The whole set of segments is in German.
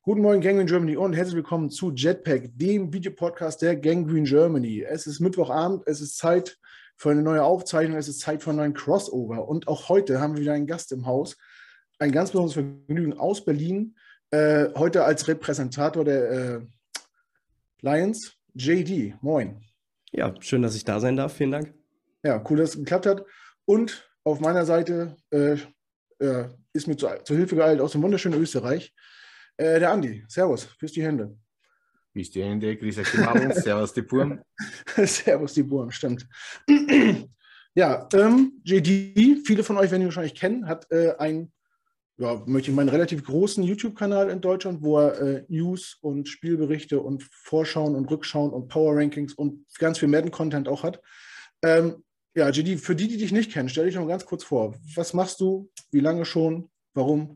Guten Morgen, Gangrene Germany und herzlich willkommen zu Jetpack, dem Videopodcast der Gangrene Germany. Es ist Mittwochabend, es ist Zeit für eine neue Aufzeichnung, es ist Zeit für einen neuen Crossover. Und auch heute haben wir wieder einen Gast im Haus, ein ganz besonderes Vergnügen aus Berlin, heute als Repräsentator der Lions, JD. Moin. Ja, schön, dass ich da sein darf. Vielen Dank. Ja, cool, dass es geklappt hat. Und auf meiner Seite ist mir zur Hilfe geeilt aus dem wunderschönen Österreich, der Andi. Servus, küss die Hände. Bis die Hände, grüß euch die Madels, servus die Burm. Servus die Burm, stimmt. Ja, JD, viele von euch werden ihn wahrscheinlich kennen, hat möchte ich meinen, relativ großen YouTube-Kanal in Deutschland, wo er News und Spielberichte und Vorschauen und Rückschauen und Power-Rankings und ganz viel Madden-Content auch hat. Ja, JD, für die dich nicht kennen, stell dich noch mal ganz kurz vor. Was machst du? Wie lange schon? Warum?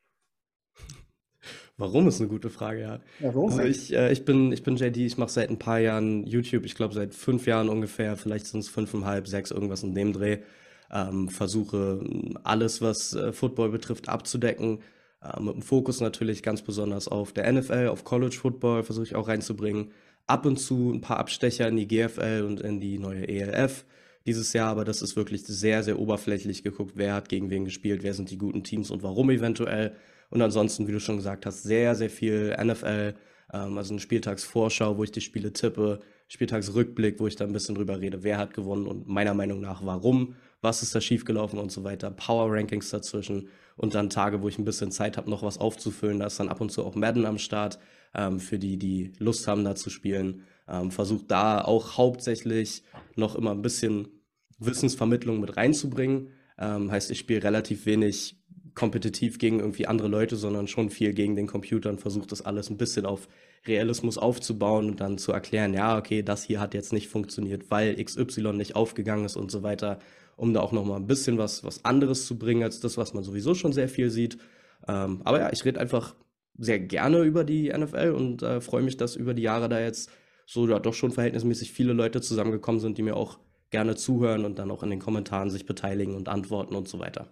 Warum ist eine gute Frage, ja. Ja, warum? Also ich bin JD, ich mache seit ein paar Jahren YouTube, ich glaube seit 5 Jahren ungefähr, vielleicht sind es 5,5, 6, irgendwas in dem Dreh. Versuche alles, was Football betrifft, abzudecken. Mit dem Fokus natürlich ganz besonders auf der NFL, auf College Football versuche ich auch reinzubringen. Ab und zu ein paar Abstecher in die GFL und in die neue ELF dieses Jahr, aber das ist wirklich sehr, sehr oberflächlich geguckt, wer hat gegen wen gespielt, wer sind die guten Teams und warum eventuell. Und ansonsten, wie du schon gesagt hast, sehr, sehr viel NFL, also eine Spieltagsvorschau, wo ich die Spiele tippe, Spieltagsrückblick, wo ich da ein bisschen drüber rede, wer hat gewonnen und meiner Meinung nach warum, was ist da schiefgelaufen und so weiter, Power Rankings dazwischen und dann Tage, wo ich ein bisschen Zeit habe, noch was aufzufüllen. Da ist dann ab und zu auch Madden am Start, für die, die Lust haben, da zu spielen. Versuche da auch hauptsächlich noch immer ein bisschen Wissensvermittlung mit reinzubringen. Heißt, ich spiele relativ wenig kompetitiv gegen irgendwie andere Leute, sondern schon viel gegen den Computer und versuche das alles ein bisschen auf Realismus aufzubauen und dann zu erklären, ja, okay, das hier hat jetzt nicht funktioniert, weil XY nicht aufgegangen ist und so weiter, um da auch nochmal ein bisschen was anderes zu bringen, als das, was man sowieso schon sehr viel sieht. Aber ja, ich rede einfach sehr gerne über die NFL und freue mich, dass über die Jahre da jetzt so ja, doch schon verhältnismäßig viele Leute zusammengekommen sind, die mir auch gerne zuhören und dann auch in den Kommentaren sich beteiligen und antworten und so weiter.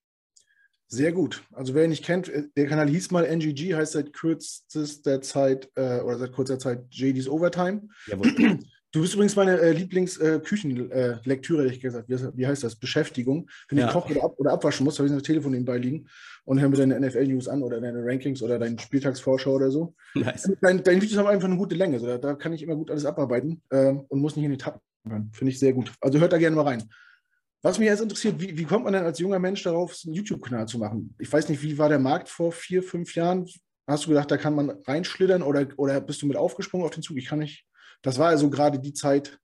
Sehr gut. Also wer ihn nicht kennt, der Kanal hieß mal NGG, heißt seit kürzester Zeit oder seit kurzer Zeit JD's Overtime. Jawohl. Du bist übrigens meine Lieblingsküchenlektüre, ehrlich gesagt. Wie heißt das? Beschäftigung. Wenn ich Ja. kochen oder abwaschen muss, habe ich das Telefon nebenbei liegen und höre mir deine NFL-News an oder deine Rankings oder deine Spieltagsvorschau oder so. Nice. Deine Videos haben einfach eine gute Länge. So, da kann ich immer gut alles abarbeiten und muss nicht in die Tappen hören. Finde ich sehr gut. Also hört da gerne mal rein. Was mich jetzt interessiert, wie kommt man denn als junger Mensch darauf, einen YouTube-Kanal zu machen? Ich weiß nicht, wie war der Markt vor 4, 5 Jahren? Hast du gedacht, da kann man reinschlittern oder bist du mit aufgesprungen auf den Zug? Ich kann nicht. Das war also gerade die Zeit,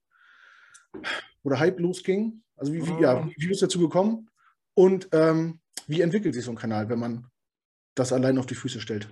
wo der Hype losging. Also wie bist du dazu gekommen? Und wie entwickelt sich so ein Kanal, wenn man das allein auf die Füße stellt?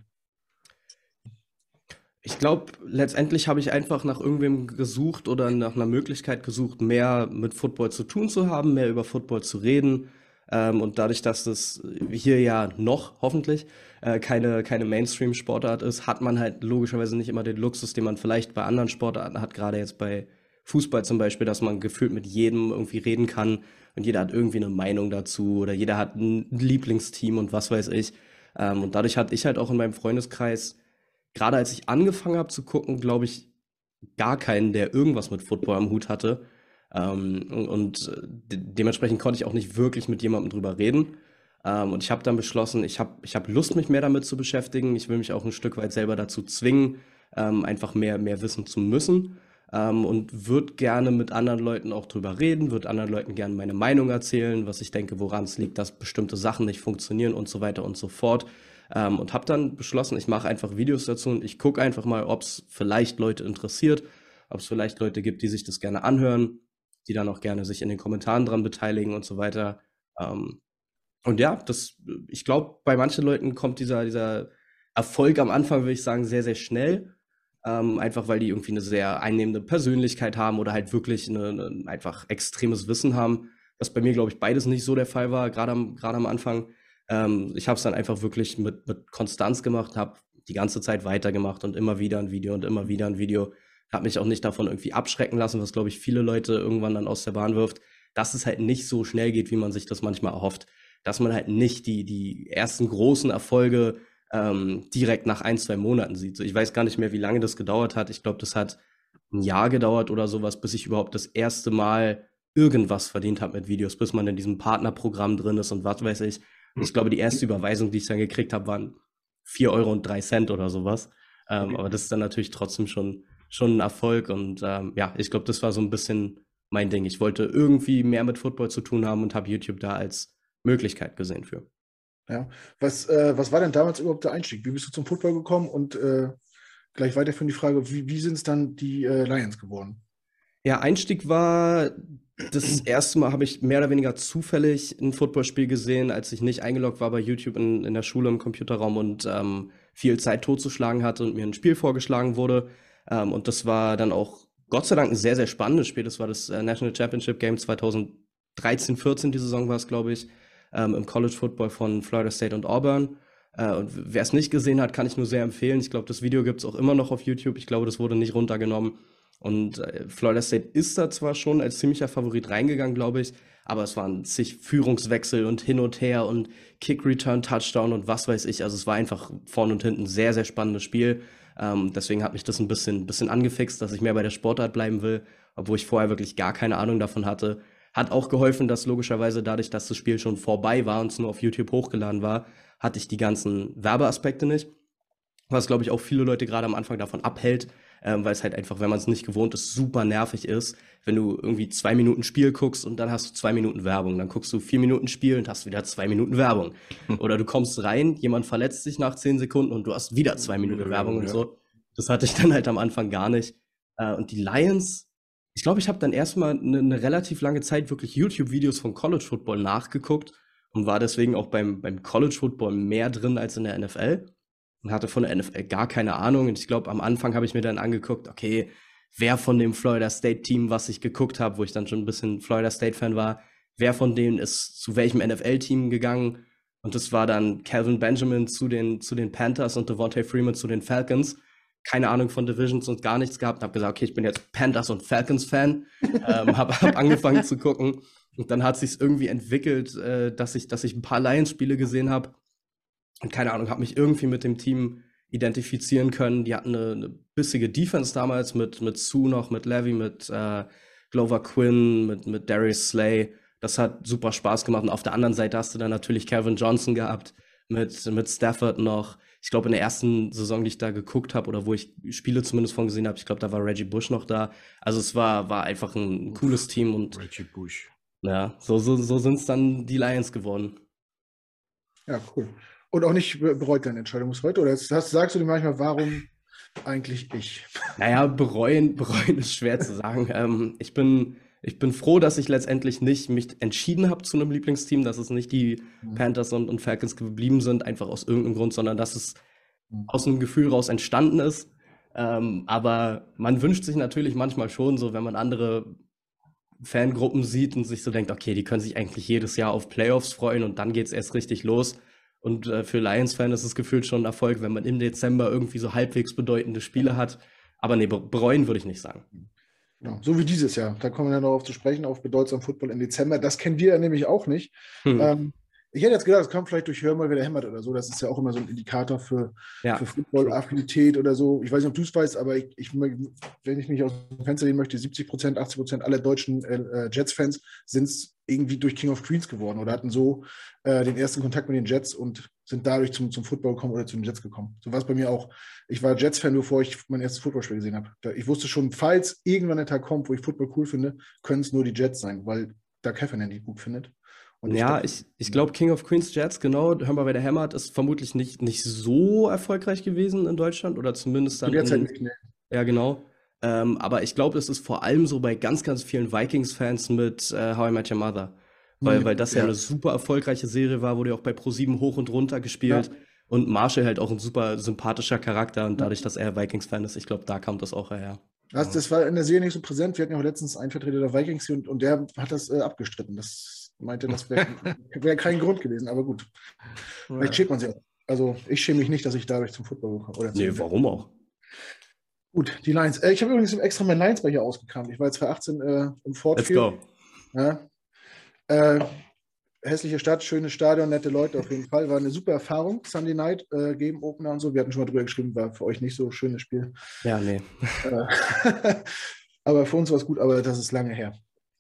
Ich glaube, letztendlich habe ich einfach nach irgendwem gesucht oder nach einer Möglichkeit gesucht, mehr mit Football zu tun zu haben, mehr über Football zu reden. Und dadurch, dass das hier ja noch hoffentlich keine Mainstream-Sportart ist, hat man halt logischerweise nicht immer den Luxus, den man vielleicht bei anderen Sportarten hat, gerade jetzt bei Fußball zum Beispiel, dass man gefühlt mit jedem irgendwie reden kann und jeder hat irgendwie eine Meinung dazu oder jeder hat ein Lieblingsteam und was weiß ich. Und dadurch hatte ich halt auch in meinem Freundeskreis gerade als ich angefangen habe zu gucken, glaube ich, gar keinen, der irgendwas mit Football am Hut hatte. Dementsprechend konnte ich auch nicht wirklich mit jemandem drüber reden. Und ich habe dann beschlossen, ich hab Lust, mich mehr damit zu beschäftigen. Ich will mich auch ein Stück weit selber dazu zwingen, einfach mehr wissen zu müssen. Und würde gerne mit anderen Leuten auch drüber reden, würde anderen Leuten gerne meine Meinung erzählen, was ich denke, woran es liegt, dass bestimmte Sachen nicht funktionieren und so weiter und so fort. Und habe dann beschlossen, ich mache einfach Videos dazu und ich gucke einfach mal, ob es vielleicht Leute interessiert, ob es vielleicht Leute gibt, die sich das gerne anhören, die dann auch gerne sich in den Kommentaren dran beteiligen und so weiter. Und ja, ich glaube, bei manchen Leuten kommt dieser Erfolg am Anfang, würde ich sagen, sehr, sehr schnell. Einfach weil die irgendwie eine sehr einnehmende Persönlichkeit haben oder halt wirklich einfach extremes Wissen haben. Was bei mir, glaube ich, beides nicht so der Fall war, gerade am Anfang. Ich habe es dann einfach wirklich mit Konstanz gemacht, habe die ganze Zeit weitergemacht und immer wieder ein Video und immer wieder ein Video. Habe mich auch nicht davon irgendwie abschrecken lassen, was, glaube ich, viele Leute irgendwann dann aus der Bahn wirft, dass es halt nicht so schnell geht, wie man sich das manchmal erhofft. Dass man halt nicht die ersten großen Erfolge direkt nach 1, 2 Monaten sieht. So, ich weiß gar nicht mehr, wie lange das gedauert hat. Ich glaube, das hat ein Jahr gedauert oder sowas, bis ich überhaupt das erste Mal irgendwas verdient habe mit Videos, bis man in diesem Partnerprogramm drin ist und was weiß ich. Und ich glaube, die erste Überweisung, die ich dann gekriegt habe, waren 4,03 € oder sowas. Aber das ist dann natürlich trotzdem schon ein Erfolg. Und ja, ich glaube, das war so ein bisschen mein Ding. Ich wollte irgendwie mehr mit Football zu tun haben und habe YouTube da als Möglichkeit gesehen für. Ja. Was war denn damals überhaupt der Einstieg? Wie bist du zum Football gekommen? Und gleich weiterführend die Frage, wie sind es dann die Lions geworden? Ja, Einstieg war, das erste Mal habe ich mehr oder weniger zufällig ein Footballspiel gesehen, als ich nicht eingeloggt war bei YouTube in der Schule im Computerraum und viel Zeit totzuschlagen hatte und mir ein Spiel vorgeschlagen wurde. Und das war dann auch Gott sei Dank ein sehr, sehr spannendes Spiel. Das war das National Championship Game 2013, 14, die Saison war es, glaube ich, im College Football von Florida State und Auburn. Und wer es nicht gesehen hat, kann ich nur sehr empfehlen. Ich glaube, das Video gibt es auch immer noch auf YouTube. Ich glaube, das wurde nicht runtergenommen. Und Florida State ist da zwar schon als ziemlicher Favorit reingegangen, glaube ich, aber es waren zig Führungswechsel und hin und her und Kick-Return-Touchdown und was weiß ich. Also es war einfach vorne und hinten ein sehr, sehr spannendes Spiel. Deswegen hat mich das ein bisschen angefixt, dass ich mehr bei der Sportart bleiben will, obwohl ich vorher wirklich gar keine Ahnung davon hatte. Hat auch geholfen, dass logischerweise dadurch, dass das Spiel schon vorbei war und es nur auf YouTube hochgeladen war, hatte ich die ganzen Werbeaspekte nicht. Was, glaube ich, auch viele Leute gerade am Anfang davon abhält, weil es halt einfach, wenn man es nicht gewohnt ist, super nervig ist, wenn du irgendwie 2 Minuten Spiel guckst und dann hast du 2 Minuten Werbung. Dann guckst du 4 Minuten Spiel und hast wieder 2 Minuten Werbung. Oder du kommst rein, jemand verletzt sich nach 10 Sekunden und du hast wieder 2 Minuten Werbung und so. Das hatte ich dann halt am Anfang gar nicht. Und die Lions, ich glaube, ich habe dann erstmal eine relativ lange Zeit wirklich YouTube-Videos von College Football nachgeguckt und war deswegen auch beim College Football mehr drin als in der NFL. Und hatte von der NFL gar keine Ahnung. Und ich glaube, am Anfang habe ich mir dann angeguckt, okay, wer von dem Florida State-Team, was ich geguckt habe, wo ich dann schon ein bisschen Florida State-Fan war, wer von denen ist zu welchem NFL-Team gegangen. Und das war dann Calvin Benjamin zu den Panthers und Devontae Freeman zu den Falcons. Keine Ahnung von Divisions und gar nichts gehabt. Habe gesagt, okay, ich bin jetzt Panthers und Falcons-Fan. Hab angefangen zu gucken. Und dann hat sich irgendwie entwickelt, dass ich ein paar Lions-Spiele gesehen habe. Und keine Ahnung, habe mich irgendwie mit dem Team identifizieren können. Die hatten eine bissige Defense damals mit Sue noch, mit Levy, mit Glover Quinn, mit Darius Slay. Das hat super Spaß gemacht. Und auf der anderen Seite hast du dann natürlich Calvin Johnson gehabt, mit Stafford noch. Ich glaube, in der ersten Saison, die ich da geguckt habe, oder wo ich Spiele zumindest von gesehen habe, ich glaube, da war Reggie Bush noch da. Also es war einfach ein cooles Team. Und Reggie Bush. ja, so sind es dann die Lions geworden. Ja, cool. Und auch nicht bereut deine Entscheidung bis heute? Oder sagst du dir manchmal, warum eigentlich ich? Naja, bereuen ist schwer zu sagen. Ich bin froh, dass ich letztendlich nicht mich entschieden habe zu einem Lieblingsteam, dass es nicht die Panthers und Falcons geblieben sind, einfach aus irgendeinem Grund, sondern dass es aus einem Gefühl raus entstanden ist. Aber man wünscht sich natürlich manchmal schon so, wenn man andere Fangruppen sieht und sich so denkt, okay, die können sich eigentlich jedes Jahr auf Playoffs freuen und dann geht's erst richtig los. Und für Lions-Fans ist es gefühlt schon ein Erfolg, wenn man im Dezember irgendwie so halbwegs bedeutende Spiele hat. Aber nee, bereuen würde ich nicht sagen. Genau. So wie dieses Jahr. Da kommen wir dann darauf zu sprechen, auf bedeutsamen Football im Dezember. Das kennen wir ja nämlich auch nicht. Ich hätte jetzt gedacht, es kommt vielleicht durch Hör mal, wer der hämmert oder so. Das ist ja auch immer so ein Indikator für Football-Affinität oder so. Ich weiß nicht, ob du es weißt, aber wenn ich mich aus dem Fenster lehnen möchte, 70%, 80% aller deutschen Jets-Fans sind es irgendwie durch King of Queens geworden oder hatten so den ersten Kontakt mit den Jets und sind dadurch zum Football gekommen oder zu den Jets gekommen. So war es bei mir auch. Ich war Jets-Fan, bevor ich mein erstes Footballspiel gesehen habe. Ich wusste schon, falls irgendwann ein Tag kommt, wo ich Football cool finde, können es nur die Jets sein, weil da Kevin die gut findet. Und ja, ich glaube, King of Queens Jets, genau, hör mal, wer der hämmert, ist vermutlich nicht so erfolgreich gewesen in Deutschland oder zumindest dann nicht, ne? Ja, genau. Aber ich glaube, das ist vor allem so bei ganz, ganz vielen Vikings-Fans mit How I Met Your Mother. Weil das ja eine super erfolgreiche Serie war, wurde ja auch bei ProSieben hoch und runter gespielt. Ja. Und Marshall halt auch ein super sympathischer Charakter und dadurch, dass er Vikings-Fan ist, ich glaube, da kam das auch her. Das war in der Serie nicht so präsent. Wir hatten ja auch letztens einen Vertreter der Vikings hier und der hat das abgestritten. Das meinte, das wäre kein Grund gewesen, aber gut. Ja. Vielleicht schämt man sich auch. Also ich schäme mich nicht, dass ich dadurch zum Football komme. Nee, warum auch? Gut, die Lions. Ich habe übrigens extra mein Lions bei hier ausgekramt. Ich war jetzt 2018 im Ford Let's Field. go. Ja. hässliche Stadt, schönes Stadion, nette Leute auf jeden Fall. War eine super Erfahrung, Sunday Night, Game Opener und so. Wir hatten schon mal drüber geschrieben, war für euch nicht so ein schönes Spiel. Ja, nee. Aber für uns war es gut, aber das ist lange her.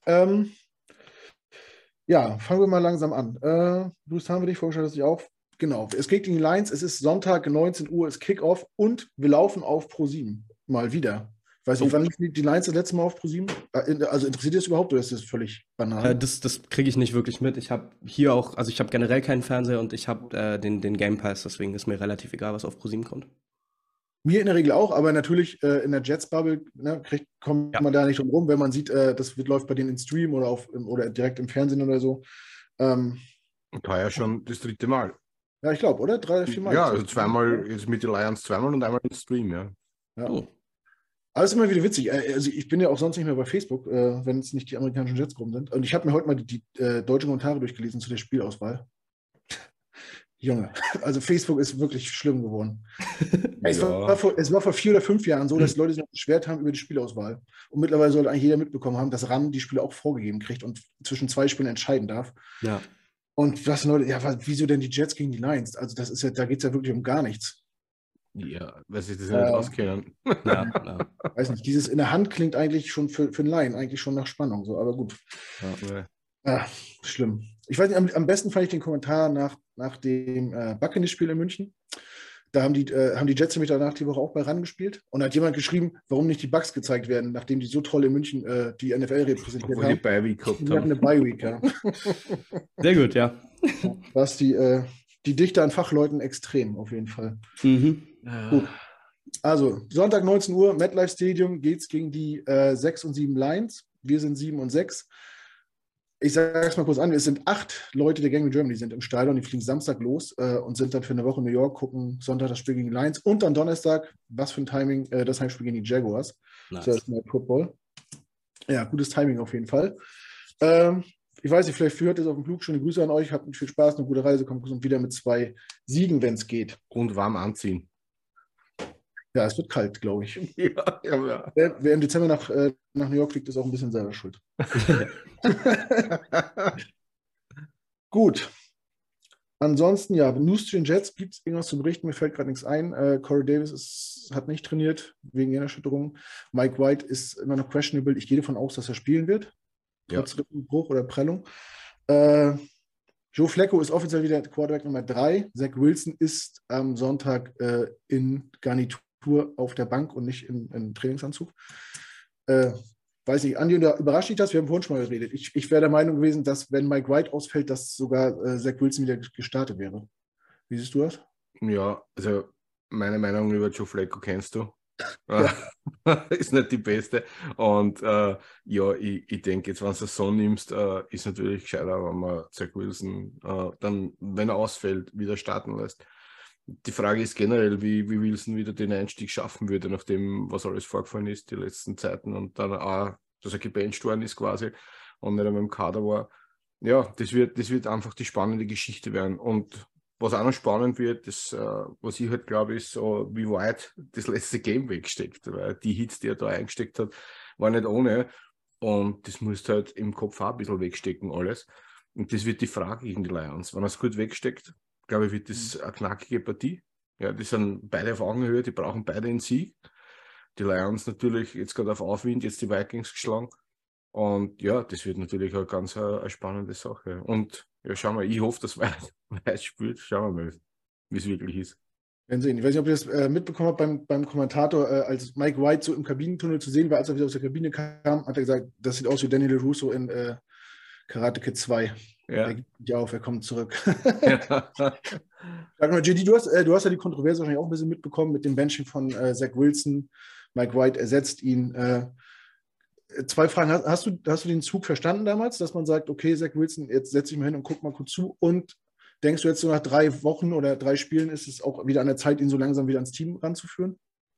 Ja, fangen wir mal langsam an. Luis, haben wir dich vorgestellt, dass ich auch. Genau, es geht gegen die Lions. Es ist Sonntag, 19 Uhr, ist Kickoff und wir laufen auf Pro7. Mal wieder. Ich weiß nicht, wann lief die Lions das letzte Mal auf Pro7? Also interessiert ihr das überhaupt oder ist das völlig banal? Das kriege ich nicht wirklich mit. Ich habe hier auch, also ich habe generell keinen Fernseher und ich habe den Game Pass, deswegen ist mir relativ egal, was auf ProSieben kommt. Mir in der Regel auch, aber natürlich in der Jets-Bubble kommt man da nicht drum rum, wenn man sieht, das läuft bei denen im Stream oder direkt im Fernsehen oder so. Und heuer schon das 3. Mal. Ja, ich glaube, oder? 3 oder 4 Mal. Ja, also zweimal, jetzt mit den Lions zweimal und einmal im Stream, ja. Oh. Aber es ist immer wieder witzig. Also ich bin ja auch sonst nicht mehr bei Facebook, wenn es nicht die amerikanischen Jets-Gruppen sind. Und ich habe mir heute mal die deutschen Kommentare durchgelesen zu der Spielauswahl. Junge, also Facebook ist wirklich schlimm geworden. Es war vor 4 oder 5 Jahren so, dass die Leute sich noch beschwert haben über die Spielauswahl. Und mittlerweile sollte eigentlich jeder mitbekommen haben, dass RAN die Spiele auch vorgegeben kriegt und zwischen 2 Spielen entscheiden darf. Ja. Und das sind Leute, ja, wieso denn die Jets gegen die Lions? Also das ist ja, da geht es ja wirklich um gar nichts. Ja, weil sie das ja nicht auskennen. Ja. Weiß nicht, dieses in der Hand klingt eigentlich schon für einen Laien eigentlich schon nach Spannung, so, aber gut. Ja. Schlimm. Ich weiß nicht, am besten fand ich den Kommentar nach dem Buccaneers-Spiel in München. Da haben die Jets nämlich danach die Woche auch bei RAN gespielt. Und da hat jemand geschrieben, warum nicht die Bucks gezeigt werden, nachdem die so toll in München die NFL repräsentiert haben. Die Bye-Week gehabt haben. Die hatten eine Bye-Week, ja. Sehr gut, ja. Was die Dichte an Fachleuten extrem, auf jeden Fall. Gut. Also, Sonntag 19 Uhr, MetLife Stadium geht es gegen die 6 und 7 Lions. Wir sind 7 und 6. Ich sage es mal kurz an, es sind 8 Leute der Gang in Germany, die sind im Stadion, die fliegen Samstag los und sind dann für eine Woche in New York, gucken Sonntag das Spiel gegen die Lions und dann Donnerstag, was für ein Timing, das Heimspiel gegen die Jaguars. Nice. Das ist Football. Ja, gutes Timing auf jeden Fall. Ich weiß nicht, vielleicht führt es auf dem Flug. Schöne Grüße an euch, habt viel Spaß, eine gute Reise, kommt wieder mit 2 Siegen, wenn es geht. Und warm anziehen. Ja, es wird kalt, glaube ich. Ja. Wer im Dezember nach New York fliegt, ist auch ein bisschen selber schuld. Gut. Ansonsten, ja, News zu den Jets. Gibt es irgendwas zu berichten? Mir fällt gerade nichts ein. Corey Davis hat nicht trainiert wegen Gehirnerschütterung. Mike White ist immer noch questionable. Ich gehe davon aus, dass er spielen wird. Trotz Rippenbruch oder Prellung. Joe Flacco ist offiziell wieder Quarterback Nummer 3. Zach Wilson ist am Sonntag in Garnitur auf der Bank und nicht im Trainingsanzug. Weiß nicht, Andi, überrascht dich das? Wir haben vorhin schon mal geredet. Ich wäre der Meinung gewesen, dass, wenn Mike White ausfällt, dass sogar Zach Wilson wieder gestartet wäre. Wie siehst du das? Ja, also meine Meinung über Joe Flacco kennst du. Ja. Ist nicht die beste. Und ich denke, jetzt, wenn du es so nimmst, ist natürlich gescheiter, wenn man Zach Wilson dann, wenn er ausfällt, wieder starten lässt. Die Frage ist generell, wie Wilson wieder den Einstieg schaffen würde, nachdem, was alles vorgefallen ist, die letzten Zeiten und dann auch, dass er gebencht worden ist quasi und nicht einmal im Kader war. Ja, das wird einfach die spannende Geschichte werden. Und was auch noch spannend wird, was ich halt glaube, ist so, wie weit das letzte Game wegsteckt. Weil die Hits, die er da eingesteckt hat, waren nicht ohne. Und das musst du halt im Kopf auch ein bisschen wegstecken, alles. Und das wird die Frage gegen die Lions. Wenn er es gut wegsteckt, glaube ich, wird das eine knackige Partie. Ja, die sind beide auf Augenhöhe, die brauchen beide einen Sieg. Die Lions natürlich jetzt gerade auf Aufwind, jetzt die Vikings geschlagen. Und ja, das wird natürlich auch ganz eine spannende Sache. Und ja, schauen wir, ich hoffe, dass White spielt. Schauen wir mal, wie es wirklich ist. Werden sehen. Ich weiß nicht, ob ihr das mitbekommen habt beim Kommentator, als Mike White so im Kabinentunnel zu sehen war, als er wieder aus der Kabine kam, hat er gesagt, das sieht aus wie Daniel LaRusso in Karate Kid 2. Ja. Er gibt nicht auf, er kommt zurück. Ja. Sag mal, JD, du hast ja die Kontroverse wahrscheinlich auch ein bisschen mitbekommen mit dem Benching von Zach Wilson. Mike White ersetzt ihn. 2 Fragen. Hast du den Zug verstanden damals, dass man sagt, okay, Zach Wilson, jetzt setze ich mal hin und guck mal kurz zu, und denkst du jetzt so nach 3 Wochen oder 3 Spielen ist es auch wieder an der Zeit, ihn so langsam wieder ans Team ranzuführen?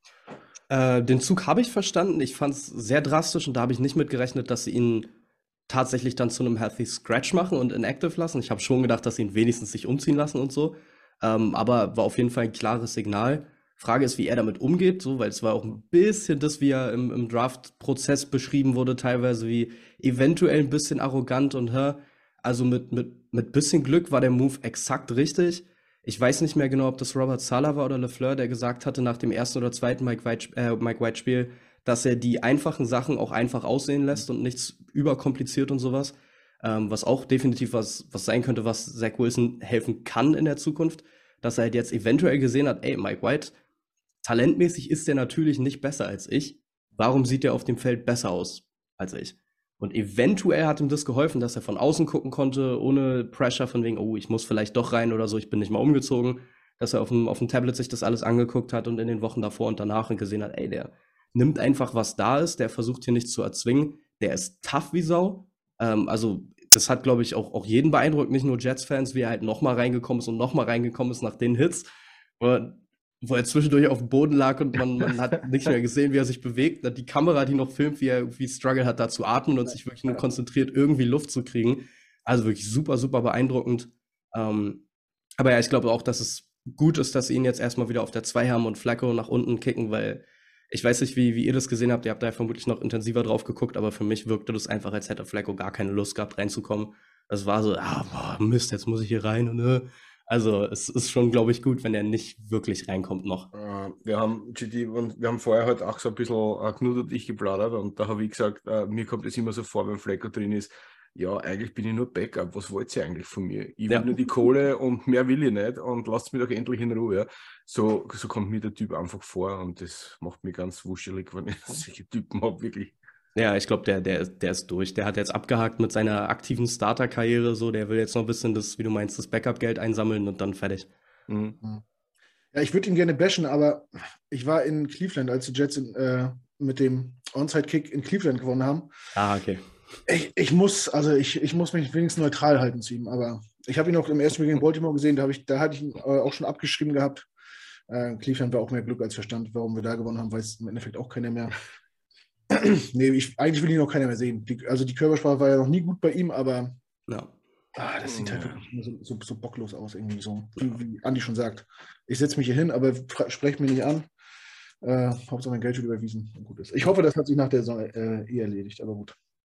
Den Zug habe ich verstanden. Ich fand es sehr drastisch und da habe ich nicht mit gerechnet, dass sie ihn tatsächlich dann zu einem Healthy Scratch machen und inactive lassen. Ich habe schon gedacht, dass sie ihn wenigstens sich umziehen lassen und so. Aber war auf jeden Fall ein klares Signal. Frage ist, wie er damit umgeht, so, weil es war auch ein bisschen das, wie er im Draft-Prozess beschrieben wurde, teilweise wie eventuell ein bisschen arrogant und also mit bisschen Glück war der Move exakt richtig. Ich weiß nicht mehr genau, ob das Robert Saleh war oder LeFleur, der gesagt hatte nach dem ersten oder zweiten Mike White-Spiel, dass er die einfachen Sachen auch einfach aussehen lässt und nichts überkompliziert und sowas. Was auch definitiv was sein könnte, was Zach Wilson helfen kann in der Zukunft. Dass er halt jetzt eventuell gesehen hat, ey, Mike White, talentmäßig ist der natürlich nicht besser als ich. Warum sieht er auf dem Feld besser aus als ich? Und eventuell hat ihm das geholfen, dass er von außen gucken konnte, ohne Pressure von wegen, oh, ich muss vielleicht doch rein oder so, ich bin nicht mal umgezogen, dass er auf dem Tablet sich das alles angeguckt hat und in den Wochen davor und danach und gesehen hat, ey, der nimmt einfach, was da ist, der versucht hier nichts zu erzwingen, der ist tough wie Sau. Also das hat, glaube ich, auch jeden beeindruckt, nicht nur Jets-Fans, wie er halt nochmal reingekommen ist nach den Hits. Wo er zwischendurch auf dem Boden lag und man hat nicht mehr gesehen, wie er sich bewegt. Die Kamera, die noch filmt, wie er irgendwie Struggle hat, da zu atmen und sich wirklich nur konzentriert, irgendwie Luft zu kriegen. Also wirklich super, super beeindruckend. Aber ja, ich glaube auch, dass es gut ist, dass sie ihn jetzt erstmal wieder auf der 2 haben und Flacco nach unten kicken, weil ich weiß nicht, wie ihr das gesehen habt. Ihr habt da vermutlich noch intensiver drauf geguckt, aber für mich wirkte das einfach, als hätte Flacco gar keine Lust gehabt, reinzukommen. Das war so, Mist, jetzt muss ich hier rein und Also es ist schon, glaube ich, gut, wenn er nicht wirklich reinkommt noch. Wir haben vorher halt auch so ein bisschen Knut und ich geplaudert und da habe ich gesagt, mir kommt es immer so vor, wenn Flacco drin ist, ja, eigentlich bin ich nur Backup, was wollt ihr eigentlich von mir? Ich will nur die Kohle und mehr will ich nicht und lasst mich doch endlich in Ruhe. Ja. So kommt mir der Typ einfach vor und das macht mich ganz wuschelig, wenn ich solche Typen habe, wirklich. Ja, ich glaube, der ist durch. Der hat jetzt abgehakt mit seiner aktiven Starter-Karriere. So, der will jetzt noch ein bisschen das, wie du meinst, das Backup-Geld einsammeln und dann fertig. Mhm. Ja, ich würde ihn gerne bashen, aber ich war in Cleveland, als die Jets mit dem Onside-Kick in Cleveland gewonnen haben. Okay. Ich muss mich wenigstens neutral halten zu ihm, aber ich habe ihn auch im ersten Spiel gegen Baltimore gesehen, da hatte ich ihn auch schon abgeschrieben gehabt. Cleveland war auch mehr Glück als Verstand, warum wir da gewonnen haben, weiß im Endeffekt auch keiner mehr. Nee, eigentlich will ihn noch keiner mehr sehen. Die Körpersprache war ja noch nie gut bei ihm, aber das sieht halt wirklich so bocklos aus, irgendwie so, wie Andi schon sagt. Ich setze mich hier hin, aber sprecht mich nicht an. Hauptsache mein Geld wird überwiesen. Und gut ist. Ich hoffe, das hat sich nach der Saison erledigt, aber gut.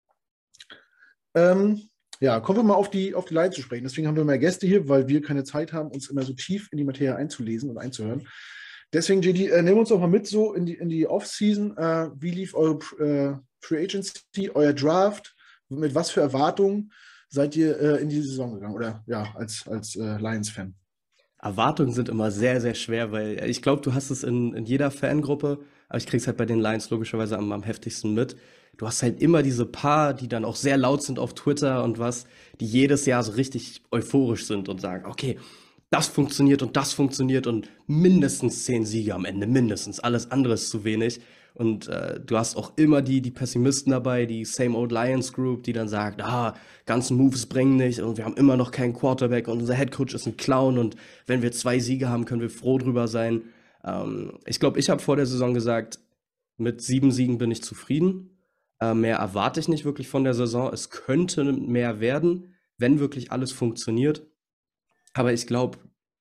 Ja, kommen wir mal auf die Line zu sprechen. Deswegen haben wir mehr Gäste hier, weil wir keine Zeit haben, uns immer so tief in die Materie einzulesen und einzuhören. Deswegen, JD, nehmen wir uns doch mal mit so in die Off-Season. Wie lief eure Free Agency, euer Draft? Mit was für Erwartungen seid ihr in die Saison gegangen? Oder ja, als Lions-Fan? Erwartungen sind immer sehr, sehr schwer, weil ich glaube, du hast es in jeder Fangruppe, aber ich krieg's halt bei den Lions logischerweise am heftigsten mit. Du hast halt immer diese paar, die dann auch sehr laut sind auf Twitter und was, die jedes Jahr so richtig euphorisch sind und sagen, okay, das funktioniert und mindestens 10 Siege am Ende, mindestens. Alles andere ist zu wenig. Und du hast auch immer die Pessimisten dabei, die Same Old Lions Group, die dann sagt, ganzen Moves bringen nicht und wir haben immer noch keinen Quarterback und unser Headcoach ist ein Clown und wenn wir 2 Siege haben, können wir froh drüber sein. Ich glaube, ich habe vor der Saison gesagt, mit 7 Siegen bin ich zufrieden. Mehr erwarte ich nicht wirklich von der Saison. Es könnte mehr werden, wenn wirklich alles funktioniert. Aber ich glaube,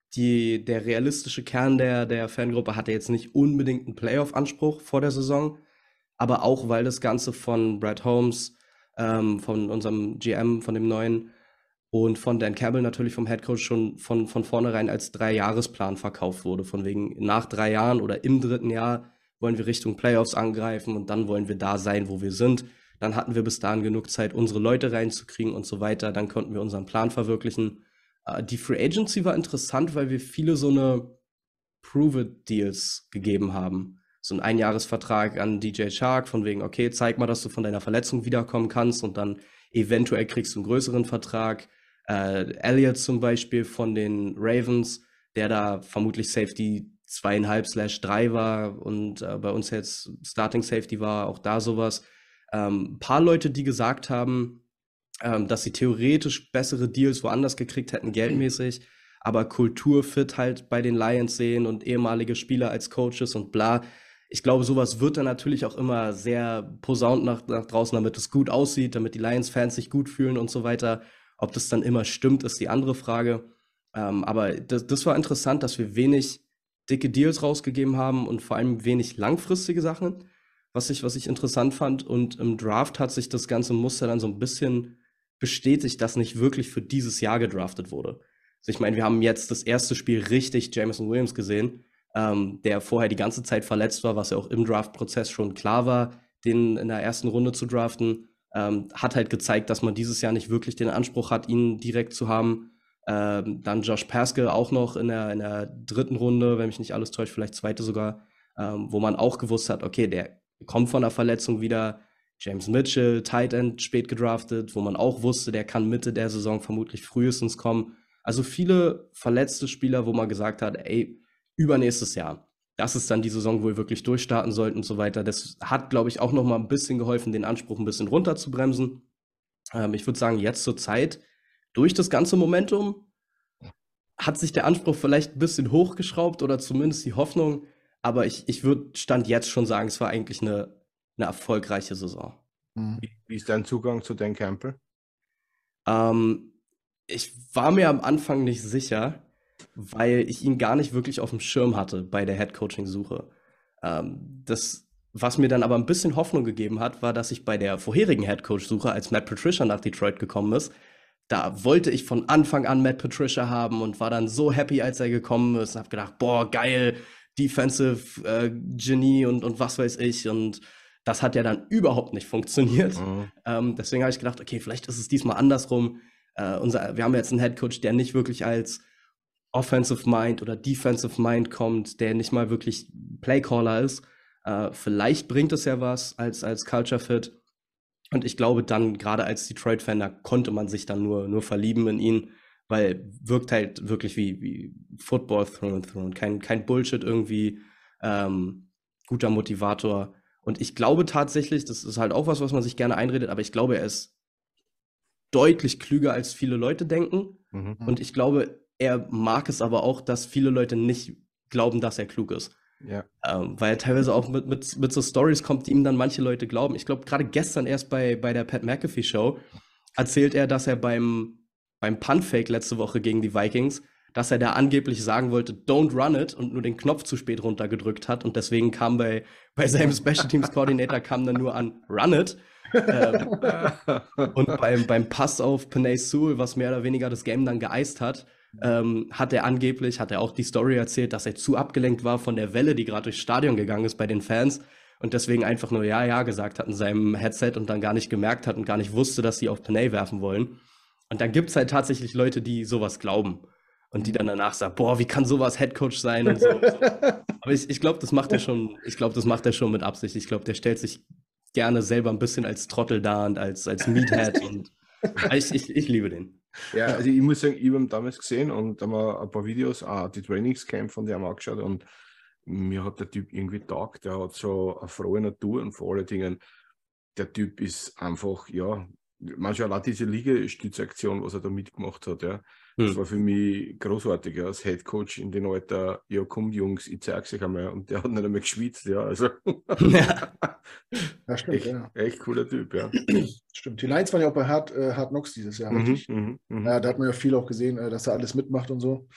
der realistische Kern der Fangruppe hatte jetzt nicht unbedingt einen Playoff-Anspruch vor der Saison, aber auch, weil das Ganze von Brad Holmes, von unserem GM, von dem neuen und von Dan Campbell natürlich vom Headcoach schon von vornherein als 3-Jahresplan verkauft wurde. Von wegen nach 3 Jahren oder im 3. Jahr wollen wir Richtung Playoffs angreifen und dann wollen wir da sein, wo wir sind. Dann hatten wir bis dahin genug Zeit, unsere Leute reinzukriegen und so weiter. Dann konnten wir unseren Plan verwirklichen. Die Free Agency war interessant, weil wir viele so eine Prove-It-Deals gegeben haben. So ein Einjahresvertrag an DJ Chark, von wegen, okay, zeig mal, dass du von deiner Verletzung wiederkommen kannst und dann eventuell kriegst du einen größeren Vertrag. Elliott zum Beispiel von den Ravens, der da vermutlich Safety 2,5/3 war und bei uns jetzt Starting Safety war, auch da sowas. Ein paar Leute, die gesagt haben, dass sie theoretisch bessere Deals woanders gekriegt hätten, geldmäßig, aber Kulturfit halt bei den Lions sehen und ehemalige Spieler als Coaches und bla. Ich glaube, sowas wird dann natürlich auch immer sehr posaunt nach draußen, damit es gut aussieht, damit die Lions-Fans sich gut fühlen und so weiter. Ob das dann immer stimmt, ist die andere Frage. Aber das war interessant, dass wir wenig dicke Deals rausgegeben haben und vor allem wenig langfristige Sachen, was ich interessant fand. Und im Draft hat sich das ganze Muster dann so ein bisschen bestätigt, dass nicht wirklich für dieses Jahr gedraftet wurde. Also ich meine, wir haben jetzt das erste Spiel richtig Jameson Williams gesehen, der vorher die ganze Zeit verletzt war, was ja auch im Draft-Prozess schon klar war, den in der ersten Runde zu draften. Hat halt gezeigt, dass man dieses Jahr nicht wirklich den Anspruch hat, ihn direkt zu haben. Dann Josh Paschal auch noch in der dritten Runde, wenn mich nicht alles täuscht, vielleicht zweite sogar, wo man auch gewusst hat, okay, der kommt von der Verletzung wieder. James Mitchell, Tight End, spät gedraftet, wo man auch wusste, der kann Mitte der Saison vermutlich frühestens kommen. Also viele verletzte Spieler, wo man gesagt hat, ey, übernächstes Jahr, das ist dann die Saison, wo wir wirklich durchstarten sollten und so weiter. Das hat, glaube ich, auch noch mal ein bisschen geholfen, den Anspruch ein bisschen runterzubremsen. Ich würde sagen, jetzt zur Zeit, durch das ganze Momentum, hat sich der Anspruch vielleicht ein bisschen hochgeschraubt oder zumindest die Hoffnung. Aber ich würde Stand jetzt schon sagen, es war eigentlich eine erfolgreiche Saison. Wie ist dein Zugang zu Dan Campbell? Ich war mir am Anfang nicht sicher, weil ich ihn gar nicht wirklich auf dem Schirm hatte bei der Headcoaching-Suche. Was mir dann aber ein bisschen Hoffnung gegeben hat, war, dass ich bei der vorherigen Headcoach-Suche, als Matt Patricia nach Detroit gekommen ist, da wollte ich von Anfang an Matt Patricia haben und war dann so happy, als er gekommen ist und habe gedacht, boah, geil, Defensive Genie und was weiß ich. Und das hat ja dann überhaupt nicht funktioniert. Deswegen habe ich gedacht, okay, vielleicht ist es diesmal andersrum. Wir haben jetzt einen Headcoach, der nicht wirklich als Offensive Mind oder Defensive Mind kommt, der nicht mal wirklich Playcaller ist. Vielleicht bringt es ja was als Culture Fit. Und ich glaube dann, gerade als Detroit-Fan, da konnte man sich dann nur verlieben in ihn, weil wirkt halt wirklich wie Football through and through und kein Bullshit irgendwie, guter Motivator. Und ich glaube tatsächlich, das ist halt auch was man sich gerne einredet, aber ich glaube, er ist deutlich klüger, als viele Leute denken. Und ich glaube, er mag es aber auch, dass viele Leute nicht glauben, dass er klug ist. Ja. Weil er teilweise auch mit so Stories kommt, die ihm dann manche Leute glauben. Ich glaube, gerade gestern erst bei der Pat McAfee Show erzählt er, dass er beim Punt-Fake letzte Woche gegen die Vikings, dass er da angeblich sagen wollte, don't run it, und nur den Knopf zu spät runtergedrückt hat. Und deswegen kam bei seinem Special Teams Coordinator kam dann nur an run it. Und beim Pass auf Penei Sewell, was mehr oder weniger das Game dann geeist hat, hat er auch die Story erzählt, dass er zu abgelenkt war von der Welle, die gerade durchs Stadion gegangen ist bei den Fans und deswegen einfach nur ja gesagt hat in seinem Headset und dann gar nicht gemerkt hat und gar nicht wusste, dass sie auf Penei werfen wollen. Und dann gibt es halt tatsächlich Leute, die sowas glauben und die dann danach sagen, boah, wie kann sowas Headcoach sein und so. Aber ich glaube, das macht er schon, mit Absicht. Ich glaube, der stellt sich gerne selber ein bisschen als Trottel dar und als Meathead und ich liebe den. Ja, also ich muss sagen, ich habe ihn damals gesehen und da haben wir ein paar Videos, die Trainingscamp von dem angeschaut und mir hat der Typ irgendwie taugt, der hat so eine frohe Natur und vor allen Dingen, der Typ ist einfach, ja, manchmal auch diese Liegestützaktion, was er da mitgemacht hat, ja. Das war für mich großartig, ja, als Headcoach in den Alter, ja, kommt Jungs, ich zeig's euch einmal, und der hat nicht einmal geschwitzt, ja, also. Ja, stimmt, echt cooler Typ, ja. Stimmt, die Lions waren ja auch bei Hard Knocks dieses Jahr, richtig? Ja, da hat man ja viel auch gesehen, dass er alles mitmacht und so.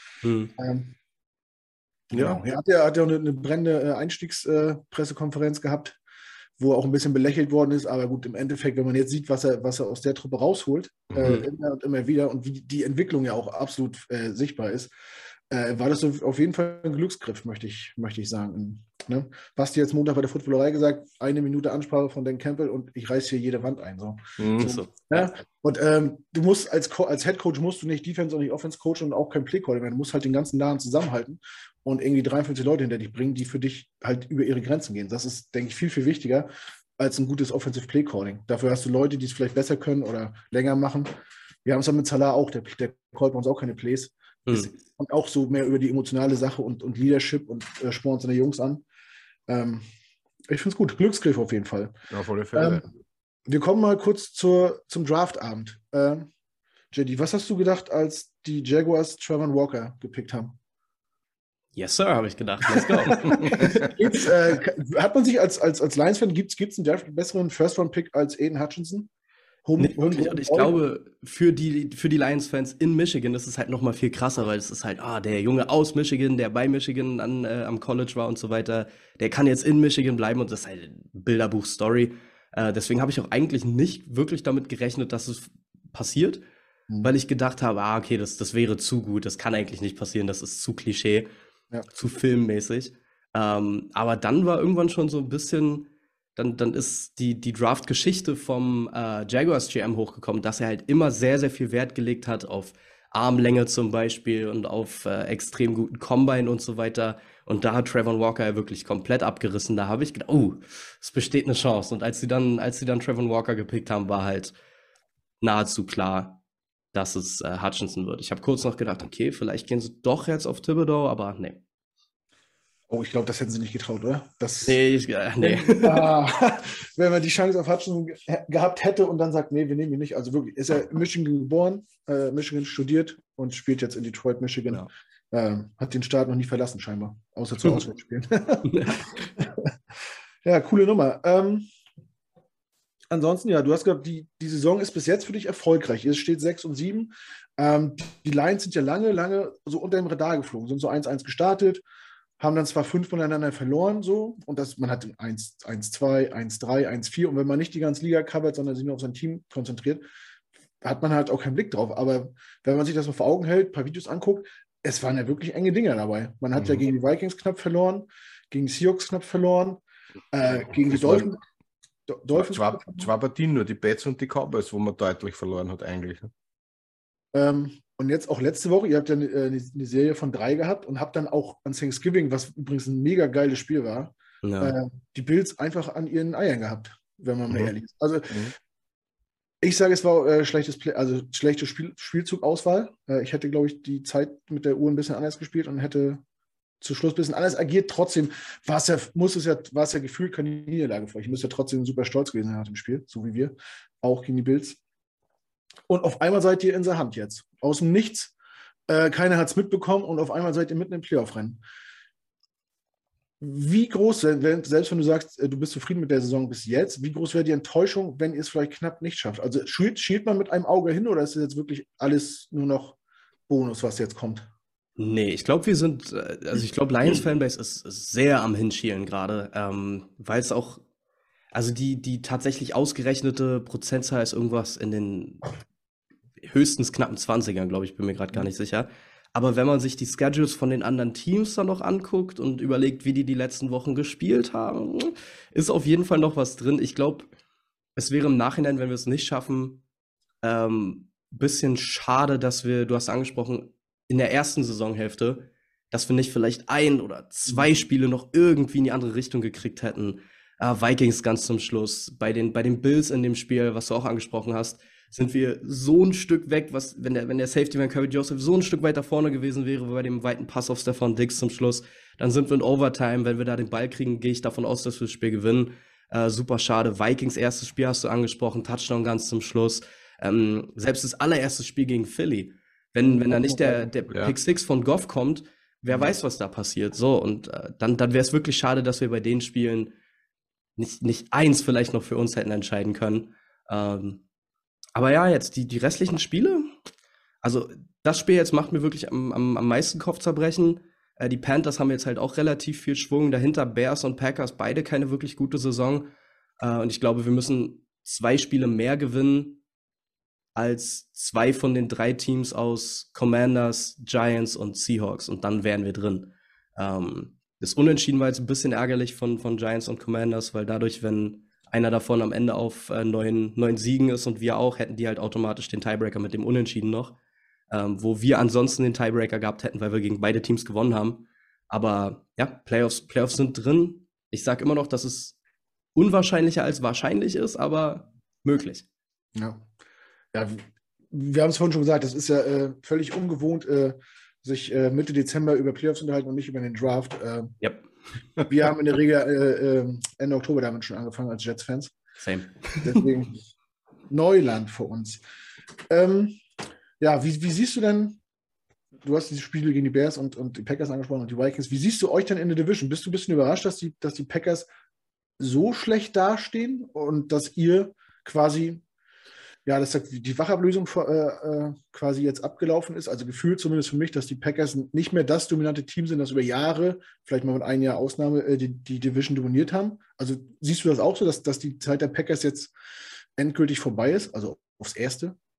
Genau. Er hat ja auch eine brennende Einstiegspressekonferenz gehabt, wo auch ein bisschen belächelt worden ist, aber gut, im Endeffekt, wenn man jetzt sieht, was er aus der Truppe rausholt, immer und immer wieder und wie die Entwicklung ja auch absolut sichtbar ist, war das auf jeden Fall ein Glücksgriff, möchte ich sagen. Ne? Basti jetzt Montag bei der Footballerei gesagt, 1 Minute Ansprache von Dan Campbell und ich reiß hier jede Wand ein. So. Ne? Und du musst als Headcoach musst du nicht Defense und nicht Offense coachen und auch kein Playcaller werden. Du musst halt den ganzen Laden zusammenhalten und irgendwie 53 Leute hinter dich bringen, die für dich halt über ihre Grenzen gehen. Das ist, denke ich, viel, viel wichtiger als ein gutes Offensive Play Calling. Dafür hast du Leute, die es vielleicht besser können oder länger machen. Wir haben es dann mit Salah auch, der callt bei uns auch keine Plays. Und auch so mehr über die emotionale Sache und Leadership und spornt seine Jungs an. Ich finde es gut. Glücksgriff auf jeden Fall. Ja, auf alle Fälle. Wir kommen mal kurz zum Draftabend. JD, was hast du gedacht, als die Jaguars Trevor Walker gepickt haben? Yes, Sir, habe ich gedacht. Let's go. Hat man sich als Lions-Fan, gibt es einen besseren First-Round-Pick als Aiden Hutchinson? Nicht wirklich. Und ich glaube, für die Lions-Fans in Michigan ist es halt noch mal viel krasser, weil es ist halt, der Junge aus Michigan, der bei Michigan am College war und so weiter, der kann jetzt in Michigan bleiben und das ist halt Bilderbuch-Story. Deswegen habe ich auch eigentlich nicht wirklich damit gerechnet, dass es passiert, weil ich gedacht habe, okay, das wäre zu gut, das kann eigentlich nicht passieren, das ist zu Klischee, zu filmmäßig. Aber dann war irgendwann schon so ein bisschen, dann ist die Draft-Geschichte vom Jaguars GM hochgekommen, dass er halt immer sehr, sehr viel Wert gelegt hat auf Armlänge zum Beispiel und auf extrem guten Combine und so weiter. Und da hat Trevor Walker ja wirklich komplett abgerissen. Da habe ich gedacht, es besteht eine Chance. Und als sie dann Trevor Walker gepickt haben, war halt nahezu klar, dass es Hutchinson wird. Ich habe kurz noch gedacht, okay, vielleicht gehen sie doch jetzt auf Thibodeau, aber nee. Oh, ich glaube, das hätten sie nicht getraut, oder? Nee. Wenn man die Chance auf Hutchinson gehabt hätte und dann sagt, nee, wir nehmen ihn nicht. Also wirklich, ist er in Michigan geboren, Michigan studiert und spielt jetzt in Detroit, Michigan. Ja. Hat den Staat noch nie verlassen, scheinbar. Außer zu Auswärtsspielen. Ja, coole Nummer. Ansonsten, ja, du hast gesagt, die Saison ist bis jetzt für dich erfolgreich. Es steht 6-7. Die Lions sind ja lange so unter dem Radar geflogen, sind so 1-1 gestartet, haben dann zwar 5 voneinander verloren, so, und man hat 1-2, 1-3, 1-4, und wenn man nicht die ganze Liga covert, sondern sich nur auf sein Team konzentriert, hat man halt auch keinen Blick drauf. Aber wenn man sich das mal vor Augen hält, ein paar Videos anguckt, es waren ja wirklich enge Dinger dabei. Man hat ja gegen die Vikings knapp verloren, gegen die Seahawks knapp verloren, gegen die Dolphins. Zwei Partien nur, die Pats und die Cowboys, wo man deutlich verloren hat eigentlich. Und jetzt auch letzte Woche, ihr habt ja eine Serie von 3 gehabt und habt dann auch an Thanksgiving, was übrigens ein mega geiles Spiel war, die Bills einfach an ihren Eiern gehabt, wenn man mal ehrlich ist. Also ich sage, es war schlechte Spielzugauswahl. Ich hätte, glaube ich, die Zeit mit der Uhr ein bisschen anders gespielt und hätte zu Schluss ein bisschen anders agiert. Trotzdem war es ja gefühlt keine Niederlage für euch. Ich müsste ja trotzdem super stolz gewesen sein nach dem Spiel, so wie wir, auch gegen die Bills. Und auf einmal seid ihr in der Hand jetzt. Aus dem Nichts. Keiner hat es mitbekommen und auf einmal seid ihr mitten im Playoff-Rennen. Wie groß, selbst wenn du sagst, du bist zufrieden mit der Saison bis jetzt, wie groß wäre die Enttäuschung, wenn ihr es vielleicht knapp nicht schafft? Also schielt man mit einem Auge hin oder ist es jetzt wirklich alles nur noch Bonus, was jetzt kommt? Nee, ich glaube, Lions Fanbase ist sehr am Hinschielen gerade, weil es auch, also die tatsächlich ausgerechnete Prozentzahl ist irgendwas in den höchstens knappen 20ern, glaube ich, bin mir gerade gar nicht sicher. Aber wenn man sich die Schedules von den anderen Teams dann noch anguckt und überlegt, wie die letzten Wochen gespielt haben, ist auf jeden Fall noch was drin. Ich glaube, es wäre im Nachhinein, wenn wir es nicht schaffen, bisschen schade, dass du hast angesprochen, in der ersten Saisonhälfte, dass wir nicht vielleicht 1 oder 2 Spiele noch irgendwie in die andere Richtung gekriegt hätten. Vikings ganz zum Schluss. Bei den Bills in dem Spiel, was du auch angesprochen hast, sind wir so ein Stück weg, wenn der Safety von Kerry Joseph so ein Stück weiter vorne gewesen wäre bei dem weiten Pass auf Stefan Diggs zum Schluss, dann sind wir in Overtime. Wenn wir da den Ball kriegen, gehe ich davon aus, dass wir das Spiel gewinnen. Super schade. Vikings erstes Spiel hast du angesprochen, Touchdown ganz zum Schluss. Selbst das allererste Spiel gegen Philly. Wenn da nicht der Pick 6 von Goff kommt, wer weiß, was da passiert. So, und dann wäre es wirklich schade, dass wir bei den Spielen nicht eins vielleicht noch für uns hätten entscheiden können. Aber ja, jetzt die restlichen Spiele, also das Spiel jetzt macht mir wirklich am meisten Kopfzerbrechen. Die Panthers haben jetzt halt auch relativ viel Schwung. Dahinter Bears und Packers, beide keine wirklich gute Saison. Und ich glaube, wir müssen 2 Spiele mehr gewinnen als 2 von den 3 Teams aus Commanders, Giants und Seahawks. Und dann wären wir drin. Das Unentschieden war jetzt ein bisschen ärgerlich von Giants und Commanders, weil dadurch, wenn einer davon am Ende auf 9 Siegen ist und wir auch, hätten die halt automatisch den Tiebreaker mit dem Unentschieden noch. Wo wir ansonsten den Tiebreaker gehabt hätten, weil wir gegen beide Teams gewonnen haben. Aber ja, Playoffs sind drin. Ich sage immer noch, dass es unwahrscheinlicher als wahrscheinlich ist, aber möglich. Ja, wir haben es vorhin schon gesagt, das ist ja völlig ungewohnt, sich Mitte Dezember über Playoffs unterhalten und nicht über den Draft. Yep. Wir haben in der Regel Ende Oktober damit schon angefangen als Jets-Fans. Same. Deswegen Neuland für uns. Ja, wie siehst du denn, du hast diese Spiele gegen die Bears und die Packers angesprochen und die Vikings, wie siehst du euch denn in der Division? Bist du ein bisschen überrascht, dass die Packers so schlecht dastehen und dass ihr quasi, ja, dass die Wachablösung quasi jetzt abgelaufen ist? Also gefühlt zumindest für mich, dass die Packers nicht mehr das dominante Team sind, das über Jahre, vielleicht mal mit einem Jahr Ausnahme, die Division dominiert haben. Also siehst du das auch so, dass die Zeit der Packers jetzt endgültig vorbei ist, also aufs Erste?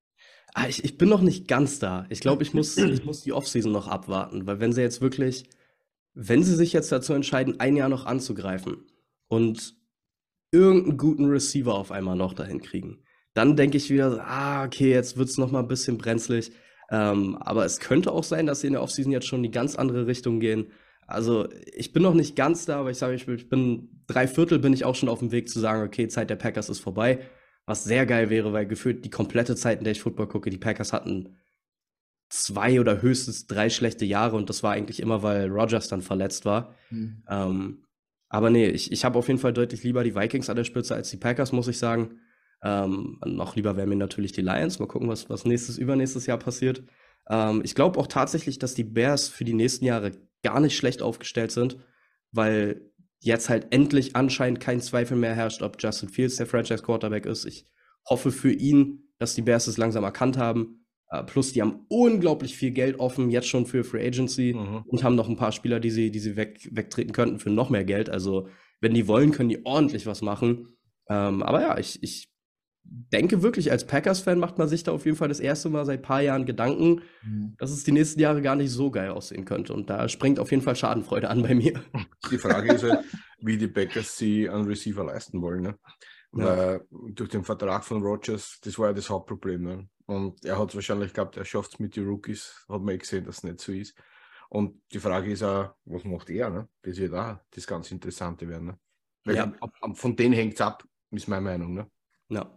Ich bin noch nicht ganz da. Ich glaube, ich muss die Offseason noch abwarten, weil wenn sie sich jetzt dazu entscheiden, ein Jahr noch anzugreifen und irgendeinen guten Receiver auf einmal noch dahin kriegen, dann denke ich wieder, so, okay, jetzt wird es noch mal ein bisschen brenzlig. Aber es könnte auch sein, dass sie in der Offseason jetzt schon in die ganz andere Richtung gehen. Also ich bin noch nicht ganz da, aber ich sage, ich bin 3/4 bin ich auch schon auf dem Weg zu sagen, okay, Zeit der Packers ist vorbei. Was sehr geil wäre, weil gefühlt die komplette Zeit, in der ich Football gucke, die Packers hatten 2 oder höchstens 3 schlechte Jahre und das war eigentlich immer, weil Rodgers dann verletzt war. Hm. Aber nee, ich habe auf jeden Fall deutlich lieber die Vikings an der Spitze als die Packers, muss ich sagen. Noch lieber wären mir natürlich die Lions. Mal gucken, was übernächstes Jahr passiert. Ich glaube auch tatsächlich, dass die Bears für die nächsten Jahre gar nicht schlecht aufgestellt sind, weil jetzt halt endlich anscheinend kein Zweifel mehr herrscht, ob Justin Fields der Franchise-Quarterback ist. Ich hoffe für ihn, dass die Bears es langsam erkannt haben. Plus, die haben unglaublich viel Geld offen, jetzt schon für Free Agency und haben noch ein paar Spieler, die sie wegtreten könnten für noch mehr Geld. Also, wenn die wollen, können die ordentlich was machen. Aber ja, ich denke wirklich, als Packers-Fan macht man sich da auf jeden Fall das erste Mal seit ein paar Jahren Gedanken, dass es die nächsten Jahre gar nicht so geil aussehen könnte. Und da springt auf jeden Fall Schadenfreude an bei mir. Die Frage ist halt, wie die Packers sie einen Receiver leisten wollen. Ne? Ja. Weil durch den Vertrag von Rodgers, das war ja das Hauptproblem. Ne? Und er hat es wahrscheinlich gehabt, er schafft es mit den Rookies, hat man gesehen, dass es nicht so ist. Und die Frage ist auch, was macht er? Ne? Das wird auch das ganz Interessante werden. Ne? Weil Ja. von denen hängt es ab, ist meine Meinung. Ne? Ja.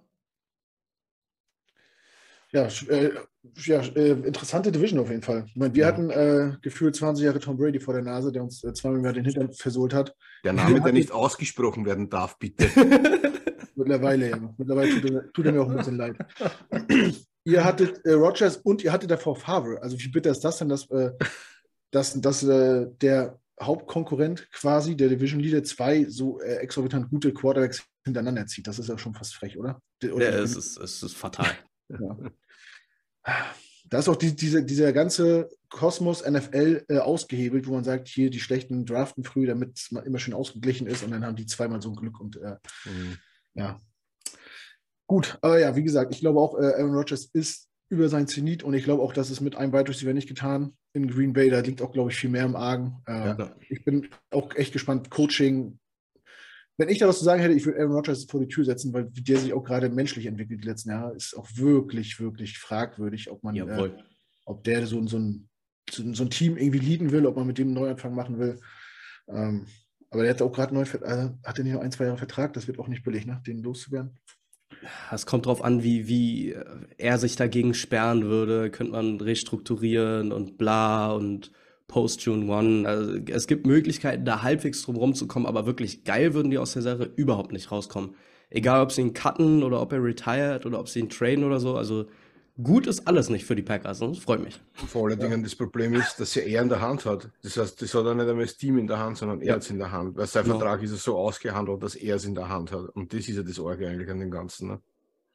Interessante Division auf jeden Fall. Ich meine, wir hatten gefühlt 20 Jahre Tom Brady vor der Nase, der uns zweimal über den Hintern versohlt hat. Der Name, der nicht ausgesprochen werden darf, bitte. Mittlerweile, ja. Mittlerweile tut er mir auch ein bisschen leid. Ihr hattet Rodgers und ihr hattet davor Favre. Also wie bitter ist das denn, dass der Hauptkonkurrent quasi, der Division Leader, 2 so exorbitant gute Quarterbacks hintereinander zieht? Das ist ja schon fast frech, oder? Es ist fatal. Ja. Da ist auch dieser ganze Kosmos NFL ausgehebelt, wo man sagt, hier die Schlechten draften früh, damit es immer schön ausgeglichen ist und dann haben die zweimal so ein Glück und ja. Gut, aber ja, wie gesagt, ich glaube auch, Aaron Rodgers ist über sein Zenit und ich glaube auch, dass es mit einem Wide Receiver nicht getan in Green Bay, da liegt auch, glaube ich, viel mehr im Argen. Ich bin auch echt gespannt, Coaching. Wenn ich da was zu sagen hätte, ich würde Aaron Rodgers vor die Tür setzen, weil wie der sich auch gerade menschlich entwickelt die letzten Jahre, ist auch wirklich, wirklich fragwürdig, ob man, ob der so ein Team irgendwie leaden will, ob man mit dem einen Neuanfang machen will. Aber der hat auch gerade hat er nicht noch 1-2 Jahre Vertrag, das wird auch nicht billig, ne, den loszuwerden. Es kommt drauf an, wie er sich dagegen sperren würde. Könnte man restrukturieren und bla und Post-June One. Also es gibt Möglichkeiten, da halbwegs drum rumzukommen, aber wirklich geil würden die aus der Sache überhaupt nicht rauskommen. Egal, ob sie ihn cutten oder ob er retired oder ob sie ihn traden oder so. Also gut ist alles nicht für die Packers. Das freut mich. Vor allen Dingen das Problem ist, dass er in der Hand hat. Das heißt, das hat er nicht einmal das Team in der Hand, sondern er hat es in der Hand. Weil sein Vertrag ist ja so ausgehandelt, dass er es in der Hand hat. Und das ist ja das Orge eigentlich an dem Ganzen. Ne?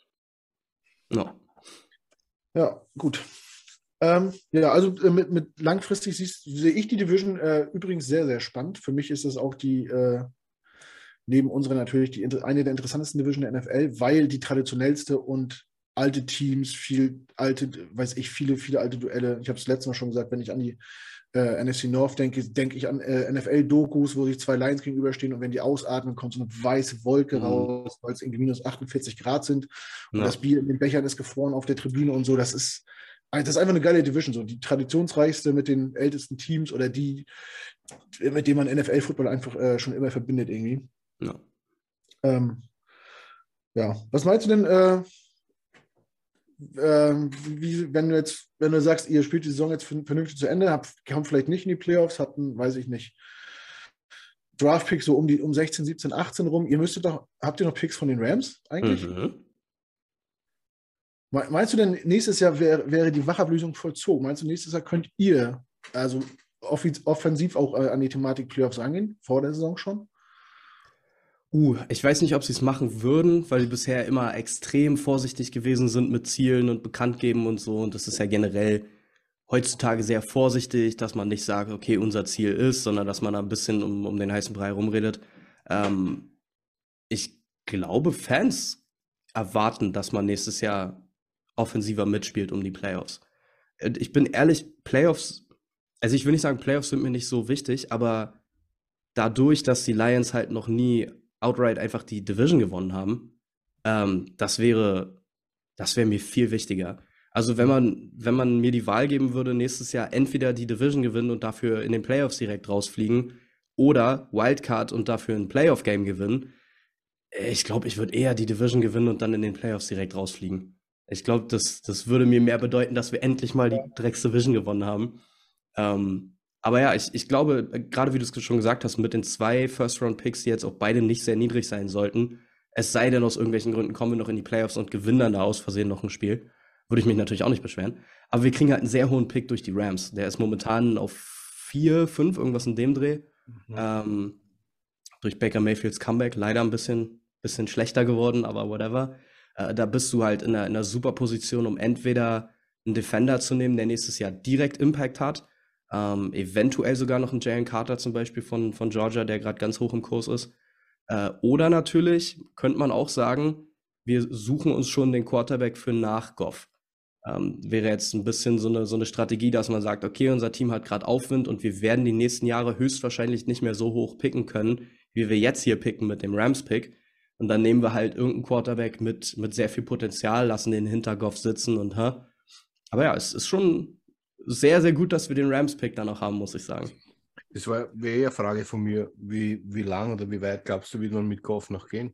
Ja, gut. Also mit langfristig sehe ich die Division übrigens sehr, sehr spannend. Für mich ist das auch neben unserer natürlich eine der interessantesten Division der NFL, weil die traditionellste und alte Teams, viele alte Duelle. Ich habe es letztes Mal schon gesagt, wenn ich an die NFC North denke ich an NFL-Dokus, wo sich 2 Lions gegenüberstehen und wenn die ausatmen, kommt so eine weiße Wolke raus, weil es irgendwie minus 48 Grad sind und das Bier in den Bechern ist gefroren auf der Tribüne und so. Das ist einfach eine geile Division, so die traditionsreichste mit den ältesten Teams oder die, mit denen man NFL-Football einfach schon immer verbindet irgendwie. Was meinst du denn, wenn du sagst, ihr spielt die Saison jetzt vernünftig zu Ende, kommt vielleicht nicht in die Playoffs, hatten, weiß ich nicht, Draft-Picks so um 16, 17, 18 rum. Habt ihr noch Picks von den Rams eigentlich? Meinst du denn, nächstes Jahr wäre die Wachablösung vollzogen? Meinst du, nächstes Jahr könnt ihr also offensiv auch an die Thematik Playoffs rangehen, vor der Saison schon? Ich weiß nicht, ob sie es machen würden, weil die bisher immer extrem vorsichtig gewesen sind mit Zielen und Bekanntgeben und so. Und das ist ja generell heutzutage sehr vorsichtig, dass man nicht sagt, okay, unser Ziel ist, sondern dass man da ein bisschen um den heißen Brei rumredet. Ich glaube, Fans erwarten, dass man nächstes Jahr offensiver mitspielt um die Playoffs. Ich bin ehrlich, Playoffs, also ich will nicht sagen, Playoffs sind mir nicht so wichtig, aber dadurch, dass die Lions halt noch nie outright einfach die Division gewonnen haben, das wäre mir viel wichtiger. Also wenn man mir die Wahl geben würde, nächstes Jahr entweder die Division gewinnen und dafür in den Playoffs direkt rausfliegen oder Wildcard und dafür ein Playoff-Game gewinnen, ich glaube, ich würde eher die Division gewinnen und dann in den Playoffs direkt rausfliegen. Ich glaube, das würde mir mehr bedeuten, dass wir endlich mal die Drecks-Division gewonnen haben. Aber ja, ich glaube, gerade wie du es schon gesagt hast, mit den 2 First-Round-Picks, die jetzt auch beide nicht sehr niedrig sein sollten, es sei denn, aus irgendwelchen Gründen kommen wir noch in die Playoffs und gewinnen dann da aus Versehen noch ein Spiel, würde ich mich natürlich auch nicht beschweren. Aber wir kriegen halt einen sehr hohen Pick durch die Rams. Der ist momentan auf 4, 5, irgendwas in dem Dreh. Durch Baker Mayfields Comeback leider ein bisschen schlechter geworden, aber whatever. Da bist du halt in einer super Position, um entweder einen Defender zu nehmen, der nächstes Jahr direkt Impact hat, eventuell sogar noch einen Jalen Carter zum Beispiel von Georgia, der gerade ganz hoch im Kurs ist. Oder natürlich könnte man auch sagen, wir suchen uns schon den Quarterback für nach Goff. Wäre jetzt ein bisschen so eine Strategie, dass man sagt, okay, unser Team hat gerade Aufwind und wir werden die nächsten Jahre höchstwahrscheinlich nicht mehr so hoch picken können, wie wir jetzt hier picken mit dem Rams-Pick. Und dann nehmen wir halt irgendeinen Quarterback mit sehr viel Potenzial, lassen den hinter Goff sitzen und Aber ja, es ist schon sehr, sehr gut, dass wir den Rams-Pick dann auch haben, muss ich sagen. Das wäre eine Frage von mir, wie lang oder wie weit glaubst du, wird man mit Goff noch gehen?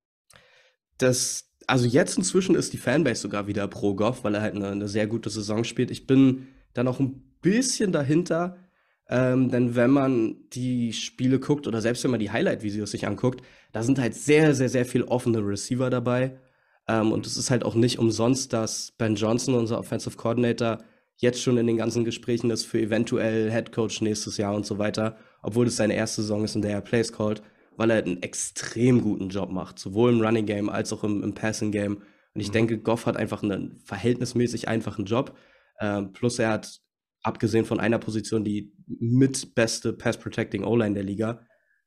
Also jetzt inzwischen ist die Fanbase sogar wieder pro Goff, weil er halt eine sehr gute Saison spielt. Ich bin da noch ein bisschen dahinter, denn wenn man die Spiele guckt oder selbst wenn man die Highlight-Videos sich anguckt, da sind halt sehr, sehr, sehr viel offene Receiver dabei. Und es ist halt auch nicht umsonst, dass Ben Johnson, unser Offensive Coordinator, jetzt schon in den ganzen Gesprächen ist für eventuell Head Coach nächstes Jahr und so weiter, obwohl es seine erste Saison ist, in der er Plays callt, weil er einen extrem guten Job macht, sowohl im Running Game als auch im Passing Game. Und ich denke, Goff hat einfach einen verhältnismäßig einfachen Job. Plus er hat, abgesehen von einer Position, die mit beste Pass-Protecting O-Line der Liga.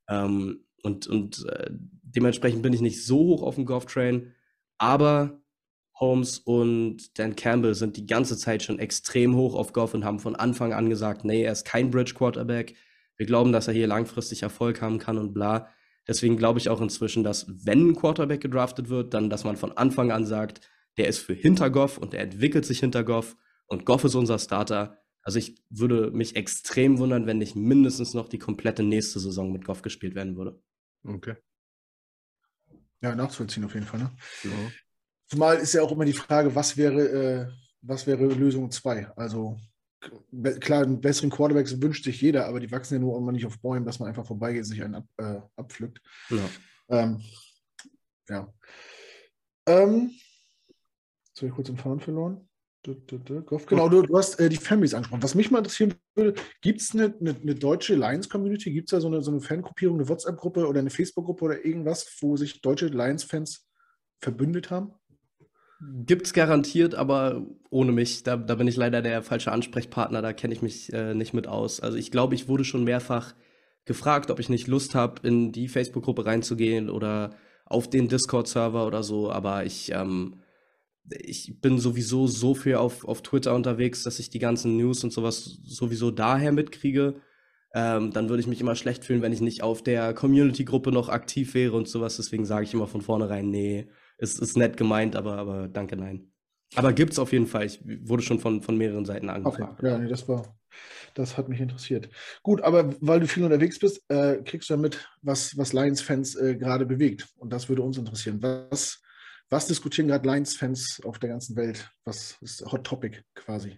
Dementsprechend bin ich nicht so hoch auf dem Goff-Train, aber Holmes und Dan Campbell sind die ganze Zeit schon extrem hoch auf Goff und haben von Anfang an gesagt, nee, er ist kein Bridge-Quarterback. Wir glauben, dass er hier langfristig Erfolg haben kann und bla. Deswegen glaube ich auch inzwischen, dass, wenn ein Quarterback gedraftet wird, dann, dass man von Anfang an sagt, der ist für hinter Goff und der entwickelt sich hinter Goff und Goff ist unser Starter. Also ich würde mich extrem wundern, wenn nicht mindestens noch die komplette nächste Saison mit Goff gespielt werden würde. Okay. Ja, nachzuvollziehen auf jeden Fall. Ne? Ja. Zumal ist ja auch immer die Frage, was wäre Lösung 2? Also klar, einen besseren Quarterback wünscht sich jeder, aber die wachsen ja nur immer nicht auf Bäumen, dass man einfach vorbeigeht und sich einen abpflückt. Ja. Ja. Jetzt habe ich kurz den Faden verloren. Genau, du hast die Fanbase angesprochen. Was mich mal interessieren würde, gibt es eine deutsche Lions-Community? Gibt es da so eine Fangruppierung, eine WhatsApp-Gruppe oder eine Facebook-Gruppe oder irgendwas, wo sich deutsche Lions-Fans verbündet haben? Gibt's garantiert, aber ohne mich. Da bin ich leider der falsche Ansprechpartner, da kenne ich mich nicht mit aus. Also ich glaube, ich wurde schon mehrfach gefragt, ob ich nicht Lust habe, in die Facebook-Gruppe reinzugehen oder auf den Discord-Server oder so, aber ich bin sowieso so viel auf Twitter unterwegs, dass ich die ganzen News und sowas sowieso daher mitkriege. Dann würde ich mich immer schlecht fühlen, wenn ich nicht auf der Community-Gruppe noch aktiv wäre und sowas. Deswegen sage ich immer von vornherein, nee, es ist nett gemeint, aber danke, nein. Aber gibt's auf jeden Fall. Ich wurde schon von mehreren Seiten angefragt. Okay. Ja, nee, das hat mich interessiert. Gut, aber weil du viel unterwegs bist, kriegst du ja mit, was Lions-Fans gerade bewegt. Und das würde uns interessieren. Was diskutieren gerade Lions-Fans auf der ganzen Welt? Was ist Hot Topic quasi?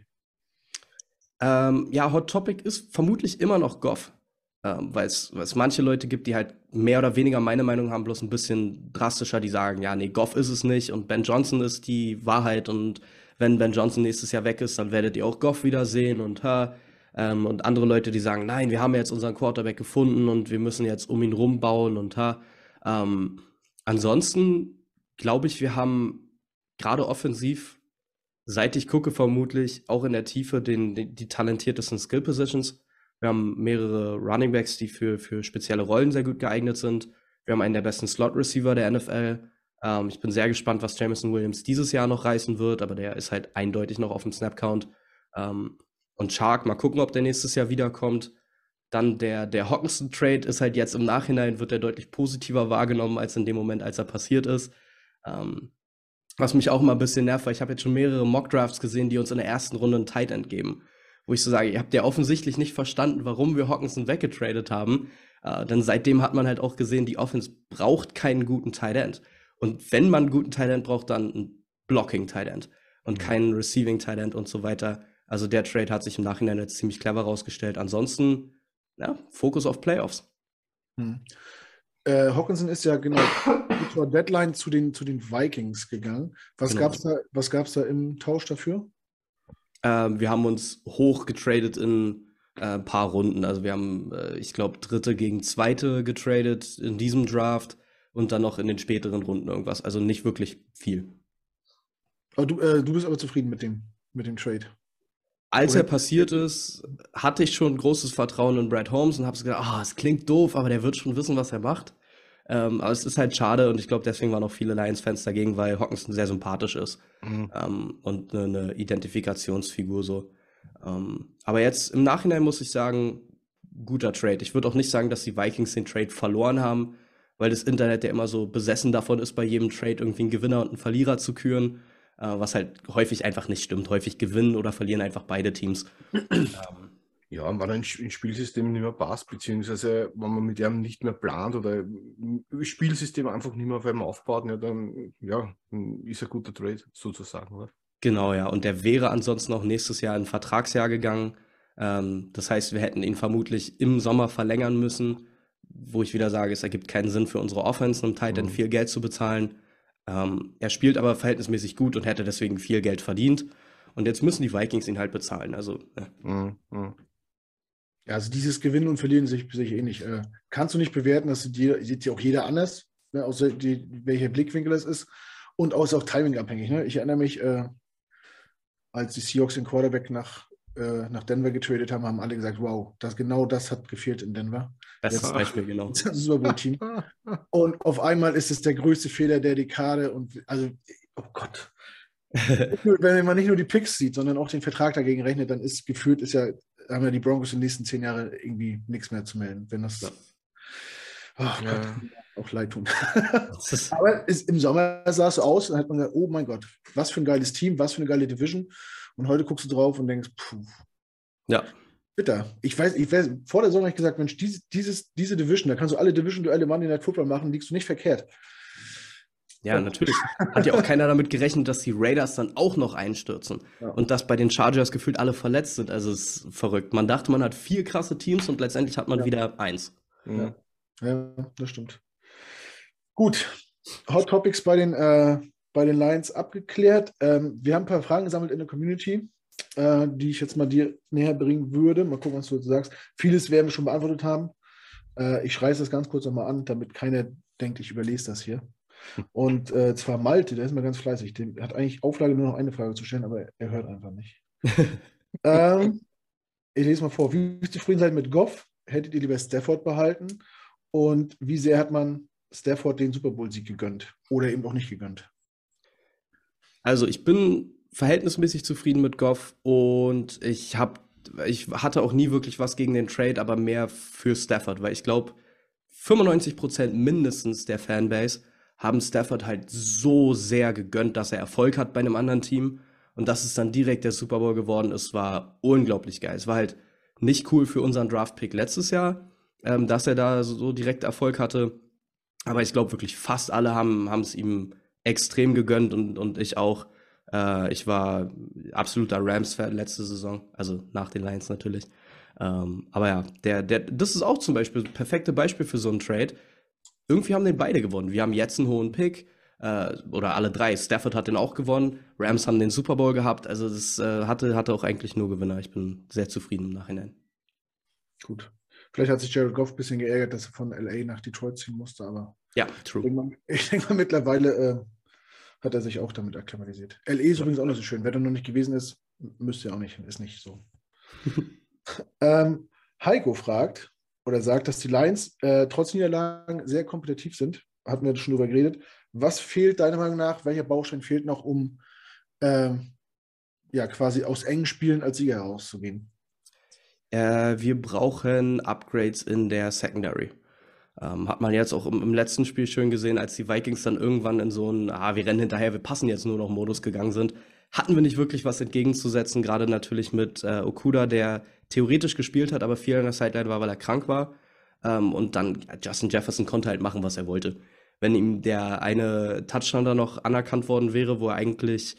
Ja, Hot Topic ist vermutlich immer noch Goff, weil es manche Leute gibt, die halt mehr oder weniger meine Meinung haben, bloß ein bisschen drastischer, die sagen, ja, nee, Goff ist es nicht und Ben Johnson ist die Wahrheit und wenn Ben Johnson nächstes Jahr weg ist, dann werdet ihr auch Goff wiedersehen und andere Leute, die sagen, nein, wir haben jetzt unseren Quarterback gefunden und wir müssen jetzt um ihn rumbauen und ansonsten glaube ich, wir haben gerade offensiv, seit ich gucke, vermutlich auch in der Tiefe die talentiertesten Skill-Positions. Wir haben mehrere Runningbacks, die für spezielle Rollen sehr gut geeignet sind. Wir haben einen der besten Slot-Receiver der NFL. Ich bin sehr gespannt, was Jameson Williams dieses Jahr noch reißen wird, aber der ist halt eindeutig noch auf dem Snap-Count. Und Chark, mal gucken, ob der nächstes Jahr wiederkommt. Dann der Hockenson-Trade ist halt jetzt im Nachhinein, wird er deutlich positiver wahrgenommen als in dem Moment, als er passiert ist. Was mich auch immer ein bisschen nervt, weil ich habe jetzt schon mehrere Mock-Drafts gesehen, die uns in der ersten Runde einen Tight End geben. Wo ich so sage, ihr habt ja offensichtlich nicht verstanden, warum wir Hockenson weggetradet haben. Denn seitdem hat man halt auch gesehen, die Offense braucht keinen guten Tight End. Und wenn man einen guten Tight End braucht, dann einen Blocking Tight End und keinen Receiving Tight End und so weiter. Also der Trade hat sich im Nachhinein jetzt ziemlich clever rausgestellt. Ansonsten, ja, Fokus auf Playoffs. Hockenson ist ja genau zur Deadline zu den Vikings gegangen. Was gab's da im Tausch dafür? Wir haben uns hoch getradet in ein paar Runden. Also wir haben, ich glaube, Dritte gegen Zweite getradet in diesem Draft und dann noch in den späteren Runden irgendwas. Also nicht wirklich viel. Aber du bist aber zufrieden mit dem Trade? Als er passiert ist, hatte ich schon großes Vertrauen in Brad Holmes und habe gedacht, es klingt doof, aber der wird schon wissen, was er macht. Aber es ist halt schade und ich glaube, deswegen waren auch viele Lions-Fans dagegen, weil Hockenson sehr sympathisch ist und eine Identifikationsfigur so. Aber jetzt im Nachhinein muss ich sagen, guter Trade. Ich würde auch nicht sagen, dass die Vikings den Trade verloren haben, weil das Internet ja immer so besessen davon ist, bei jedem Trade irgendwie einen Gewinner und einen Verlierer zu küren. Was halt häufig einfach nicht stimmt. Häufig gewinnen oder verlieren einfach beide Teams. Ja, wenn ein Spielsystem nicht mehr passt, beziehungsweise wenn man mit einem nicht mehr plant oder ein Spielsystem einfach nicht mehr auf einem aufbaut, ja, dann ist ein guter Trade sozusagen. Oder? Genau, ja. Und der wäre ansonsten auch nächstes Jahr in ein Vertragsjahr gegangen. Das heißt, wir hätten ihn vermutlich im Sommer verlängern müssen, wo ich wieder sage, es ergibt keinen Sinn für unsere Offense, einem Tight End viel Geld zu bezahlen. Er spielt aber verhältnismäßig gut und hätte deswegen viel Geld verdient. Und jetzt müssen die Vikings ihn halt bezahlen. Also, Ja, also dieses Gewinnen und Verlieren sehe ich eh nicht. Kannst du nicht bewerten, das sieht ja auch jeder anders, ne, außer welcher Blickwinkel es ist. Und auch Timing abhängig. Ne? Ich erinnere mich, als die Seahawks den Quarterback nach Denver getradet haben, haben alle gesagt, wow, genau das hat gefehlt in Denver. Bestes Beispiel, genau. Das ist ein Super Bowl-Team. Und auf einmal ist es der größte Fehler der Dekade. Und also, oh Gott. Wenn man nicht nur die Picks sieht, sondern auch den Vertrag dagegen rechnet, dann ist gefühlt, haben ja die Broncos in den nächsten 10 Jahren irgendwie nichts mehr zu melden. Wenn das Gott, auch leid tun. Aber im Sommer sah es so aus, und hat man gesagt, oh mein Gott, was für ein geiles Team, was für eine geile Division. Und heute guckst du drauf und denkst, ja. Bitter. Ich weiß, vor der Saison habe ich gesagt, Mensch, diese Division, da kannst du alle Division-Duelle Monday Night Football machen, liegst du nicht verkehrt. Ja, natürlich. Hat ja auch keiner damit gerechnet, dass die Raiders dann auch noch einstürzen. Ja. Und dass bei den Chargers gefühlt alle verletzt sind. Also es ist verrückt. Man dachte, man hat 4 krasse Teams und letztendlich hat man wieder 1. Ja, das stimmt. Gut. Hot Topics bei den Lions abgeklärt. Wir haben ein paar Fragen gesammelt in der Community, die ich jetzt mal dir näher bringen würde. Mal gucken, was du dazu sagst. Vieles werden wir schon beantwortet haben. Ich schreibe das ganz kurz nochmal an, damit keiner denkt, ich überlese das hier. Und zwar Malte, der ist mal ganz fleißig. Der hat eigentlich Auflage, nur noch eine Frage zu stellen, aber er hört einfach nicht. Ich lese mal vor. Wie zufrieden seid ihr mit Goff? Hättet ihr lieber Stafford behalten? Und wie sehr hat man Stafford den Super Bowl-Sieg gegönnt? Oder eben auch nicht gegönnt? Also ich bin verhältnismäßig zufrieden mit Goff und ich hatte auch nie wirklich was gegen den Trade, aber mehr für Stafford, weil ich glaube, 95% mindestens der Fanbase haben Stafford halt so sehr gegönnt, dass er Erfolg hat bei einem anderen Team und dass es dann direkt der Super Bowl geworden ist, war unglaublich geil. Es war halt nicht cool für unseren Draft-Pick letztes Jahr, dass er da so direkt Erfolg hatte, aber ich glaube wirklich fast alle haben es ihm extrem gegönnt und ich auch. Ich war absoluter Rams-Fan letzte Saison, also nach den Lions natürlich. Aber ja, das ist auch zum Beispiel das perfekte Beispiel für so einen Trade. Irgendwie haben den beide gewonnen. Wir haben jetzt einen hohen Pick, oder alle 3. Stafford hat den auch gewonnen. Rams haben den Super Bowl gehabt. Also das hatte auch eigentlich nur Gewinner. Ich bin sehr zufrieden im Nachhinein. Gut. Vielleicht hat sich Jared Goff ein bisschen geärgert, dass er von LA nach Detroit ziehen musste, aber ja, true. Ich denke mal, mittlerweile hat er sich auch damit akklimatisiert. LA ist übrigens auch nicht so schön. Wer da noch nicht gewesen ist, müsste ja auch nicht. Ist nicht so. Heiko fragt oder sagt, dass die Lions trotz Niederlagen sehr kompetitiv sind. hatten wir schon drüber geredet. Was fehlt deiner Meinung nach? Welcher Baustein fehlt noch, um ja, quasi aus engen Spielen als Sieger herauszugehen? Wir brauchen Upgrades in der Secondary. Hat man jetzt auch im letzten Spiel schön gesehen, als die Vikings dann irgendwann in so einen, wir rennen hinterher, wir passen jetzt nur noch Modus gegangen sind, hatten wir nicht wirklich was entgegenzusetzen, gerade natürlich mit Okudah, der theoretisch gespielt hat, aber viel an der Sideline war, weil er krank war. Und dann Justin Jefferson konnte halt machen, was er wollte. Wenn ihm der eine Touchdown da noch anerkannt worden wäre, wo er eigentlich,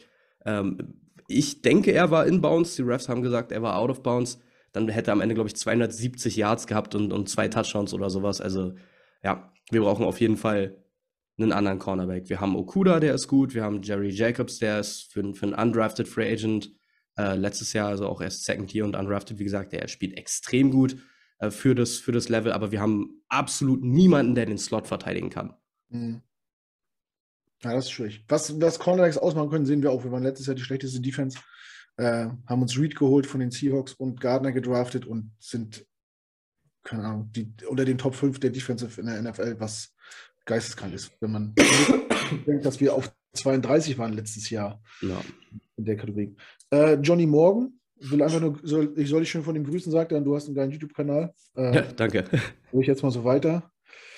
ich denke, er war in Bounds, die Refs haben gesagt, er war out of bounds, dann hätte er am Ende, glaube ich, 270 Yards gehabt und 2 Touchdowns oder sowas. Also, ja, wir brauchen auf jeden Fall einen anderen Cornerback. Wir haben Okudah, der ist gut. Wir haben Jerry Jacobs, der ist für einen undrafted Free Agent letztes Jahr, also auch erst Second Year und undrafted, wie gesagt, der spielt extrem gut für das Level. Aber wir haben absolut niemanden, der den Slot verteidigen kann. Mhm. Ja, das ist schwierig. Was Cornerbacks ausmachen können, sehen wir auch. Wir waren letztes Jahr die schlechteste Defense. Haben uns Reed geholt von den Seahawks und Gardner gedraftet und sind, keine Ahnung, unter den Top 5 der Defensive in der NFL, was geisteskrank ist, wenn man denkt, dass wir auf 32 waren letztes Jahr in der Kategorie. Johnny Morgan will einfach nur, soll dich schon von ihm grüßen, sagt er, du hast einen geilen YouTube-Kanal. Ja, danke. Mache ich jetzt mal so weiter.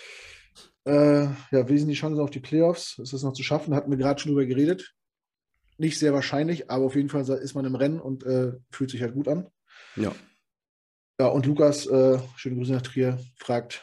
Ja, wie sind die Chancen auf die Playoffs? Ist das noch zu schaffen? Hatten wir gerade schon drüber geredet. Nicht sehr wahrscheinlich, aber auf jeden Fall ist man im Rennen und fühlt sich halt gut an. Ja. Ja, und Lukas, schöne Grüße nach Trier, fragt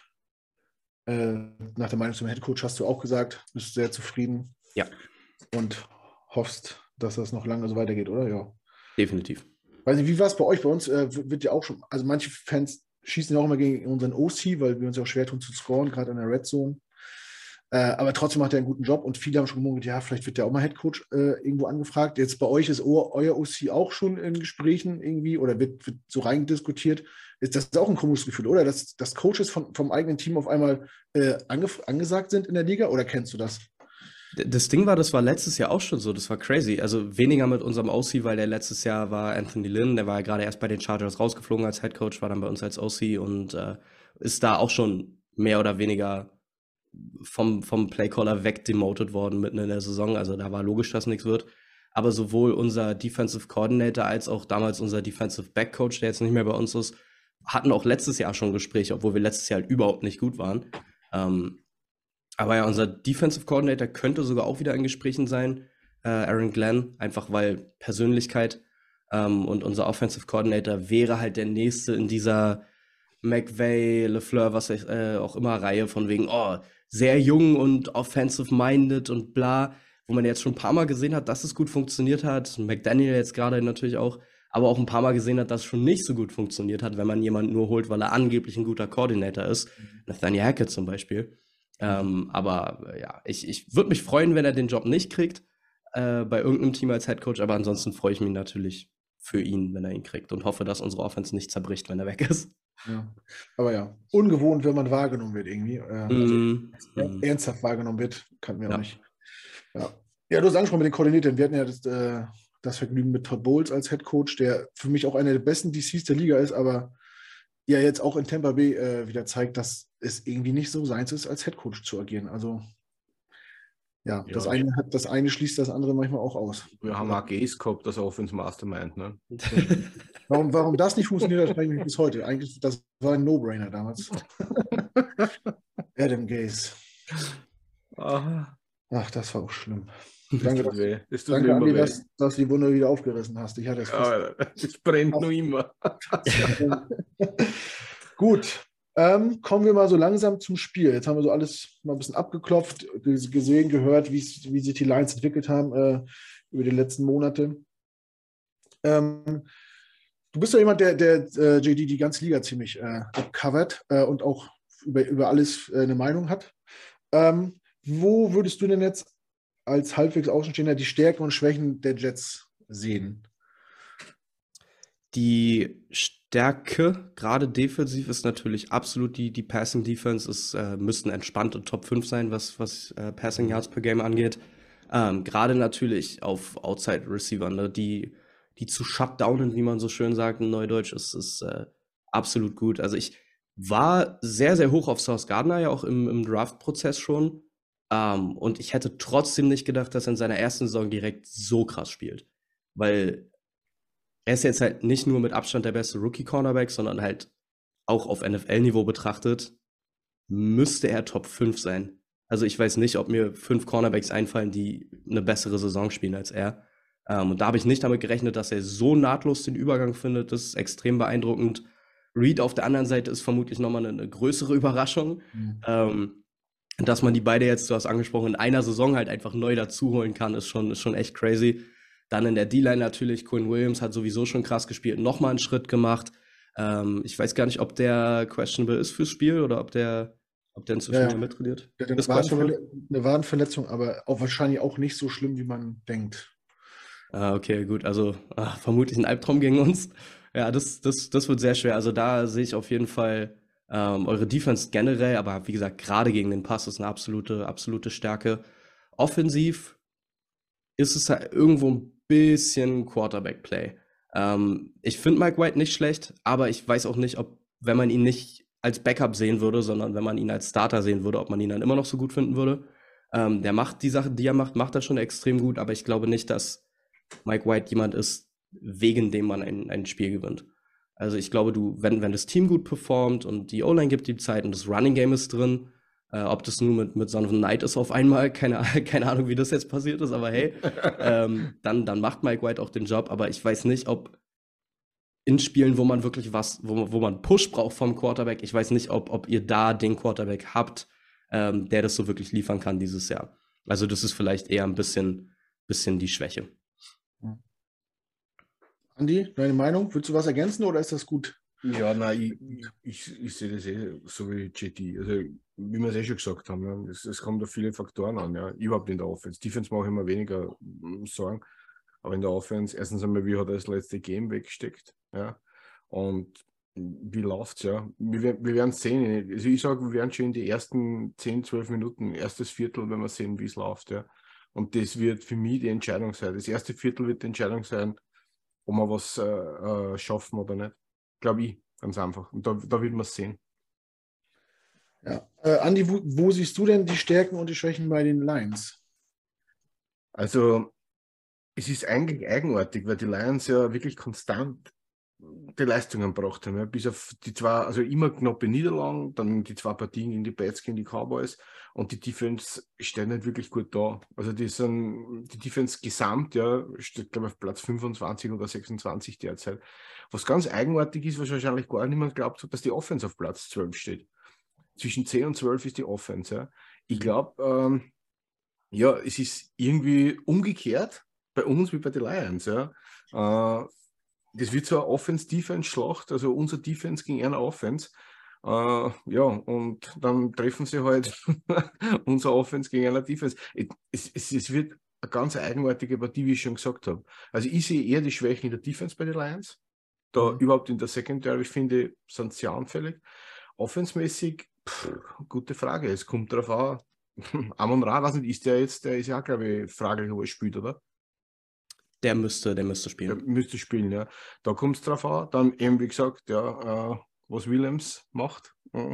nach der Meinung zum Headcoach, hast du auch gesagt, bist sehr zufrieden. Ja. Und hoffst, dass das noch lange so weitergeht, oder? Ja. Definitiv. Weiß nicht, wie war es bei euch? Bei uns wird ja auch schon, also manche Fans schießen ja auch immer gegen unseren OC, weil wir uns ja auch schwer tun zu scoren, gerade in der Red Zone. Aber trotzdem macht er einen guten Job und viele haben schon gemunkelt, ja, vielleicht wird der auch mal Headcoach irgendwo angefragt. Jetzt bei euch ist euer OC auch schon in Gesprächen irgendwie oder wird so reindiskutiert. Ist das auch ein komisches Gefühl, oder? Dass Coaches vom eigenen Team auf einmal angesagt sind in der Liga, oder kennst du das? Das Ding war, das war letztes Jahr auch schon so, das war crazy. Also weniger mit unserem OC, weil der letztes Jahr war Anthony Lynn, der war ja gerade erst bei den Chargers rausgeflogen als Headcoach, war dann bei uns als OC und ist da auch schon mehr oder weniger vom Playcaller wegdemoted worden mitten in der Saison. Also da war logisch, dass nichts wird. Aber sowohl unser Defensive Coordinator als auch damals unser Defensive Back Coach, der jetzt nicht mehr bei uns ist, hatten auch letztes Jahr schon Gespräche, obwohl wir letztes Jahr halt überhaupt nicht gut waren. Aber ja, unser Defensive Coordinator könnte sogar auch wieder in Gesprächen sein, Aaron Glenn, einfach weil Persönlichkeit. Und unser Offensive Coordinator wäre halt der Nächste in dieser McVay, LeFleur, was auch immer Reihe von wegen, sehr jung und offensive-minded und bla, wo man jetzt schon ein paar Mal gesehen hat, dass es gut funktioniert hat. McDaniel jetzt gerade natürlich auch, aber auch ein paar Mal gesehen hat, dass es schon nicht so gut funktioniert hat, wenn man jemanden nur holt, weil er angeblich ein guter Koordinator ist. Nathaniel Hackett zum Beispiel. Aber ja, ich würde mich freuen, wenn er den Job nicht kriegt, bei irgendeinem Team als Headcoach, aber ansonsten freue ich mich natürlich für ihn, wenn er ihn kriegt und hoffe, dass unsere Offense nicht zerbricht, wenn er weg ist. Ja. Aber ja, ungewohnt, wenn man wahrgenommen wird irgendwie. Ernsthaft wahrgenommen wird, kannten wir auch nicht. Ja, du hast angesprochen mit den Koordinatoren. Wir hatten ja das Vergnügen mit Todd Bowles als Head Coach, der für mich auch einer der besten DCs der Liga ist, aber ja jetzt auch in Tampa Bay wieder zeigt, dass es irgendwie nicht so seins ist, als Head Coach zu agieren. Also ja, das eine schließt das andere manchmal auch aus. Wir haben auch Gaze gehabt, das Offense Mastermind, ne? Warum das nicht funktioniert, das frage ich mich bis heute. Eigentlich, das war ein No-Brainer damals. Adam Gaze. Ach, das war auch schlimm. Danke, Andi, dass du die Wunde wieder aufgerissen hast. Ich hatte es brennt nur immer. Gut. Kommen wir mal so langsam zum Spiel. Jetzt haben wir so alles mal ein bisschen abgeklopft, gesehen, gehört, wie sich die Lions entwickelt haben über die letzten Monate. Du bist ja jemand, der JD die ganze Liga ziemlich covert und auch über alles eine Meinung hat. Wo würdest du denn jetzt als halbwegs Außenstehender die Stärken und Schwächen der Jets sehen? Die Stärke, gerade defensiv, ist natürlich absolut die Passing Defense. Müssten entspannt und Top 5 sein, was Passing Yards per Game angeht. Gerade natürlich auf Outside Receiver, ne, die zu shutdownen, wie man so schön sagt in Neudeutsch, ist absolut gut. Also ich war sehr, sehr hoch auf Sauce Gardner, ja auch im Draft-Prozess schon. Und ich hätte trotzdem nicht gedacht, dass er in seiner ersten Saison direkt so krass spielt. Weil er ist jetzt halt nicht nur mit Abstand der beste Rookie-Cornerback, sondern halt auch auf NFL-Niveau betrachtet, müsste er Top 5 sein. Also ich weiß nicht, ob mir 5 Cornerbacks einfallen, die eine bessere Saison spielen als er. Und da habe ich nicht damit gerechnet, dass er so nahtlos den Übergang findet. Das ist extrem beeindruckend. Reed auf der anderen Seite ist vermutlich nochmal eine größere Überraschung. Dass man die beide jetzt, du hast angesprochen, in einer Saison halt einfach neu dazuholen kann, ist schon echt crazy. Dann in der D-Line natürlich, Quinn Williams hat sowieso schon krass gespielt, nochmal einen Schritt gemacht. Ich weiß gar nicht, ob der questionable ist fürs Spiel oder ob der inzwischen Ja, wieder mittrainiert. der hat Ist questionable? Eine Wadenverletzung, aber auch wahrscheinlich auch nicht so schlimm, wie man denkt. Okay, gut. Also vermutlich ein Albtraum gegen uns. Ja, das wird sehr schwer. Also da sehe ich auf jeden Fall eure Defense generell, aber wie gesagt, gerade gegen den Pass ist eine absolute Stärke. Offensiv ist es halt irgendwo ein bisschen Quarterback-Play. Ich finde Mike White nicht schlecht, aber ich weiß auch nicht, ob, wenn man ihn nicht als Backup sehen würde, sondern wenn man ihn als Starter sehen würde, ob man ihn dann immer noch so gut finden würde. Der macht die Sachen, die er macht er schon extrem gut, aber ich glaube nicht, dass Mike White jemand ist, wegen dem man ein Spiel gewinnt. Also ich glaube, wenn das Team gut performt und die O-Line gibt ihm Zeit und das Running Game ist drin, ob das nur mit Son of Knight ist auf einmal, keine Ahnung, wie das jetzt passiert ist, aber hey, dann macht Mike White auch den Job, aber ich weiß nicht, ob in Spielen, wo man wirklich wo man Push braucht vom Quarterback, ich weiß nicht, ob ihr da den Quarterback habt, der das so wirklich liefern kann dieses Jahr. Also das ist vielleicht eher ein bisschen die Schwäche. Andi, deine Meinung? Willst du was ergänzen oder ist das gut? Ja, nein, ich sehe das so wie JT. Also, wie wir es schon gesagt haben, ja, es kommt auf viele Faktoren an, ja. Überhaupt in der Offense. Defense mache ich mir weniger Sorgen. Aber in der Offense, erstens einmal, wie hat er das letzte Game weggesteckt? Ja. Und wie läuft es, ja? Wir werden es sehen. Also ich sage, wir werden schon in die ersten 10, 12 Minuten, erstes Viertel, wenn wir sehen, wie es läuft, ja. Und das wird für mich die Entscheidung sein. Das erste Viertel wird die Entscheidung sein, ob wir was schaffen oder nicht. Glaube ich, ganz einfach. Und da wird man es sehen. Ja. Andi, wo siehst du denn die Stärken und die Schwächen bei den Lions? Also, es ist eigentlich eigenartig, weil die Lions ja wirklich konstant die Leistungen gebracht haben. Ja. Bis auf die zwei, also immer knappe Niederlagen, dann die 2 Partien gegen die Pats, gegen die Cowboys und die Defense steht nicht wirklich gut da. Also die Defense gesamt, ja, steht glaube ich auf Platz 25 oder 26 derzeit. Was ganz eigenartig ist, was wahrscheinlich gar niemand glaubt hat, dass die Offense auf Platz 12 steht. Zwischen 10 und 12 ist die Offense. Ja. Ich glaube, ja, es ist irgendwie umgekehrt bei uns wie bei den Lions. Ja. Das wird so eine Offense-Defense-Schlacht, also unser Defense gegen eine Offense. Ja, und dann treffen sie halt unser Offense gegen eine Defense. Es wird eine ganz eigenartige Partie, wie ich schon gesagt habe. Also ich sehe eher die Schwächen in der Defense bei den Lions. Da überhaupt in der Secondary, ich finde, sind sehr anfällig. Offense-mäßig, gute Frage. Es kommt darauf an. Amon Ra, weiß nicht, der ist ja, glaube ich, fraglich, ob er spielt, oder? Der müsste spielen. Der müsste spielen, ja. Da kommt es drauf an. Dann eben, wie gesagt, ja, was Williams macht.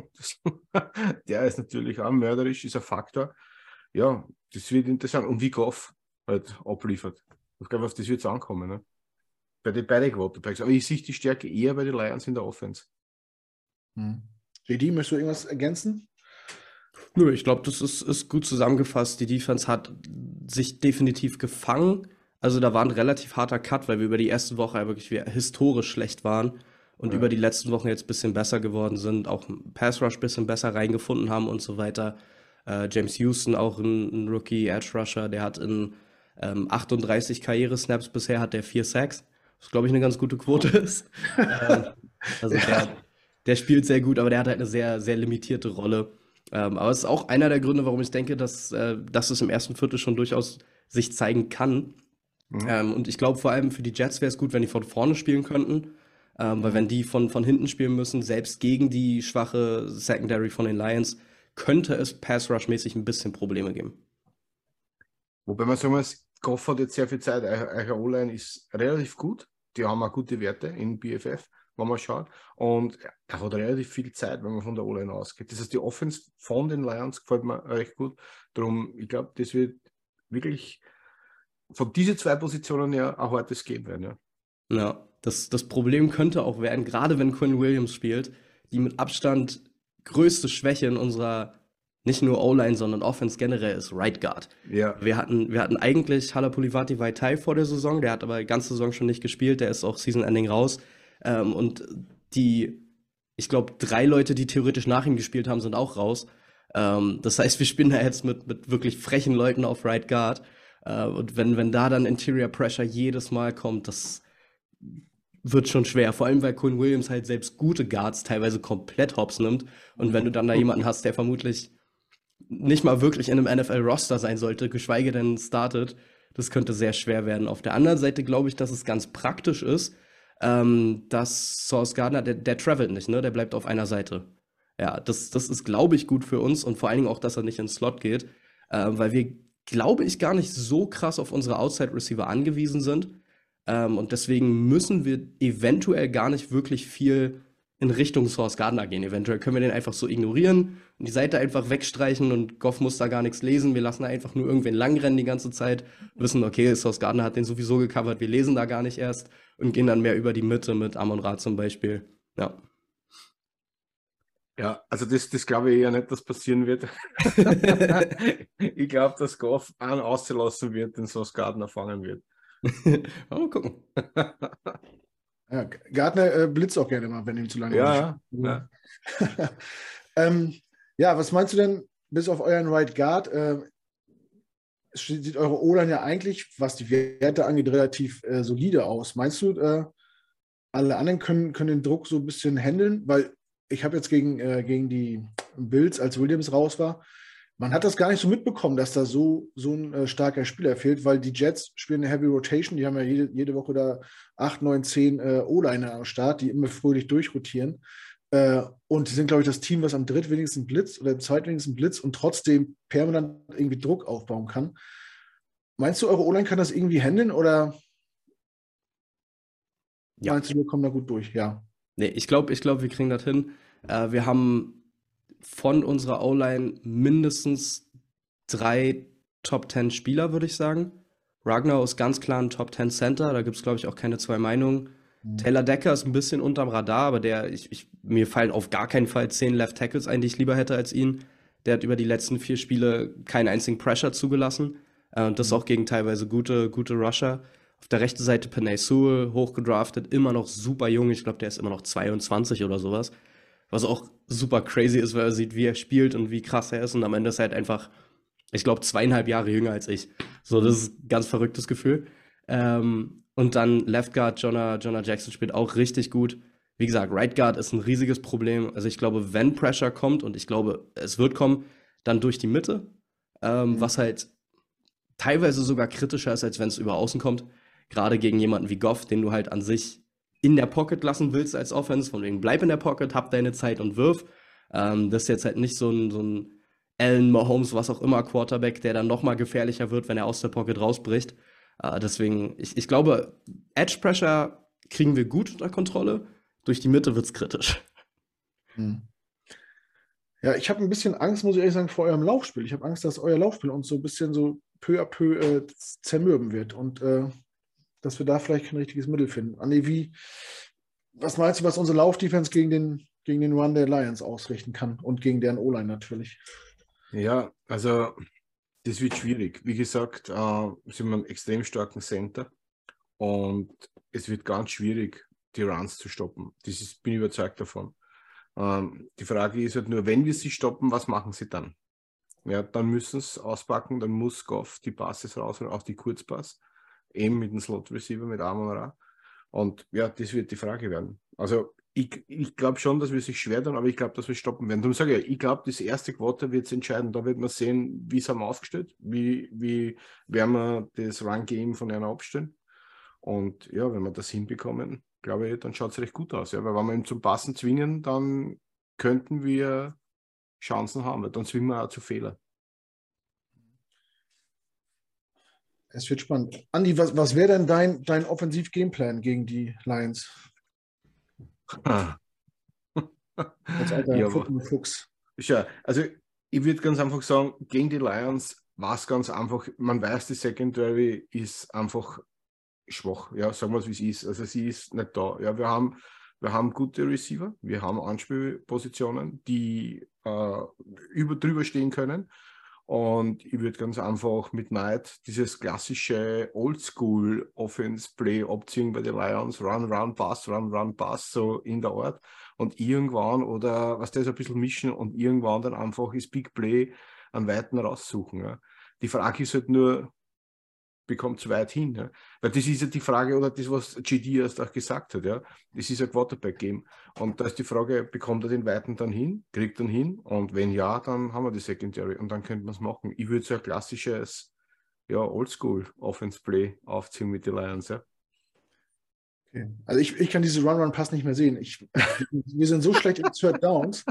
Der ist natürlich auch mörderisch, ist ein Faktor. Ja, das wird interessant. Und wie Goff halt abliefert. Ich glaube, auf das wird es ankommen. Ne? Bei den beiden Quarterbacks. Aber ich sehe die Stärke eher bei den Lions in der Offense. JD, möchtest du irgendwas ergänzen? Nö, ich glaube, das ist gut zusammengefasst. Die Defense hat sich definitiv gefangen. Also da war ein relativ harter Cut, weil wir über die erste Woche ja wirklich historisch schlecht waren und über die letzten Wochen jetzt ein bisschen besser geworden sind, auch im Pass Rush ein bisschen besser reingefunden haben und so weiter. James Houston, auch ein Rookie Edge Rusher, der hat in 38 Karrieresnaps bisher hat der 4 Sacks, was glaube ich eine ganz gute Quote ist. Also der spielt sehr gut, aber der hat halt eine sehr, sehr limitierte Rolle. Aber es ist auch einer der Gründe, warum ich denke, dass es im ersten Viertel schon durchaus sich zeigen kann. Und ich glaube, vor allem für die Jets wäre es gut, wenn die von vorne spielen könnten. Weil wenn die von hinten spielen müssen, selbst gegen die schwache Secondary von den Lions, könnte es Pass-Rush-mäßig ein bisschen Probleme geben. Wobei man sagen muss, Goff hat jetzt sehr viel Zeit. Eure O-Line ist relativ gut. Die haben auch gute Werte in BFF. wenn man schaut. Und er hat relativ viel Zeit, wenn man von der O-Line ausgeht. Das heißt, die Offense von den Lions gefällt mir recht gut. Darum, ich glaube, das wird wirklich von diesen zwei Positionen her ein hartes Game werden. Ja. Ja, das Problem könnte auch werden, gerade wenn Quinn Williams spielt, die mit Abstand größte Schwäche in unserer nicht nur O-Line, sondern Offense generell ist Right Guard. Ja. Wir hatten eigentlich Halapoulivaati Vaitai vor der Saison, der hat aber die ganze Saison schon nicht gespielt, der ist auch Season-Ending raus. Und ich glaube, 3 Leute, die theoretisch nach ihm gespielt haben, sind auch raus. Das heißt, wir spielen da jetzt mit wirklich frechen Leuten auf Right Guard. Und wenn da dann Interior Pressure jedes Mal kommt, das wird schon schwer. Vor allem, weil Quinn Williams halt selbst gute Guards teilweise komplett hops nimmt. Und wenn du dann da jemanden hast, der vermutlich nicht mal wirklich in einem NFL-Roster sein sollte, geschweige denn startet, das könnte sehr schwer werden. Auf der anderen Seite glaube ich, dass es ganz praktisch ist, dass Sauce Gardner, der travelt nicht, ne? Der bleibt auf einer Seite. Ja, das ist, glaube ich, gut für uns und vor allen Dingen auch, dass er nicht ins Slot geht, weil wir, glaube ich, gar nicht so krass auf unsere Outside-Receiver angewiesen sind. Und deswegen müssen wir eventuell gar nicht wirklich viel in Richtung Sauce Gardner gehen. Eventuell können wir den einfach so ignorieren und die Seite einfach wegstreichen und Goff muss da gar nichts lesen. Wir lassen da einfach nur irgendwen langrennen die ganze Zeit, wissen, okay, Sauce Gardner hat den sowieso gecovert, wir lesen da gar nicht erst und gehen dann mehr über die Mitte mit Amon-Ra zum Beispiel. Ja. Ja, also das glaube ich eher nicht, dass passieren wird. Ich glaube, dass Goff einen ausgelassen wird, den Sauce Gardner fangen wird. Mal gucken. Ja, Gardner blitzt auch gerne mal, wenn ihm zu lange Ja, ja. Ja, was meinst du denn, bis auf euren Right Guard, sieht eure O-Line ja eigentlich, was die Werte angeht, relativ solide aus. Meinst du, alle anderen können den Druck so ein bisschen handeln? Weil ich habe jetzt gegen die Bills, als Williams raus war, man hat das gar nicht so mitbekommen, dass da so ein starker Spieler fehlt, weil die Jets spielen eine Heavy Rotation, die haben ja jede Woche da 8, 9, 10 O-Liner am Start, die immer fröhlich durchrotieren. Und die sind, glaube ich, das Team, was am drittwenigsten blitzt oder am zweitwenigsten blitzt und trotzdem permanent irgendwie Druck aufbauen kann. Meinst du, eure O-Line kann das irgendwie handeln oder Ja. meinst du, wir kommen da gut durch? Ja. Nee, ich glaube, wir kriegen das hin. Wir haben von unserer O-Line mindestens 3 Top-10 Spieler, würde ich sagen. Ragnar ist ganz klar ein Top-10 Center, da gibt es, glaube ich, auch keine zwei Meinungen. Taylor Decker ist ein bisschen unterm Radar, aber mir fallen auf gar keinen Fall 10 Left Tackles ein, die ich lieber hätte als ihn. Der hat über die letzten 4 Spiele keinen einzigen Pressure zugelassen. Und das auch gegen teilweise gute Rusher. Auf der rechten Seite Penei Sewell, hochgedraftet, immer noch super jung. Ich glaube, der ist immer noch 22 oder sowas. Was auch super crazy ist, weil er sieht, wie er spielt und wie krass er ist. Und am Ende ist er halt einfach, ich glaube, 2,5 Jahre jünger als ich. So, das ist ein ganz verrücktes Gefühl. Und dann Left Guard, Jonah Jackson spielt auch richtig gut. Wie gesagt, Right Guard ist ein riesiges Problem. Also ich glaube, wenn Pressure kommt, und ich glaube, es wird kommen, dann durch die Mitte. Was halt teilweise sogar kritischer ist, als wenn es über außen kommt. Gerade gegen jemanden wie Goff, den du halt an sich in der Pocket lassen willst als Offense, von wegen bleib in der Pocket, hab deine Zeit und wirf. Das ist jetzt halt nicht so ein Allen, Mahomes, was auch immer, Quarterback, der dann nochmal gefährlicher wird, wenn er aus der Pocket rausbricht. Deswegen, ich glaube, Edge Pressure kriegen wir gut unter Kontrolle. Durch die Mitte wird's kritisch. Ja, ich habe ein bisschen Angst, muss ich ehrlich sagen, vor eurem Laufspiel. Ich habe Angst, dass euer Laufspiel uns so ein bisschen so peu à peu zermürben wird und dass wir da vielleicht kein richtiges Mittel finden. Andi, was meinst du, was unsere Laufdefense gegen den Run der Lions ausrichten kann und gegen deren O-Line natürlich? Ja, also das wird schwierig. Wie gesagt, sie haben einen extrem starken Center und es wird ganz schwierig, die Runs zu stoppen. Bin ich überzeugt davon. Die Frage ist halt nur, wenn wir sie stoppen, was machen sie dann? Ja, dann müssen sie es auspacken, dann muss Goff die Passes rausholen, auch die Kurzpass, eben mit dem Slot-Receiver, mit Amon-Ra. Und ja, das wird die Frage werden. Also ich glaube schon, dass wir sich schwer tun, aber ich glaube, dass wir stoppen werden. Darum sage ich glaube, das erste Quarter wird es entscheiden. Da wird man sehen, wie sind wir aufgestellt, wie werden wir das Run-Game von einer abstellen. Und ja, wenn wir das hinbekommen, glaube ich, dann schaut es recht gut aus. Ja? Weil wenn wir ihn zum Passen zwingen, dann könnten wir Chancen haben, weil dann zwingen wir auch zu Fehlern. Es wird spannend. Andi, was wäre denn dein Offensiv-Gameplan gegen die Lions? Als alter Ja, Football-Fuchs. schau, also ich würde ganz einfach sagen, gegen die Lions war es ganz einfach, man weiß, die Secondary ist einfach schwach, ja, sagen wir es, wie es ist. Also sie ist nicht da. Ja, wir haben gute Receiver, wir haben Anspielpositionen, die drüber stehen können. Und ich würde ganz einfach mit Knight dieses klassische Oldschool-Offense-Play abziehen bei den Lions, Run, Run, Pass, so in der Art. Und irgendwann, oder was das ein bisschen mischen und irgendwann dann einfach das Big Play an Weiten raussuchen. Ja. Die Frage ist halt nur, bekommt es weit hin. Ja? Weil das ist ja die Frage, oder das, was GD erst auch gesagt hat, ja. Das ist ein Quarterback-Game. Und da ist die Frage, bekommt er den Weiten dann hin? Kriegt er ihn hin? Und wenn ja, dann haben wir die Secondary und dann könnte man es machen. Ich würde so ein klassisches, ja, Oldschool-Offense-Play aufziehen mit den Lions, ja. Okay. Also ich kann diese Run-Run-Pass nicht mehr sehen. Wir sind so schlecht in Third Downs.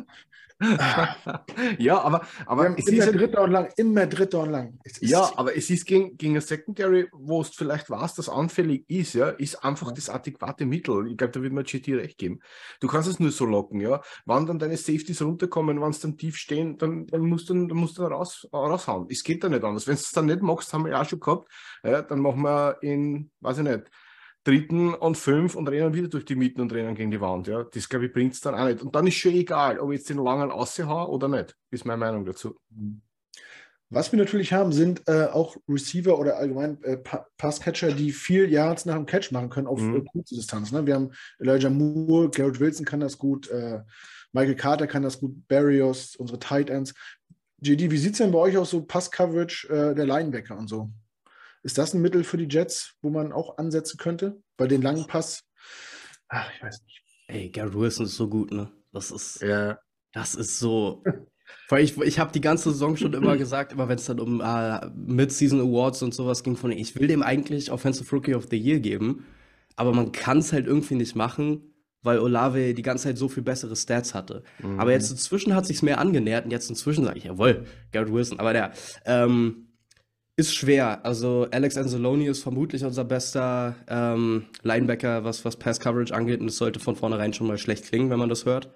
Ja, aber Wir haben es immer ist ja, Dritter und lang, immer Dritter und lang. ja, aber es ist gegen eine Secondary, wo es vielleicht was, das anfällig ist, ja, ist einfach Ja. das adäquate Mittel. Ich glaube, da wird mir GT recht geben. Du kannst es nur so locken, ja. Wann dann deine Safeties runterkommen, wenn sie dann tief stehen, dann musst du raushauen. Es geht da nicht anders. Wenn du es dann nicht machst, haben wir ja auch schon gehabt, ja, dann machen wir in, weiß ich nicht, 3. und 5 und rennen wieder durch die Mitten und rennen gegen die Wand. Ja. Das, glaube ich, bringt es dann auch nicht. Und dann ist schon egal, ob ich jetzt den langen raushaue oder nicht, ist meine Meinung dazu. Was wir natürlich haben, sind auch Receiver oder allgemein Passcatcher, die viel Yards nach dem Catch machen können auf kurze Distanz. Ne? Wir haben Elijah Moore, Garrett Wilson kann das gut, Michael Carter kann das gut, Barrios, unsere Tight Ends. JD, wie sieht es denn bei euch aus, so Pass-Coverage der Linebacker und so? Ist das ein Mittel für die Jets, wo man auch ansetzen könnte? Bei den langen Pass? Ach, ich weiß nicht. Ey, Garrett Wilson ist so gut, ne? Das Ja. ist so. Weil ich habe die ganze Saison schon immer gesagt, immer wenn es dann um Mid-Season Awards und sowas ging, von ich will dem eigentlich Offensive Rookie of the Year geben, aber man kann es halt irgendwie nicht machen, weil Olave die ganze Zeit so viel bessere Stats hatte. Aber jetzt inzwischen hat sich's mehr angenähert und jetzt inzwischen sage ich, jawohl, Garrett Wilson. Aber der ist schwer. Also Alex Anzalone ist vermutlich unser bester Linebacker, was Pass-Coverage angeht, und es sollte von vornherein schon mal schlecht klingen, wenn man das hört.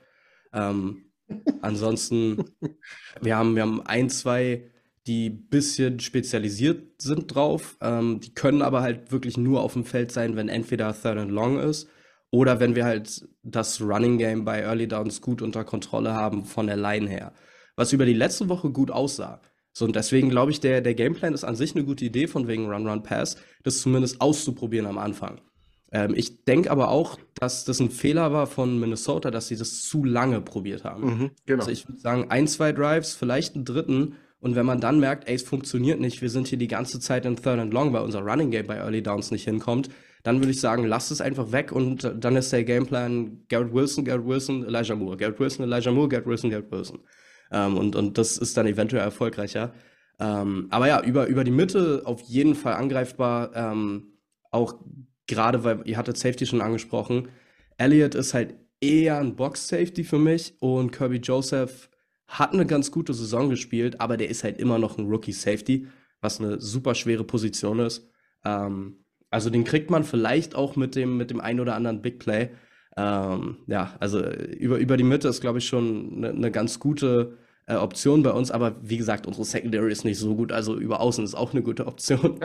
Ansonsten, wir haben ein, zwei, die ein bisschen spezialisiert sind drauf. Die können aber halt wirklich nur auf dem Feld sein, wenn entweder Third and Long ist oder wenn wir halt das Running Game bei Early Downs gut unter Kontrolle haben von der Line her. Was über die letzte Woche gut aussah. So, und deswegen glaube ich, der Gameplan ist an sich eine gute Idee, von wegen Run, Run, Pass, das zumindest auszuprobieren am Anfang. Ich denke aber auch, dass das ein Fehler war von Minnesota, dass sie das zu lange probiert haben. Genau. Also ich würde sagen, ein, zwei Drives, vielleicht einen dritten. Und wenn man dann merkt, ey, es funktioniert nicht, wir sind hier die ganze Zeit in Third and Long, weil unser Running Game bei Early Downs nicht hinkommt, dann würde ich sagen, lasst es einfach weg und dann ist der Gameplan Garrett Wilson, Elijah Moore, Garrett Wilson, Elijah Moore, Garrett Wilson, Garrett Wilson. Und das ist dann eventuell erfolgreicher. Aber ja, über die Mitte auf jeden Fall angreifbar. Auch gerade, weil ihr hattet Safety schon angesprochen. Elliott ist halt eher ein Box-Safety für mich und Kirby Joseph hat eine ganz gute Saison gespielt, aber der ist halt immer noch ein Rookie-Safety, was eine super schwere Position ist. Also den kriegt man vielleicht auch mit dem ein oder anderen Big Play. Ja, also über die Mitte ist, glaube ich, schon eine ganz gute Option bei uns, aber wie gesagt, unsere Secondary ist nicht so gut, also über Außen ist auch eine gute Option.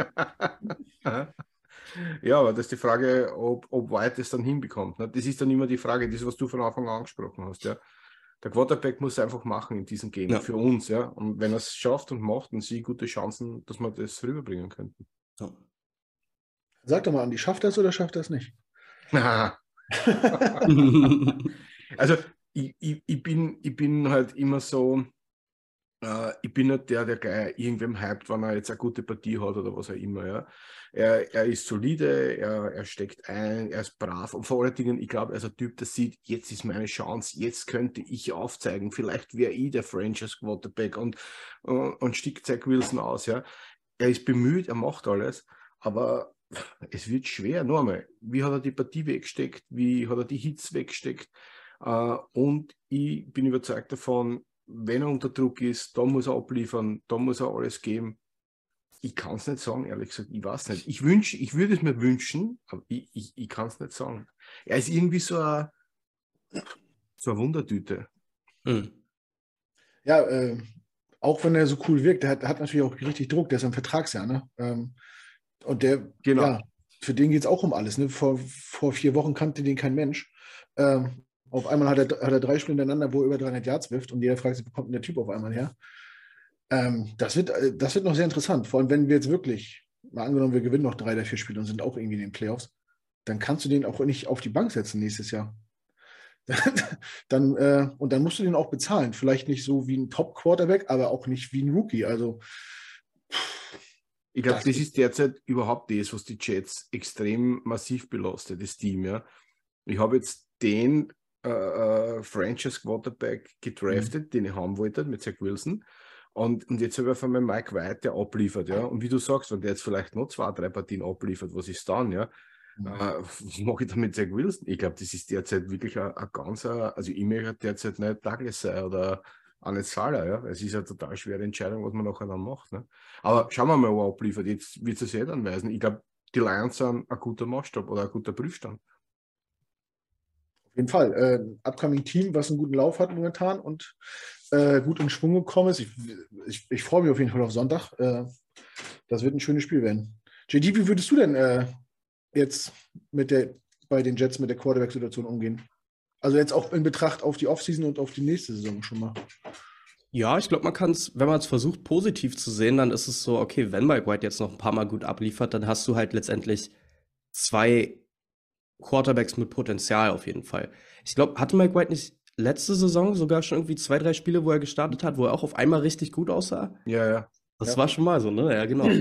Ja, aber das ist die Frage, ob White es dann hinbekommt. Ne? Das ist dann immer die Frage, das, was du von Anfang an angesprochen hast. Ja? Der Quarterback muss einfach machen in diesem Game, Ja. für uns. Ja? Und wenn er es schafft und macht, dann sehe ich gute Chancen, dass wir das rüberbringen könnten. So. Sag doch mal, Andi, schafft das oder schafft das nicht? Also ich bin halt immer so, ich bin nicht der gleich irgendwem hypt, wenn er jetzt eine gute Partie hat oder was auch immer. Ja. Er ist solide, er steckt ein, er ist brav und vor allen Dingen, ich glaube, er ist ein Typ, der sieht, jetzt ist meine Chance, jetzt könnte ich aufzeigen, vielleicht wäre ich der Franchise Quarterback und stickt Zach Wilson aus. Ja. Er ist bemüht, er macht alles, aber es wird schwer. Nur einmal, wie hat er die Partie weggesteckt, wie hat er die Hits weggesteckt und ich bin überzeugt davon, wenn er unter Druck ist, da muss er abliefern, da muss er alles geben. Ich kann es nicht sagen, ehrlich gesagt, ich weiß nicht. Ich würde es mir wünschen, aber ich kann es nicht sagen. Er ist irgendwie so ein So eine Wundertüte. Mhm. Ja, auch wenn er so cool wirkt, der hat natürlich auch richtig Druck, der ist im Vertragsjahr, ne? Und der, Genau. ja, für den geht es auch um alles, ne? Vor 4 Wochen kannte den kein Mensch. Auf einmal hat er 3 Spiele hintereinander, wo er über 300 Yards wirft und jeder fragt sich, wo kommt denn der Typ auf einmal her? Das wird noch sehr interessant, vor allem wenn wir jetzt wirklich, mal angenommen, wir gewinnen noch 3 der 4 Spiele und sind auch irgendwie in den Playoffs, dann kannst du den auch nicht auf die Bank setzen nächstes Jahr. Und dann musst du den auch bezahlen. Vielleicht nicht so wie ein Top-Quarterback, aber auch nicht wie ein Rookie. Also, Ich glaube, das ist derzeit überhaupt das, was die Jets extrem massiv belastet, das Team. Ja. Ich habe jetzt den Franchise Quarterback gedraftet, den ich haben wollte, mit Zach Wilson. Und jetzt habe ich auf einmal Mike White, der abliefert. Ja. Und wie du sagst, wenn der jetzt vielleicht noch 2, 3 Partien abliefert, was ist dann? Ja? Was mache ich da mit Zach Wilson? Ich glaube, das ist derzeit wirklich ein ganz, also ich möchte derzeit nicht Douglas sein oder auch nicht Salah, ja. Es ist eine total schwere Entscheidung, was man nachher dann macht. Ne? Aber schauen wir mal, wo er abliefert. Jetzt wird es ja dann weisen. Ich glaube, die Lions sind ein guter Maßstab oder ein guter Prüfstand. auf jeden Fall. Upcoming Team, was einen guten Lauf hat momentan und gut in Schwung gekommen ist. Ich freue mich auf jeden Fall auf Sonntag. Das wird ein schönes Spiel werden. JD, wie würdest du denn jetzt bei den Jets mit der Quarterback-Situation umgehen? Also jetzt auch in Betracht auf die Offseason und auf die nächste Saison schon mal. Ja, ich glaube, man kann es, wenn man es versucht, positiv zu sehen, dann ist es so, okay, wenn Mike White jetzt noch ein paar Mal gut abliefert, dann hast du halt letztendlich 2 Quarterbacks mit Potenzial auf jeden Fall. Ich glaube, hatte Mike White nicht letzte Saison sogar schon irgendwie 2, 3 Spiele, wo er gestartet hat, wo er auch auf einmal richtig gut aussah? Ja, ja. Das war schon mal so, ne? Ja, genau.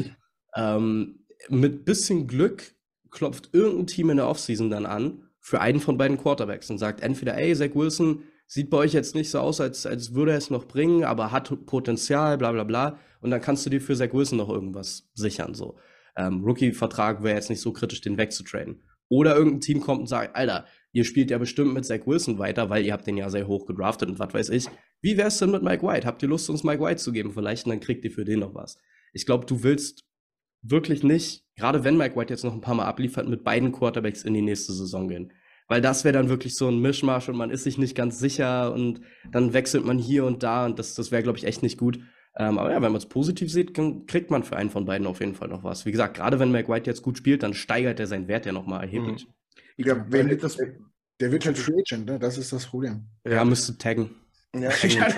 Mit bisschen Glück klopft irgendein Team in der Offseason dann an für einen von beiden Quarterbacks und sagt entweder, ey, Zach Wilson sieht bei euch jetzt nicht so aus, als würde er es noch bringen, aber hat Potenzial, bla bla bla. Und dann kannst du dir für Zach Wilson noch irgendwas sichern. So. Rookie-Vertrag wäre jetzt nicht so kritisch, den wegzutraden. Oder irgendein Team kommt und sagt, Alter, ihr spielt ja bestimmt mit Zach Wilson weiter, weil ihr habt den ja sehr hoch gedraftet und was weiß ich. Wie wär's denn mit Mike White? Habt ihr Lust, uns Mike White zu geben vielleicht? Und dann kriegt ihr für den noch was. Ich glaube, du willst wirklich nicht, gerade wenn Mike White jetzt noch ein paar Mal abliefert, mit beiden Quarterbacks in die nächste Saison gehen. Weil das wäre dann wirklich so ein Mischmasch und man ist sich nicht ganz sicher und dann wechselt man hier und da und das wäre, glaube ich, echt nicht gut. Aber ja, wenn man es positiv sieht, dann kriegt man für einen von beiden auf jeden Fall noch was. Wie gesagt, gerade wenn Mike White jetzt gut spielt, dann steigert er seinen Wert ja nochmal erheblich. Ich glaube, wenn wir das. Der wird halt Free Agent, ne? Das ist das Problem. Ja, müsste taggen. Ja,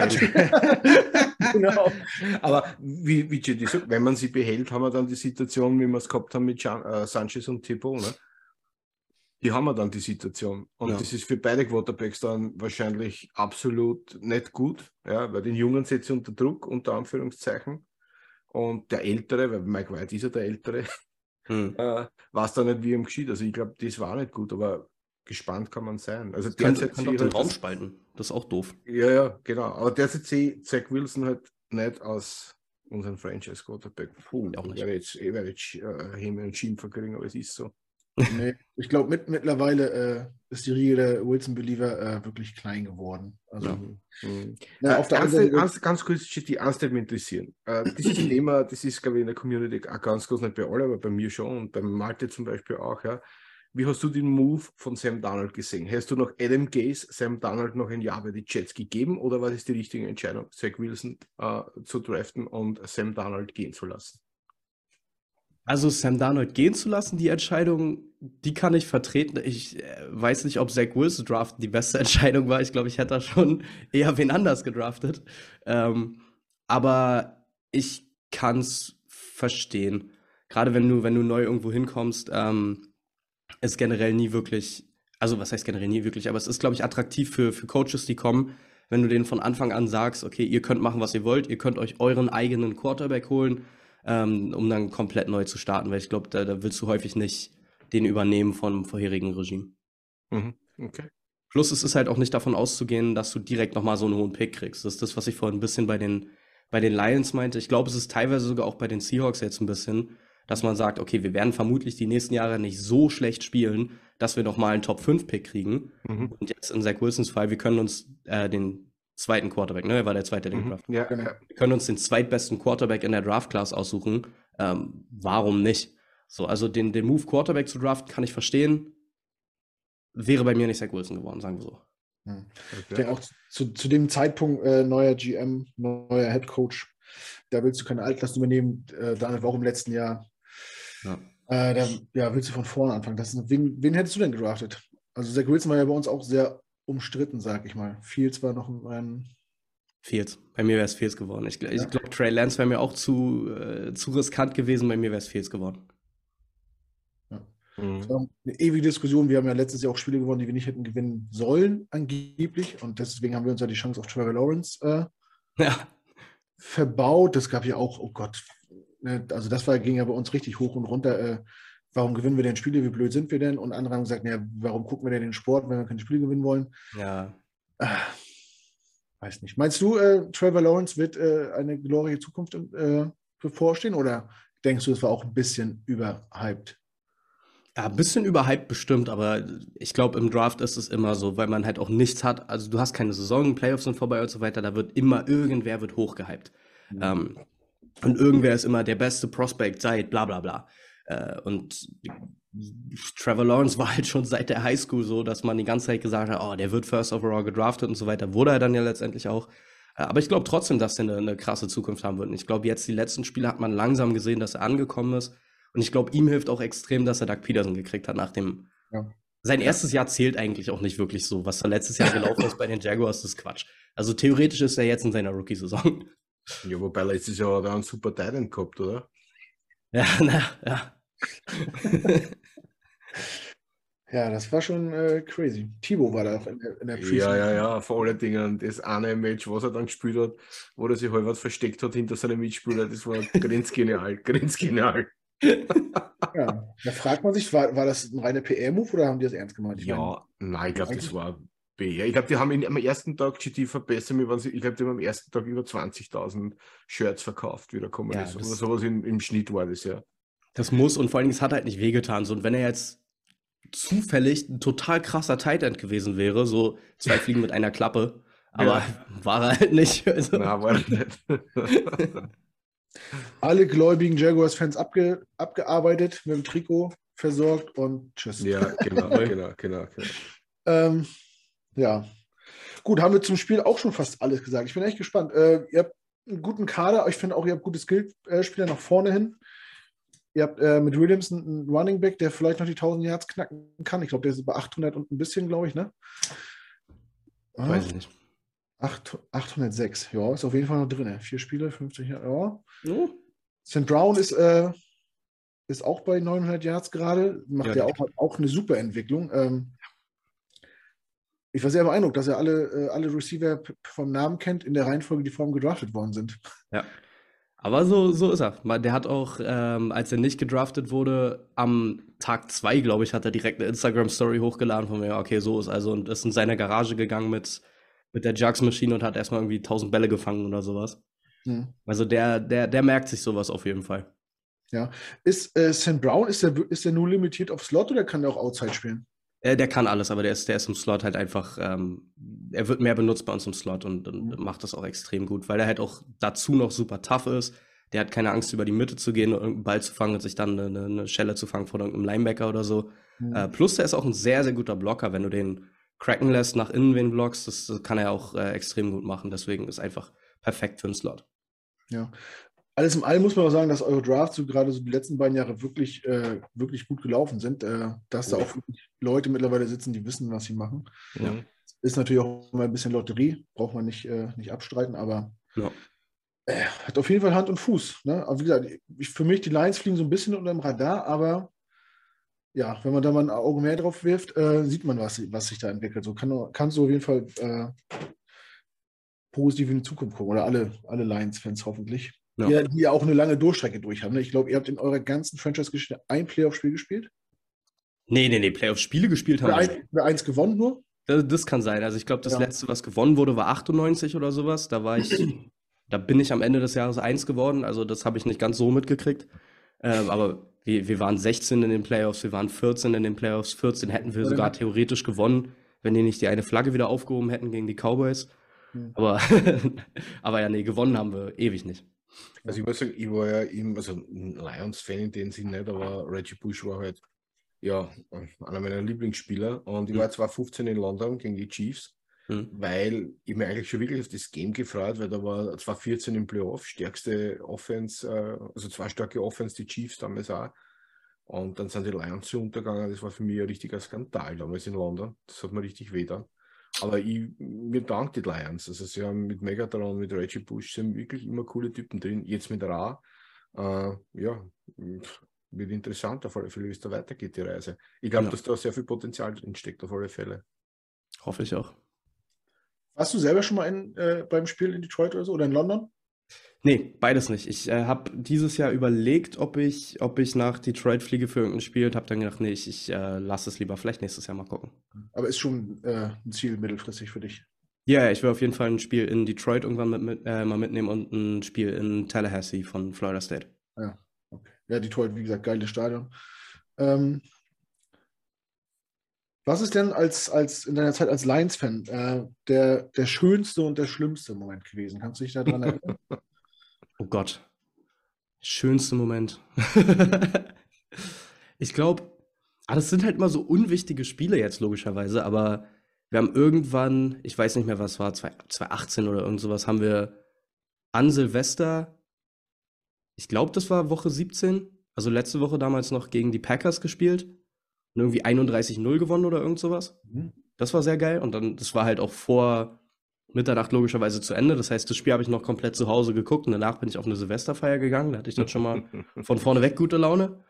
Ja, genau. Aber wie JD sagt, wenn man sie behält, haben wir dann die Situation, wie wir es gehabt haben mit Sanchez und Thibaut. Ne? Die haben wir dann die Situation. Und das ist für beide Quarterbacks dann wahrscheinlich absolut nicht gut, ja, weil den Jungen setzt sie unter Druck, unter Anführungszeichen. Und der Ältere, weil Mike White ist ja der Ältere, weiß da nicht, wie ihm geschieht. Also ich glaube, das war nicht gut, aber gespannt kann man sein. Also derzeit kann doch den Raum spalten. Das ist auch doof. Ja, genau. Aber derzeit sehe ich Zach Wilson halt nicht als unseren Franchise-Quarterback. Auch nicht. Ich werde jetzt Himmel und Schimpfer kriegen, aber es ist so. Nee, ich glaube, mittlerweile ist die Riege der Wilson-Believer wirklich klein geworden. Also, auf der anderen Seite, ganz kurz, die eins nicht mehr interessieren. Dieses Thema, das ist, glaube ich, in der Community auch ganz groß, nicht bei allen, aber bei mir schon und beim Malte zum Beispiel auch, ja. Wie hast du den Move von Sam Darnold gesehen? Hast du noch Adam Gase, Sam Darnold noch ein Jahr bei den Jets gegeben oder war das die richtige Entscheidung, Zach Wilson zu draften und Sam Darnold gehen zu lassen? Also Sam Darnold gehen zu lassen, die Entscheidung, die kann ich vertreten. Ich weiß nicht, ob Zach Wilson draften die beste Entscheidung war. Ich glaube, ich hätte da schon eher wen anders gedraftet. Aber ich kann es verstehen. Gerade wenn du neu irgendwo hinkommst, ist generell nie wirklich, also was heißt generell nie wirklich, aber es ist, glaube ich, attraktiv für Coaches, die kommen, wenn du denen von Anfang an sagst, okay, ihr könnt machen, was ihr wollt, ihr könnt euch euren eigenen Quarterback holen, um dann komplett neu zu starten, weil ich glaube, da willst du häufig nicht den übernehmen vom vorherigen Regime. Okay. Plus es ist halt auch nicht davon auszugehen, dass du direkt nochmal so einen hohen Pick kriegst. Das ist das, was ich vorhin ein bisschen bei den Lions meinte. Ich glaube, es ist teilweise sogar auch bei den Seahawks jetzt ein bisschen, dass man sagt, okay, wir werden vermutlich die nächsten Jahre nicht so schlecht spielen, dass wir nochmal einen Top-5-Pick kriegen. Und jetzt in Zach Wilsons Fall, wir können uns den zweiten Quarterback, ne, er war der zweite, den Draft. Ja. Wir können uns den zweitbesten Quarterback in der Draft-Class aussuchen. Warum nicht? So, also den Move Quarterback zu draften, kann ich verstehen. Wäre bei mir nicht Zach Wilson geworden, sagen wir so. Hm. Ich Okay. denke auch zu dem Zeitpunkt neuer GM, neuer Head Coach, da willst du keine Altlasten übernehmen. Daniel war auch im letzten Jahr. Ja. Da ja, willst du von vorne anfangen. Wen hättest du denn gedraftet? Also Zach Wilson war ja bei uns auch sehr umstritten, sag ich mal. Fields war noch ein Fields. Bei mir wäre es Fields geworden. Ich ja. glaube, Trey Lance wäre mir auch zu riskant gewesen. Bei mir wäre es Fields geworden. Ja. Das Mhm. war eine ewige Diskussion. Wir haben ja letztes Jahr auch Spiele gewonnen, die wir nicht hätten gewinnen sollen, angeblich. Und deswegen haben wir uns ja die Chance auf Trevor Lawrence Ja. verbaut. Das gab ja auch, oh Gott, ne, also ging ja bei uns richtig hoch und runter. Warum gewinnen wir denn Spiele? Wie blöd sind wir denn? Und andere haben gesagt, naja, warum gucken wir denn den Sport, wenn wir keine Spiele gewinnen wollen? Ja. Ah, weiß nicht. Meinst du, Trevor Lawrence wird eine glorreiche Zukunft bevorstehen oder denkst du, es war auch ein bisschen überhyped? Ja, ein bisschen überhyped bestimmt, aber ich glaube, im Draft ist es immer so, weil man halt auch nichts hat. Also du hast keine Saison, Playoffs sind vorbei und so weiter, da wird immer irgendwer wird hochgehypt. Mhm. Und irgendwer ist immer der beste Prospect seit bla bla bla. Und Trevor Lawrence war halt schon seit der Highschool so, dass man die ganze Zeit gesagt hat, oh, der wird First Overall gedraftet und so weiter. Wurde er dann ja letztendlich auch. Aber ich glaube trotzdem, dass er eine krasse Zukunft haben wird. Und ich glaube, jetzt die letzten Spiele hat man langsam gesehen, dass er angekommen ist. Und ich glaube, ihm hilft auch extrem, dass er Doug Peterson gekriegt hat nach dem. Ja. Sein Ja. erstes Jahr zählt eigentlich auch nicht wirklich so. Was da letztes Jahr gelaufen ist bei den Jaguars, ist Quatsch. Also theoretisch ist er jetzt in seiner Rookie-Saison. Ja, wobei letztes Jahr hat er einen super Titan gehabt, oder? Ja, na, ja. Ja, das war schon crazy. Thibaut war da auch in der Preseason. Ja, vor allen Dingen das eine Match, was er dann gespielt hat, wo er sich halbwegs versteckt hat hinter seinem Mitspieler, das war grenzgenial, grenzgenial. Ja, da fragt man sich, war das ein reiner PR-Move oder haben die das ernst gemeint? Ich meine, Ja, nein, ich glaube, das eigentlich- war PR. Ich glaube, die haben am ersten Tag GT verbessert. Ich glaube, die haben am ersten Tag über 20.000 Shirts verkauft, wie der gekommen Ja, ist. Oder das- sowas im Schnitt war das ja. Das muss und vor allen Dingen, es hat halt nicht wehgetan. So, und wenn er jetzt zufällig ein total krasser Tight End gewesen wäre, so 2 Fliegen mit einer Klappe, aber Ja. war er halt nicht. Also. Nein, war er nicht. alle gläubigen Jaguars-Fans abgearbeitet, mit dem Trikot versorgt und tschüss. Ja, genau. Ähm, ja, gut, haben wir zum Spiel auch schon fast alles gesagt. Ich bin echt gespannt. Ihr habt einen guten Kader. Ich finde auch, ihr habt gute Skillspieler nach vorne hin. Ihr habt mit Williams einen Running Back, der vielleicht noch die 1000 Yards knacken kann. Ich glaube, der ist bei 800 und ein bisschen, glaube ich, ne? Weiß ich nicht. 806, ja, ist auf jeden Fall noch drin. 4 Spiele, 50 Jahre, ja. Oh. St. Brown ist auch bei 900 Yards gerade. Macht ja auch eine super Entwicklung. Ich war sehr beeindruckt, dass er alle Receiver vom Namen kennt, in der Reihenfolge, die vor ihm gedraftet worden sind. Ja. Aber so ist er. Der hat auch, als er nicht gedraftet wurde, am Tag 2, glaube ich, hat er direkt eine Instagram-Story hochgeladen von mir, okay, so ist also, und ist in seine Garage gegangen mit der Jugs-Maschine und hat erstmal irgendwie 1000 Bälle gefangen oder sowas. Hm. Also der merkt sich sowas auf jeden Fall. Ja. Ist St. Brown, ist der nur limitiert auf Slot oder kann der auch Outside spielen? Der kann alles, aber der ist im Slot halt einfach, er wird mehr benutzt bei uns im Slot und macht das auch extrem gut, weil er halt auch dazu noch super tough ist. Der hat keine Angst, über die Mitte zu gehen und irgendeinen Ball zu fangen und sich dann eine Schelle zu fangen von irgendeinem Linebacker oder so. Plus, der ist auch ein sehr, sehr guter Blocker. Wenn du den cracken lässt, nach innen wen blockst, das kann er auch extrem gut machen. Deswegen ist einfach perfekt für einen Slot. Ja. Alles in allem muss man auch sagen, dass eure Drafts so gerade so die letzten beiden Jahre wirklich, wirklich gut gelaufen sind. Dass da auch wirklich Leute mittlerweile sitzen, die wissen, was sie machen. Ja. Ist natürlich auch immer ein bisschen Lotterie, braucht man nicht abstreiten, aber Ja. hat auf jeden Fall Hand und Fuß. Ne? Aber wie gesagt, für mich, die Lions fliegen so ein bisschen unter dem Radar, aber ja, wenn man da mal ein Auge mehr drauf wirft, sieht man, was sich da entwickelt. So kannst du auf jeden Fall positiv in die Zukunft gucken. Oder alle Lions-Fans hoffentlich. Ja. Die ja auch eine lange Durchstrecke durch haben. Ne? Ich glaube, ihr habt in eurer ganzen Franchise-Geschichte ein Playoff-Spiel gespielt. Nee, Playoff-Spiele gespielt haben wir. Oder eins gewonnen nur. Das kann sein. Also ich glaube, das letzte, was gewonnen wurde, war 98 oder sowas. Da bin ich am Ende des Jahres 1 geworden. Also das habe ich nicht ganz so mitgekriegt. Aber wir waren 16 in den Playoffs, wir waren 14 in den Playoffs. 14 hätten wir sogar theoretisch gewonnen, wenn die nicht die eine Flagge wieder aufgehoben hätten gegen die Cowboys. Aber ja, nee, gewonnen haben wir ewig nicht. Also ich muss sagen, ich war ja ein Lions-Fan in dem Sinne nicht, aber Reggie Bush war halt ja einer meiner Lieblingsspieler und ich war 2015 in London gegen die Chiefs weil ich mir eigentlich schon wirklich auf das Game gefreut, weil da war 2014 im Playoff, stärkste Offense, also 2 starke Offense, die Chiefs damals auch. Und dann sind die Lions so untergegangen, das war für mich ein richtiger Skandal damals in London. Das hat mir richtig wehgetan. Aber mir dankt die Lions. Also sie haben mit Megatron, mit Reggie Bush, sie haben wirklich immer coole Typen drin. Jetzt mit Ra. Ja, wird interessant auf alle Fälle, wie es da weitergeht, die Reise. Ich glaube, dass da sehr viel Potenzial drin steckt, auf alle Fälle. Hoffe ich auch. Warst du selber schon mal beim Spiel in Detroit oder so oder in London? Nee, beides nicht. Ich habe dieses Jahr überlegt, ob ich nach Detroit fliege für irgendein Spiel und habe dann gedacht, nee, ich lasse es lieber. Vielleicht nächstes Jahr mal gucken. Aber ist schon ein Ziel mittelfristig für dich. Ja, ich will auf jeden Fall ein Spiel in Detroit irgendwann mal mitnehmen und ein Spiel in Tallahassee von Florida State. Ja, okay. Ja, Detroit, wie gesagt, geiles Stadion. Was ist denn in deiner Zeit als Lions-Fan der schönste und der schlimmste Moment gewesen? Kannst du dich daran erinnern? Oh Gott. Schönste Moment. Ich glaube, das sind halt immer so unwichtige Spiele jetzt logischerweise, aber wir haben irgendwann, ich weiß nicht mehr, was war, 2018 oder irgend sowas, haben wir an Silvester, ich glaube, das war Woche 17, also letzte Woche damals noch gegen die Packers gespielt und irgendwie 31-0 gewonnen oder irgend sowas. Mhm. Das war sehr geil und dann, das war halt auch vor Mitternacht logischerweise zu Ende. Das heißt, das Spiel habe ich noch komplett zu Hause geguckt und danach bin ich auf eine Silvesterfeier gegangen. Da hatte ich dann schon mal von vorne weg gute Laune.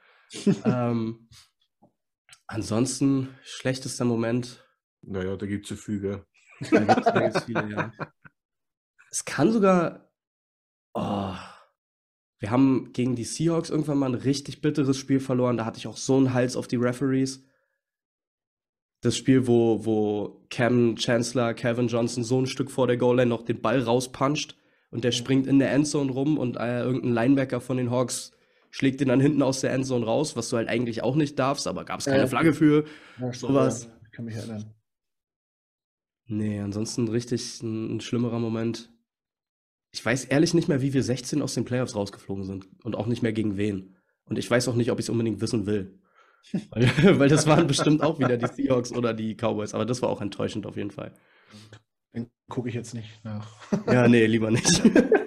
Ansonsten, schlechtester Moment. Naja, da gibt es so viele. Da gibt's viele, ja. Es kann sogar. Oh, wir haben gegen die Seahawks irgendwann mal ein richtig bitteres Spiel verloren. Da hatte ich auch so einen Hals auf die Referees. Das Spiel, wo Cam Chancellor, Calvin Johnson so ein Stück vor der Goal-Line noch den Ball rauspuncht und der springt in der Endzone rum und irgendein Linebacker von den Hawks schlägt den dann hinten aus der Endzone raus, was du halt eigentlich auch nicht darfst, aber gab es keine Flagge für. Ja, Sowas. ja, ich kann mich erinnern. Nee, ansonsten richtig ein schlimmerer Moment. Ich weiß ehrlich nicht mehr, wie wir 16 aus den Playoffs rausgeflogen sind und auch nicht mehr gegen wen. Und ich weiß auch nicht, ob ich es unbedingt wissen will. Weil das waren bestimmt auch wieder die Seahawks oder die Cowboys, aber das war auch enttäuschend auf jeden Fall. Den gucke ich jetzt nicht nach. Ja, nee, lieber nicht.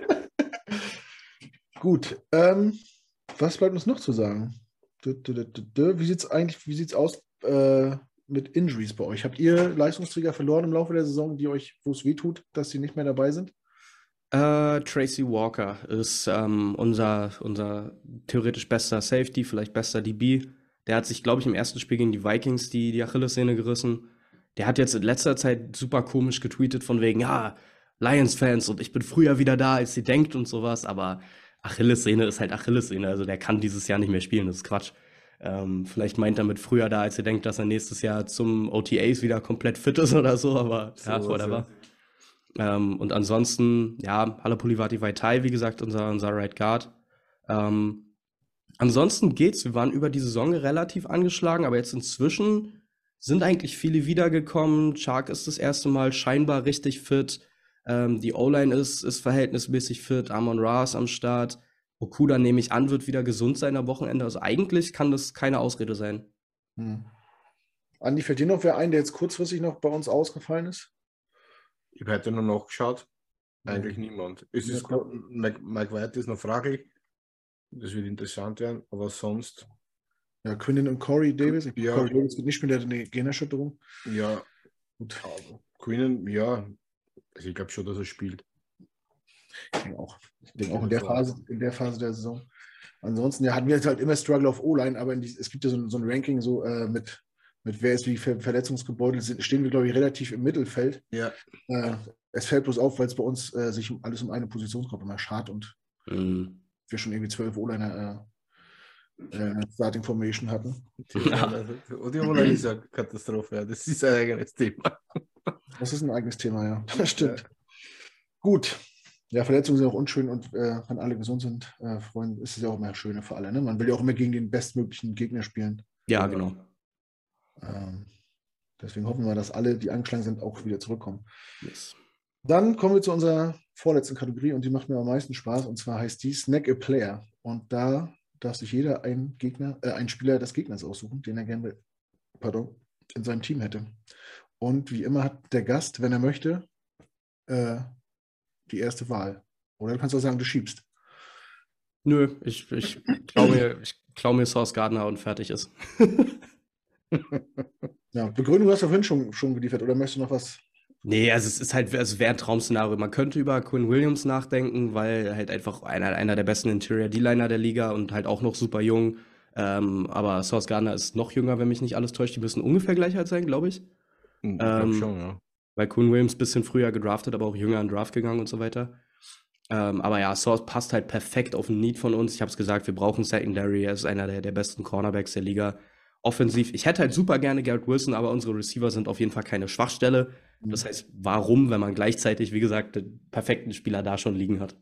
Gut, was bleibt uns noch zu sagen? Wie sieht's aus mit Injuries bei euch? Habt ihr Leistungsträger verloren im Laufe der Saison, wo es weh tut, dass sie nicht mehr dabei sind? Tracy Walker ist unser theoretisch bester Safety, vielleicht bester DB. Der hat sich, glaube ich, im ersten Spiel gegen die Vikings die Achillessehne gerissen. Der hat jetzt in letzter Zeit super komisch getweetet von wegen, ja, Lions-Fans und ich bin früher wieder da, als ihr denkt und sowas. Aber Achillessehne ist halt Achillessehne. Also der kann dieses Jahr nicht mehr spielen, das ist Quatsch. Vielleicht meint er mit früher da, als ihr denkt, dass er nächstes Jahr zum OTAs wieder komplett fit ist oder so, aber ja, whatever. Und ansonsten, ja, Halapoulivaati Vaitai, wie gesagt, unser Right Guard. Ansonsten geht's. Wir waren über die Saison relativ angeschlagen, aber jetzt inzwischen sind eigentlich viele wiedergekommen. Chark ist das erste Mal scheinbar richtig fit. Die O-Line ist verhältnismäßig fit. Amon-Ra ist am Start. Okuda, nehme ich an, wird wieder gesund sein am Wochenende. Also eigentlich kann das keine Ausrede sein. Andi, fällt dir noch wer ein, der jetzt kurzfristig noch bei uns ausgefallen ist? Ich habe heute noch nachgeschaut. Eigentlich niemand. Es ist gut. Mike White ist noch fraglich. Das wird interessant werden, aber sonst. Ja, Quinnen und Corey Davis. Ja. Corey Davis wird nicht spielen, der hat eine Gehirnerschütterung. Ja, gut. Quinnen, ja. Also ich glaube schon, dass er spielt. Ich denke auch in der Phase der Saison. Ansonsten, ja, hatten wir jetzt halt immer Struggle auf O-Line, aber es gibt ja so ein Ranking so mit wer ist wie verletzungsgebeutelt, stehen wir, glaube ich, relativ im Mittelfeld. Ja. Es fällt bloß auf, weil es bei uns sich alles um eine Positionsgruppe immer schart und wir schon irgendwie 12 O-Liner Starting Formation hatten. Und die O-Line ist ja Katastrophe, ja. Das ist ein eigenes Thema. Das ist ein eigenes Thema, ja. Das stimmt. Ja. Gut. Ja, Verletzungen sind auch unschön und wenn alle gesund sind, ist es ja auch immer schöner für alle. Ne? Man will ja auch immer gegen den bestmöglichen Gegner spielen. Ja, genau. Deswegen hoffen wir, dass alle, die angeschlagen sind, auch wieder zurückkommen. Yes. Dann kommen wir zu unserer vorletzten Kategorie und die macht mir am meisten Spaß und zwar heißt die Snack a Player. Und da darf sich jeder einen Spieler des Gegners aussuchen, den er gerne in seinem Team hätte. Und wie immer hat der Gast, wenn er möchte, die erste Wahl. Oder du kannst auch sagen, du schiebst. Nö, ich klau mir Sauce Gardner und fertig ist. Ja, Begründung hast du vorhin schon geliefert. Oder möchtest du noch was? Nee, also es ist halt, es wäre ein Traum-Szenario. Man könnte über Quinn Williams nachdenken, weil halt einfach einer der besten Interior D-Liner der Liga und halt auch noch super jung. Aber Sauce Gardner ist noch jünger, wenn mich nicht alles täuscht. Die müssen ungefähr gleich alt sein, glaube ich. Ich glaube schon, ja. Weil Quinn Williams ein bisschen früher gedraftet, aber auch jünger in Draft gegangen und so weiter. Aber ja, Sauce passt halt perfekt auf den Need von uns. Ich habe es gesagt, wir brauchen Secondary. Er ist einer der besten Cornerbacks der Liga. Offensiv, ich hätte halt super gerne Garrett Wilson, aber unsere Receiver sind auf jeden Fall keine Schwachstelle. Das heißt, warum, wenn man gleichzeitig, wie gesagt, den perfekten Spieler da schon liegen hat?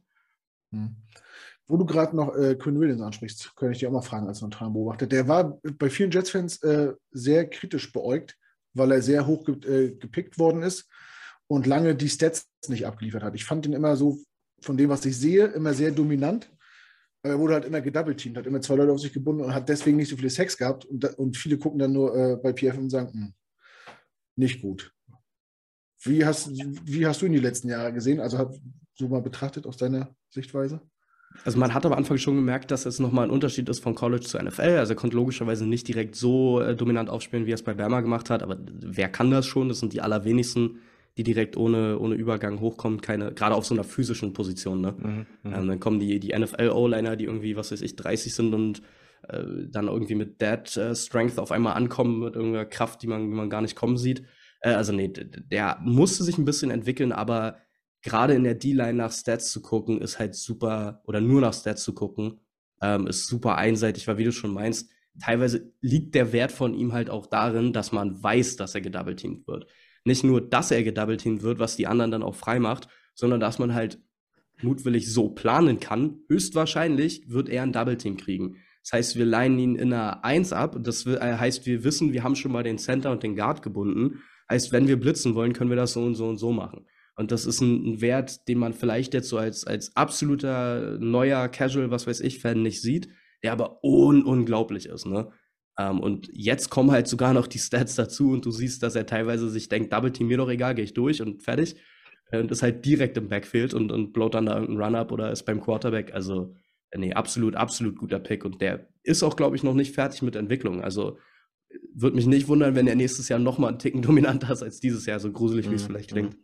Wo du gerade noch Quinn Williams ansprichst, könnte ich dir auch mal fragen als neutralen Beobachter. Der war bei vielen Jets-Fans sehr kritisch beäugt, weil er sehr hoch gepickt worden ist und lange die Stats nicht abgeliefert hat. Ich fand ihn immer so, von dem, was ich sehe, immer sehr dominant. Aber er wurde halt immer gedoubleteamt, hat immer 2 Leute auf sich gebunden und hat deswegen nicht so viele Sacks gehabt. Und viele gucken dann nur bei PFF und sagen, nicht gut. Wie hast du ihn die letzten Jahre gesehen? Also so mal betrachtet aus deiner Sichtweise? Also man hat am Anfang schon gemerkt, dass es nochmal ein Unterschied ist von College zu NFL. Also er konnte logischerweise nicht direkt so dominant aufspielen, wie er es bei Bama gemacht hat. Aber wer kann das schon? Das sind die allerwenigsten, die direkt ohne Übergang hochkommen. Gerade auf so einer physischen Position. Ne? Dann kommen die NFL-O-Liner, die irgendwie, was weiß ich, 30 sind und dann irgendwie mit Dead Strength auf einmal ankommen, mit irgendeiner Kraft, die man gar nicht kommen sieht. Also nee, der musste sich ein bisschen entwickeln, aber gerade in der D-Line nach Stats zu gucken, ist halt super, oder nur nach Stats zu gucken, ist super einseitig, weil wie du schon meinst, teilweise liegt der Wert von ihm halt auch darin, dass man weiß, dass er gedoubleteamt wird. Nicht nur, dass er gedoubleteamt wird, was die anderen dann auch frei macht, sondern dass man halt mutwillig so planen kann, höchstwahrscheinlich wird er ein Double-Team kriegen. Das heißt, wir linen ihn in einer 1 ab, das heißt, wir wissen, wir haben schon mal den Center und den Guard gebunden. Heißt, wenn wir blitzen wollen, können wir das so und so und so machen. Und das ist ein Wert, den man vielleicht jetzt so als absoluter neuer Casual, was weiß ich, Fan nicht sieht, der aber unglaublich ist, ne? Und jetzt kommen halt sogar noch die Stats dazu und du siehst, dass er teilweise sich denkt, Double Team, mir doch egal, gehe ich durch und fertig. Und ist halt direkt im Backfield und blowt dann da irgendeinen Run-Up oder ist beim Quarterback. Also, nee, absolut guter Pick. Und der ist auch, glaube ich, noch nicht fertig mit Entwicklung. Also, würde mich nicht wundern, wenn er nächstes Jahr noch mal einen Ticken dominanter ist als dieses Jahr, so gruselig, wie es vielleicht klingt.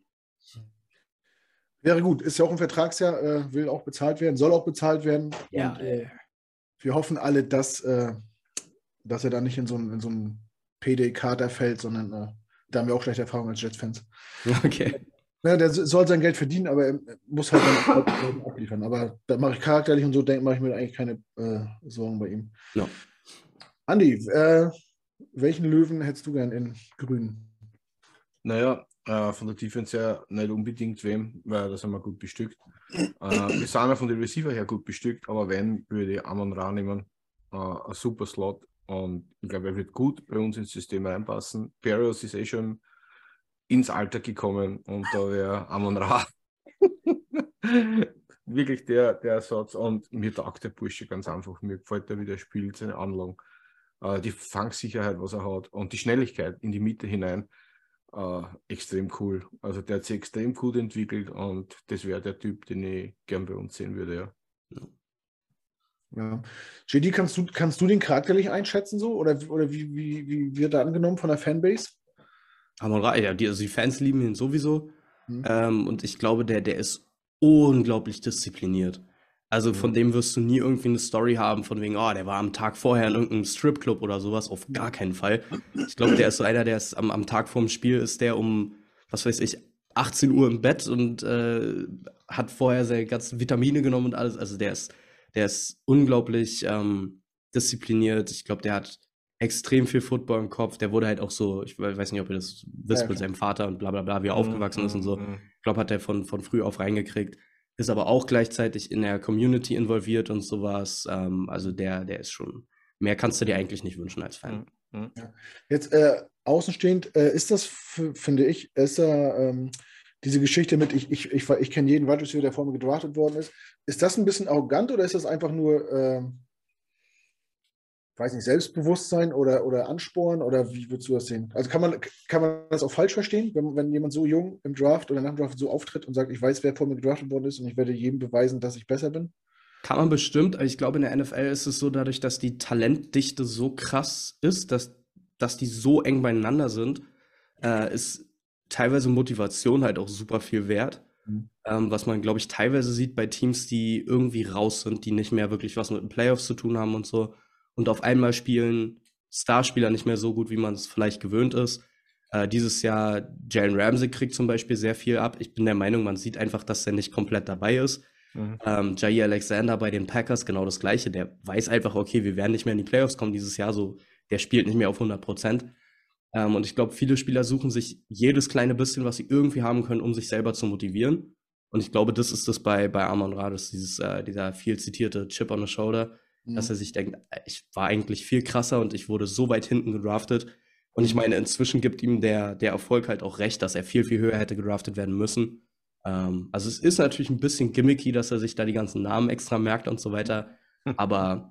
Wäre gut, ist ja auch ein Vertragsjahr, will auch bezahlt werden, soll auch bezahlt werden. Ja, und wir hoffen alle, dass er da nicht in so einen PD-Kader fällt, sondern da haben wir auch schlechte Erfahrungen als Jets-Fans. Okay. Ja, der soll sein Geld verdienen, aber er muss halt dann abliefern. Aber da mache ich charakterlich und so, mache ich mir eigentlich keine Sorgen bei ihm. No. Andi, welchen Löwen hättest du gern in Grün? Naja, von der Defense her nicht unbedingt wem, weil da sind wir gut bestückt. Wir sind auch von den Receiver her gut bestückt, aber wenn, würde ich Amon-Ra nehmen. Ein super Slot und ich glaube, er wird gut bei uns ins System reinpassen. Berrios ist schon ins Alter gekommen und da wäre Amon-Ra wirklich der Ersatz und mir taugt der Bursche ganz einfach. Mir gefällt der, wie der spielt, seine Anlagen, die Fangsicherheit, was er hat und die Schnelligkeit in die Mitte hinein. Extrem cool. Also der hat sich extrem gut entwickelt und das wäre der Typ, den ich gern bei uns sehen würde, Ja. JD, kannst du den charakterlich einschätzen so? Oder wie wird er angenommen von der Fanbase? Amon-Ra, ja, die Fans lieben ihn sowieso. Und ich glaube, der ist unglaublich diszipliniert. Also von dem wirst du nie irgendwie eine Story haben, von wegen, der war am Tag vorher in irgendeinem Stripclub oder sowas. Auf gar keinen Fall. Ich glaube, der ist so einer, der ist am Tag vorm Spiel, ist der um, was weiß ich, 18 Uhr im Bett und hat vorher seine ganzen Vitamine genommen und alles. Also der ist unglaublich diszipliniert. Ich glaube, der hat extrem viel Football im Kopf. Der wurde halt auch so, ich weiß nicht, ob ihr das wisst, mit seinem Vater und bla bla bla, wie er aufgewachsen ist und so. Ich glaube, hat er von früh auf reingekriegt. Ist aber auch gleichzeitig in der Community involviert und sowas. Also der ist schon, mehr kannst du dir eigentlich nicht wünschen als Fan. Ja. Jetzt außenstehend ist das, finde ich, diese Geschichte mit, ich kenne jeden Wide Receiver, der vor mir gedraftet worden ist. Ist das ein bisschen arrogant oder ist das einfach nur weiß nicht, Selbstbewusstsein oder Ansporn oder wie würdest du das sehen? Also kann man das auch falsch verstehen, wenn jemand so jung im Draft oder nach dem Draft so auftritt und sagt, ich weiß, wer vor mir gedraftet worden ist und ich werde jedem beweisen, dass ich besser bin? Kann man bestimmt, aber ich glaube, in der NFL ist es so, dadurch, dass die Talentdichte so krass ist, dass die so eng beieinander sind, ist teilweise Motivation halt auch super viel wert. Mhm. Was man, glaube ich, teilweise sieht bei Teams, die irgendwie raus sind, die nicht mehr wirklich was mit den Playoffs zu tun haben und so. Und auf einmal spielen Starspieler nicht mehr so gut, wie man es vielleicht gewöhnt ist. Dieses Jahr, Jalen Ramsey kriegt zum Beispiel sehr viel ab. Ich bin der Meinung, man sieht einfach, dass er nicht komplett dabei ist. Jair Alexander bei den Packers, genau das Gleiche. Der weiß einfach, okay, wir werden nicht mehr in die Playoffs kommen dieses Jahr, so, der spielt nicht mehr auf 100%. Und ich glaube, viele Spieler suchen sich jedes kleine bisschen, was sie irgendwie haben können, um sich selber zu motivieren. Und ich glaube, das ist das bei Amon-Ra, dieser viel zitierte Chip on the Shoulder, dass er sich denkt, ich war eigentlich viel krasser und ich wurde so weit hinten gedraftet. Und ich meine, inzwischen gibt ihm der Erfolg halt auch recht, dass er viel, viel höher hätte gedraftet werden müssen. Also es ist natürlich ein bisschen gimmicky, dass er sich da die ganzen Namen extra merkt und so weiter. Aber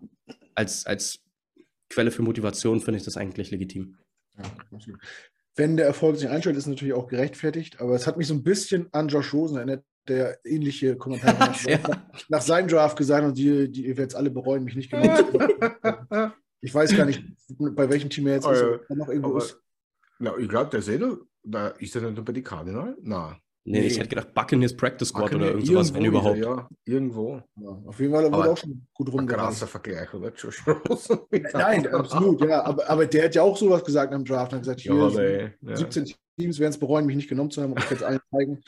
als Quelle für Motivation finde ich das eigentlich legitim. Ja, absolut. Wenn der Erfolg sich einstellt, ist es natürlich auch gerechtfertigt, aber es hat mich so ein bisschen an Josh Rosen erinnert, der ähnliche Kommentare nach seinem Draft gesagt hat, und die ihr werdet es alle bereuen, mich nicht genommen zu haben. Ich weiß gar nicht, bei welchem Team er jetzt ist, ob er noch irgendwo ist. Na, ich glaube, der ist da ist er nicht bei den Cardinals? Nein. Nee, ich hätte gedacht, Buccaneers Practice Squad oder irgend sowas, wenn überhaupt. Ja, irgendwo. Ja, auf jeden Fall wurde auch schon gut Ein rumgereicht. krasser Vergleich, oder? Josh Rosen. Nein, absolut, ja. Aber der hat ja auch sowas gesagt am Draft. Er hat gesagt, hier 17 Teams werden es bereuen, mich nicht genommen zu haben, und ich werde es allen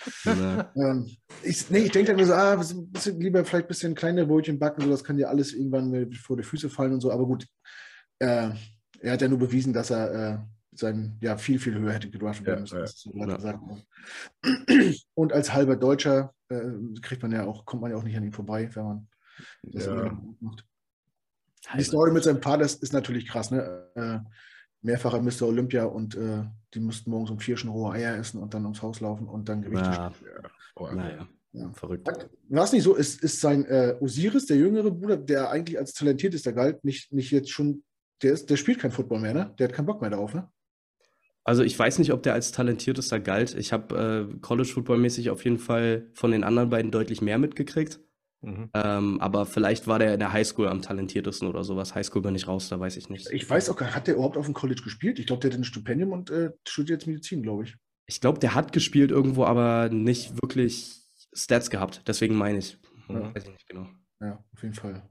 zeigen. Ich denke dann nur so, lieber vielleicht ein bisschen kleinere Brötchen backen, so, das kann dir alles irgendwann mir vor die Füße fallen und so. Aber gut, er hat ja nur bewiesen, dass er viel, viel höher hätte gedraftet werden müssen. Und als halber Deutscher kommt man ja auch nicht an ihm vorbei, wenn man das macht. Die Story mit seinem Vater ist natürlich krass, ne? Mehrfacher Mr. Olympia und die mussten morgens um 4 schon rohe Eier essen und dann ums Haus laufen und dann Gewichte. Verrückt. War es nicht so, ist sein Osiris, der jüngere Bruder, der eigentlich als talentiertester galt, nicht jetzt schon, der spielt kein Football mehr, ne? Der hat keinen Bock mehr darauf, ne? Also ich weiß nicht, ob der als talentiertester galt. Ich habe College-Football-mäßig auf jeden Fall von den anderen beiden deutlich mehr mitgekriegt. Aber vielleicht war der in der Highschool am talentiertesten oder sowas. Highschool bin ich raus, da weiß ich nicht. Ich weiß auch gar nicht, hat der überhaupt auf dem College gespielt? Ich glaube, der hat ein Stipendium und studiert jetzt Medizin, glaube ich. Ich glaube, der hat gespielt irgendwo, aber nicht wirklich Stats gehabt. Deswegen meine ich. Weiß ich nicht genau. Ja, auf jeden Fall.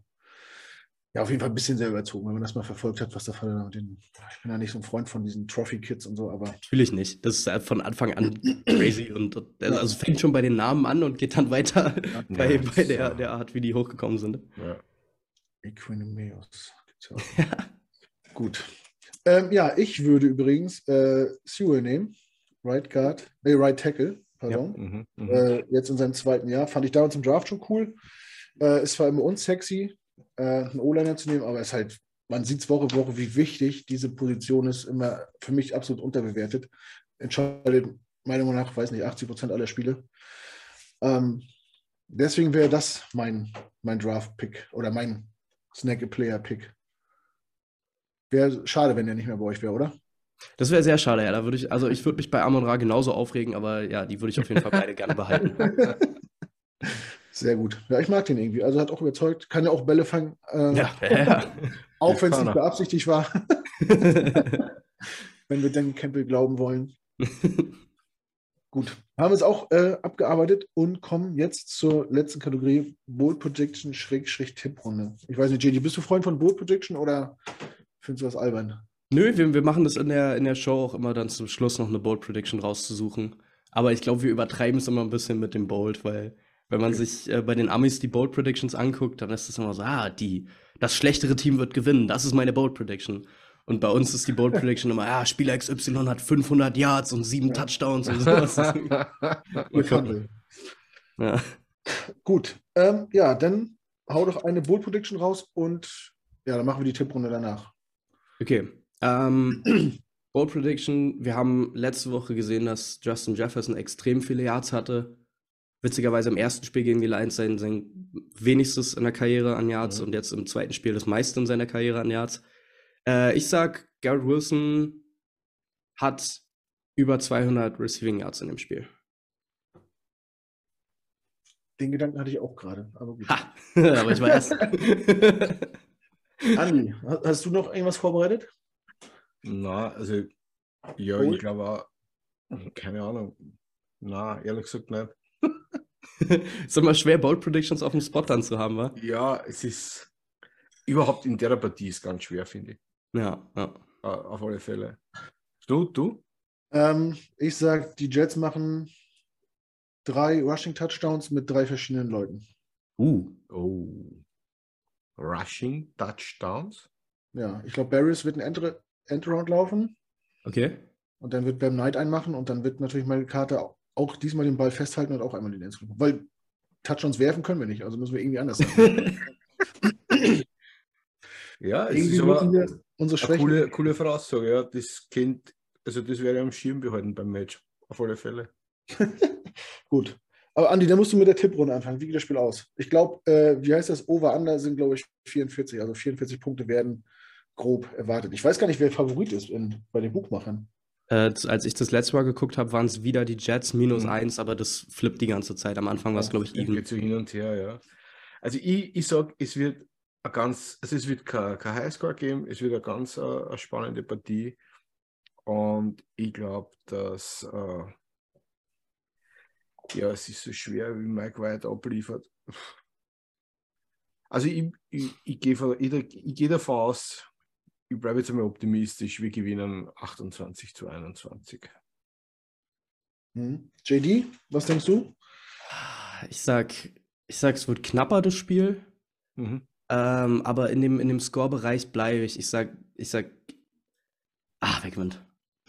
Ja, auf jeden Fall ein bisschen sehr überzogen, wenn man das mal verfolgt hat, was der Fall mit den. Ich bin ja nicht so ein Freund von diesen Trophy-Kids und so, aber. Natürlich nicht. Das ist von Anfang an crazy und also fängt schon bei den Namen an und geht dann weiter bei der Art, wie die hochgekommen sind. Ja. Equanimeous. Gut. Ich würde übrigens Sewell nehmen. Right Tackle, pardon. Jetzt in seinem zweiten Jahr. Fand ich damals im Draft schon cool. Es war immer unsexy, einen O-Liner zu nehmen, aber es ist halt, man sieht es Woche für Woche, wie wichtig diese Position ist, immer für mich absolut unterbewertet. Entscheidet meiner Meinung nach, weiß nicht, 80% aller Spiele. Deswegen wäre das mein Draft-Pick oder mein Snack-a-Player-Pick. Wäre schade, wenn der nicht mehr bei euch wäre, oder? Das wäre sehr schade, ja. Ich würde mich bei Amon-Ra genauso aufregen, aber ja, die würde ich auf jeden Fall beide gerne behalten. Sehr gut. Ja, ich mag den irgendwie. Also hat auch überzeugt. Kann ja auch Bälle fangen. Auch wenn es nicht beabsichtigt war. Wenn wir Dan Campbell glauben wollen. Gut. Haben wir es auch abgearbeitet und kommen jetzt zur letzten Kategorie Bold Prediction /Tipprunde. Ich weiß nicht, JD, bist du Freund von Bold Prediction oder findest du das albern? Nö, wir machen das in der Show auch immer dann zum Schluss noch eine Bold Prediction rauszusuchen. Aber ich glaube, wir übertreiben es immer ein bisschen mit dem Bold, weil wenn man sich bei den Amis die Bold Predictions anguckt, dann ist es immer so, das schlechtere Team wird gewinnen, das ist meine Bold Prediction. Und bei uns ist die Bold Prediction immer, Spieler XY hat 500 Yards und 7 Touchdowns und sowas. Ja. Gut, dann hau doch eine Bold Prediction raus und dann machen wir die Tipprunde danach. Okay, Bold Prediction, wir haben letzte Woche gesehen, dass Justin Jefferson extrem viele Yards hatte. Witzigerweise im ersten Spiel gegen die Lions sein wenigstes in der Karriere an Yards und jetzt im zweiten Spiel das meiste in seiner Karriere an Yards. Ich sag, Garrett Wilson hat über 200 Receiving Yards in dem Spiel. Den Gedanken hatte ich auch gerade, aber gut. Ha! Aber ich weiß. Andi, hast du noch irgendwas vorbereitet? Na, also, ja, Bold? ich glaube auch, keine Ahnung. Na, ehrlich gesagt nicht. Ist immer schwer, Bold Predictions auf dem Spot dann zu haben, wa? Ja, es ist überhaupt in der Partie ist ganz schwer, finde ich. Ja, ja. Auf alle Fälle. Du? Ich sag, die Jets machen 3 Rushing-Touchdowns mit 3 verschiedenen Leuten. Oh. Rushing Touchdowns? Ja, ich glaube, Barris wird ein Endaround laufen Okay. und dann wird Bam Knight einmachen und dann wird natürlich meine Karte auch diesmal den Ball festhalten und auch einmal den Endzone. Weil Touchdowns werfen können wir nicht, also müssen wir irgendwie anders sein. Ja, es Irgendwie ist müssen aber wir unsere eine Schwächen. coole Voraussage. Ja. Das werde ich am Schirm behalten beim Match. Auf alle Fälle. Gut. Aber Andi, da musst du mit der Tipprunde anfangen. Wie geht das Spiel aus? Ich glaube, wie heißt das? Over-Under sind, glaube ich, 44. Also 44 Punkte werden grob erwartet. Ich weiß gar nicht, wer Favorit ist bei den Buchmachern. Als ich das letzte Mal geguckt habe, waren es wieder die Jets -1, aber das flippt die ganze Zeit. Am Anfang war es, glaube ich, even. Geht so hin und her, ja. Also ich sage, es wird kein Highscore geben, es wird eine ganz eine spannende Partie. Und ich glaube, dass es ist so schwer, wie Mike White abliefert. Also ich gehe davon aus, ich bleibe jetzt einmal optimistisch, wir gewinnen 28-21. JD, was denkst du? Ich sag, es wird knapper, das Spiel. Mhm. Aber in dem Score-Bereich bleibe ich. Ich sag, wer gewinnt?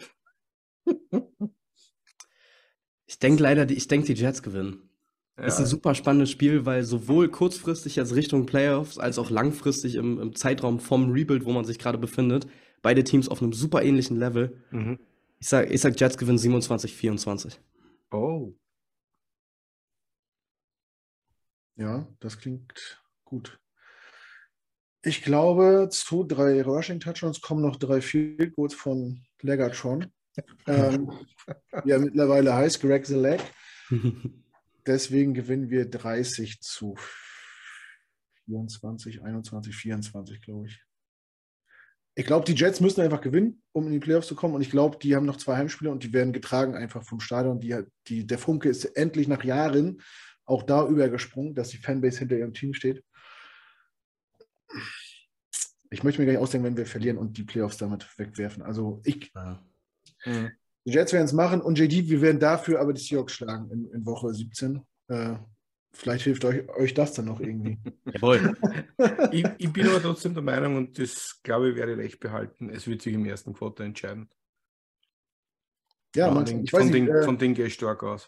Ich denke die Jets gewinnen. Ist ein super spannendes Spiel, weil sowohl kurzfristig jetzt Richtung Playoffs als auch langfristig im Zeitraum vom Rebuild, wo man sich gerade befindet, beide Teams auf einem super ähnlichen Level. Mhm. Ich sag Jets gewinnen 27-24. Oh. Ja, das klingt gut. Ich glaube, 2, 3 Rushing-Touchdowns, kommen noch 3 Field Goals von Legatron. Ja, mittlerweile heißt Greg the Leg. Deswegen gewinnen wir 30-24, 21, 24, glaube ich. Ich glaube, die Jets müssen einfach gewinnen, um in die Playoffs zu kommen. Und ich glaube, die haben noch 2 Heimspiele und die werden getragen einfach vom Stadion. Der Funke ist endlich nach Jahren auch da übergesprungen, dass die Fanbase hinter ihrem Team steht. Ich möchte mir gar nicht ausdenken, wenn wir verlieren und die Playoffs damit wegwerfen. Also die Jets werden es machen und JD, wir werden dafür aber die Seahawks schlagen in Woche 17. Vielleicht hilft euch das dann noch irgendwie. Jawohl. Ich bin aber trotzdem der Meinung, und das glaube ich, werde ich recht behalten, es wird sich im ersten Quarter entscheiden. Ja, von denen gehe ich stark aus.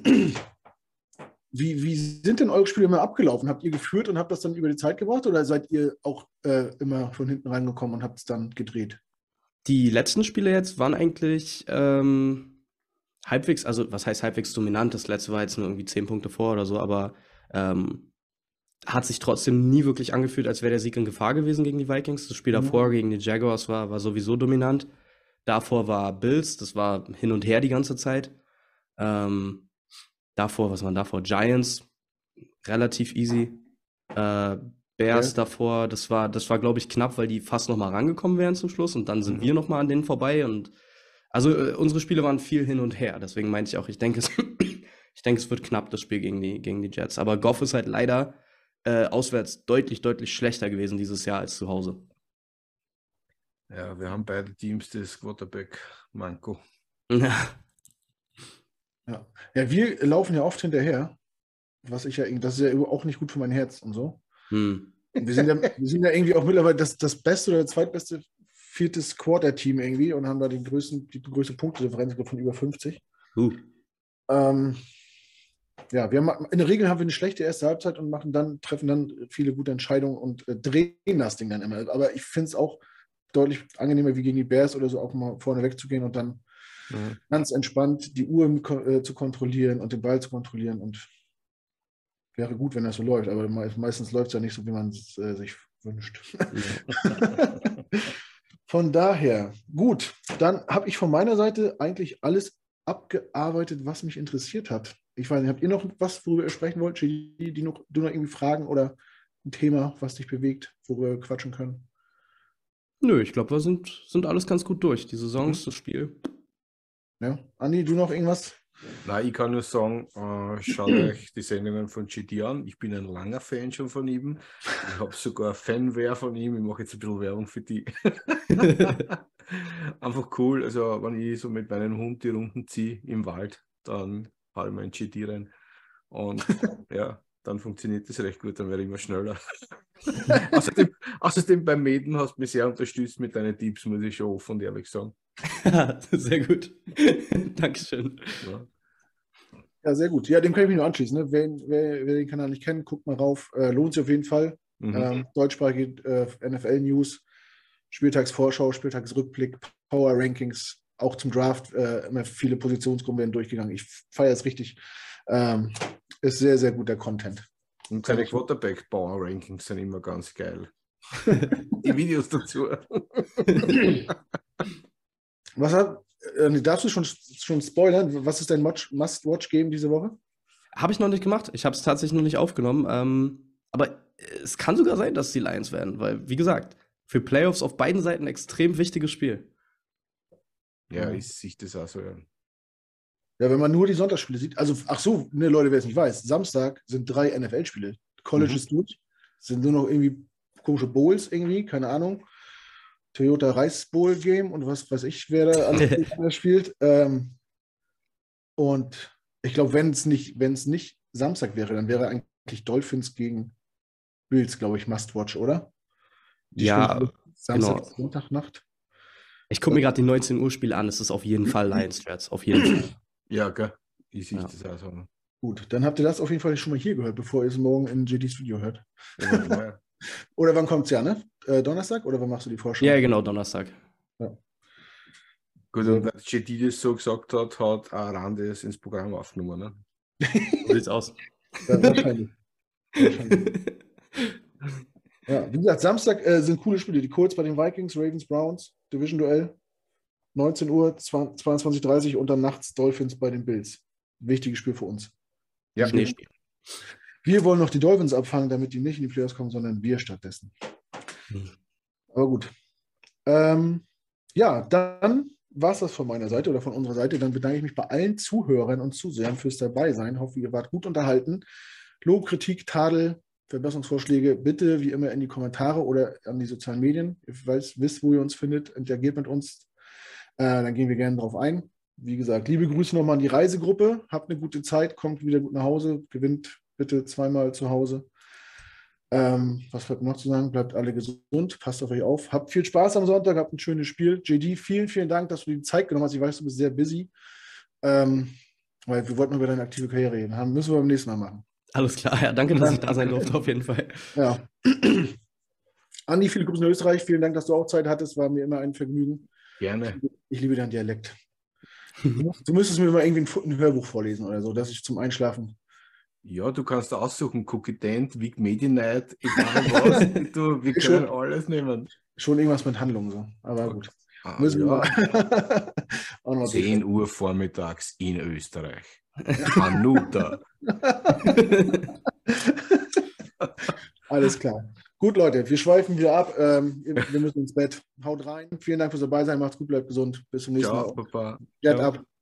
Wie sind denn eure Spiele immer abgelaufen? Habt ihr geführt und habt das dann über die Zeit gebracht oder seid ihr auch immer von hinten reingekommen und habt es dann gedreht? Die letzten Spiele jetzt waren eigentlich halbwegs, also was heißt halbwegs dominant? Das letzte war jetzt nur irgendwie 10 Punkte vor oder so, aber hat sich trotzdem nie wirklich angefühlt, als wäre der Sieg in Gefahr gewesen gegen die Vikings. Das Spiel davor gegen die Jaguars war sowieso dominant. Davor war Bills, das war hin und her die ganze Zeit. Was waren davor? Giants, relativ easy. Bears davor, das war glaube ich, knapp, weil die fast noch mal rangekommen wären zum Schluss und dann sind wir noch mal an denen vorbei und also unsere Spiele waren viel hin und her, deswegen meinte ich auch, ich denke, es wird knapp, das Spiel gegen die Jets, aber Goff ist halt leider auswärts deutlich, deutlich schlechter gewesen dieses Jahr als zu Hause. Ja, wir haben beide Teams das Quarterback-Manko. Ja, wir laufen ja oft hinterher, das ist ja auch nicht gut für mein Herz und so. Wir sind ja irgendwie auch mittlerweile das beste oder zweitbeste 4. Quarter-Team irgendwie und haben da die größte Punktedifferenz von über 50. Ja, in der Regel haben wir eine schlechte erste Halbzeit und treffen dann viele gute Entscheidungen und drehen das Ding dann immer. Aber ich finde es auch deutlich angenehmer, wie gegen die Bears oder so, auch mal vorne wegzugehen und dann ganz entspannt die Uhr zu kontrollieren und den Ball zu kontrollieren. Und wäre gut, wenn das so läuft, aber meistens läuft es ja nicht so, wie man es sich wünscht. Von daher, gut, dann habe ich von meiner Seite eigentlich alles abgearbeitet, was mich interessiert hat. Ich weiß nicht, habt ihr noch was, worüber ihr sprechen wollt? Du noch irgendwie Fragen oder ein Thema, was dich bewegt, worüber wir quatschen können? Nö, ich glaube, wir sind alles ganz gut durch. Die Saison Mhm. ist das Spiel. Ja. Andi, du noch irgendwas? Na, ich kann nur sagen, schaut euch die Sendungen von GD an. Ich bin ein langer Fan schon von ihm. Ich habe sogar Fanware von ihm. Ich mache jetzt ein bisschen Werbung für die. Einfach cool. Also, wenn ich so mit meinem Hund die Runden ziehe im Wald, dann haue ich mal in GD rein. Und ja, dann funktioniert das recht gut. Dann werde ich immer schneller. außerdem beim Mäden hast du mich sehr unterstützt mit deinen Tipps, muss ich schon offen und ehrlich sagen. Sehr gut. Dankeschön. Ja. Ja, sehr gut. Ja, dem kann ich mich nur anschließen. Ne? Wer den Kanal nicht kennt, guckt mal rauf. Lohnt sich auf jeden Fall. Deutschsprachige NFL-News, Spieltagsvorschau, Spieltagsrückblick, Power Rankings, auch zum Draft. Immer viele Positionsgruppen werden durchgegangen. Ich feiere es richtig. Ist sehr, sehr guter Content. Und seine Quarterback-Power-Rankings sind immer ganz geil. Die Videos dazu. Darfst du schon spoilern? Was ist dein Must-Watch-Game diese Woche? Habe ich noch nicht gemacht. Ich habe es tatsächlich noch nicht aufgenommen. Aber es kann sogar sein, dass die Lions werden, weil, wie gesagt, für Playoffs auf beiden Seiten ein extrem wichtiges Spiel. Ja, ich sehe das auch so. Ja. Ja, wenn man nur die Sonntagsspiele sieht. Also, ach so, ne, Leute, wer es nicht weiß, Samstag sind 3 NFL-Spiele. College ist durch. Sind nur noch irgendwie komische Bowls irgendwie, keine Ahnung. Toyota Rice Bowl Game und was weiß ich, wer da alles spielt. Und ich glaube, wenn es nicht Samstag wäre, dann wäre eigentlich Dolphins gegen Bills, glaube ich, Must-Watch, oder? Die Ja, spielen Samstag, genau. Sonntagnacht. Ich gucke mir gerade die 19 Uhr Spiele an. Es ist auf jeden Fall Lions Jets. Auf jeden Fall. Ja, gell? Ich sehe Ja. das auch so. Gut, dann habt ihr das auf jeden Fall schon mal hier gehört, bevor ihr es morgen in JDs Video hört. Ja. Oder wann kommt es ja, ne? Donnerstag? Oder wann machst du die Vorschau? Ja, genau, Donnerstag. Ja. Gut, und weil JD das so gesagt hat, hat auch Rande es ins Programm aufgenommen. Ne? So sieht's aus. Ja, wahrscheinlich. Ja, wie gesagt, Samstag sind coole Spiele. Die Colts bei den Vikings, Ravens, Browns, Division-Duell. 19 Uhr, 22:30 und dann nachts Dolphins bei den Bills. Wichtiges Spiel für uns. Ja. Schneespiel. Wir wollen noch die Dolphins abfangen, damit die nicht in die Playoffs kommen, sondern wir stattdessen. Aber gut. Ja, dann war es das von meiner Seite oder von unserer Seite. Dann bedanke ich mich bei allen Zuhörern und Zusehern fürs Dabeisein. Hoffe, ihr wart gut unterhalten. Lob, Kritik, Tadel, Verbesserungsvorschläge bitte wie immer in die Kommentare oder an die sozialen Medien. Ihr wisst, wo ihr uns findet, interagiert mit uns. Dann gehen wir gerne drauf ein. Wie gesagt, liebe Grüße nochmal an die Reisegruppe. Habt eine gute Zeit, kommt wieder gut nach Hause, gewinnt bitte zweimal zu Hause. Was bleibt noch zu sagen? Bleibt alle gesund, passt auf euch auf. Habt viel Spaß am Sonntag, habt ein schönes Spiel. JD, vielen, vielen Dank, dass du dir die Zeit genommen hast. Ich weiß, du bist sehr busy. Weil wir wollten über deine aktive Karriere reden. Müssen wir beim nächsten Mal machen. Alles klar, ja, danke, dass ich da sein durfte, auf jeden Fall. Ja. Andi, viele Grüße in Österreich. Vielen Dank, dass du auch Zeit hattest. War mir immer ein Vergnügen. Gerne. Ich liebe deinen Dialekt. Du müsstest mir mal irgendwie ein Hörbuch vorlesen oder so, dass ich zum Einschlafen. Ja, du kannst aussuchen, Cookie Dent, Week Medi Night, egal was. Wir können alles nehmen. Schon irgendwas mit Handlung so, aber gut. Müssen wir auch noch 10 Uhr vormittags in Österreich. Hanuta. Alles klar. Gut, Leute, wir schweifen wieder ab. Wir müssen ins Bett. Haut rein. Vielen Dank fürs Dabeisein. Macht's gut, bleibt gesund. Bis zum nächsten Mal. Ciao, Papa. Get ab.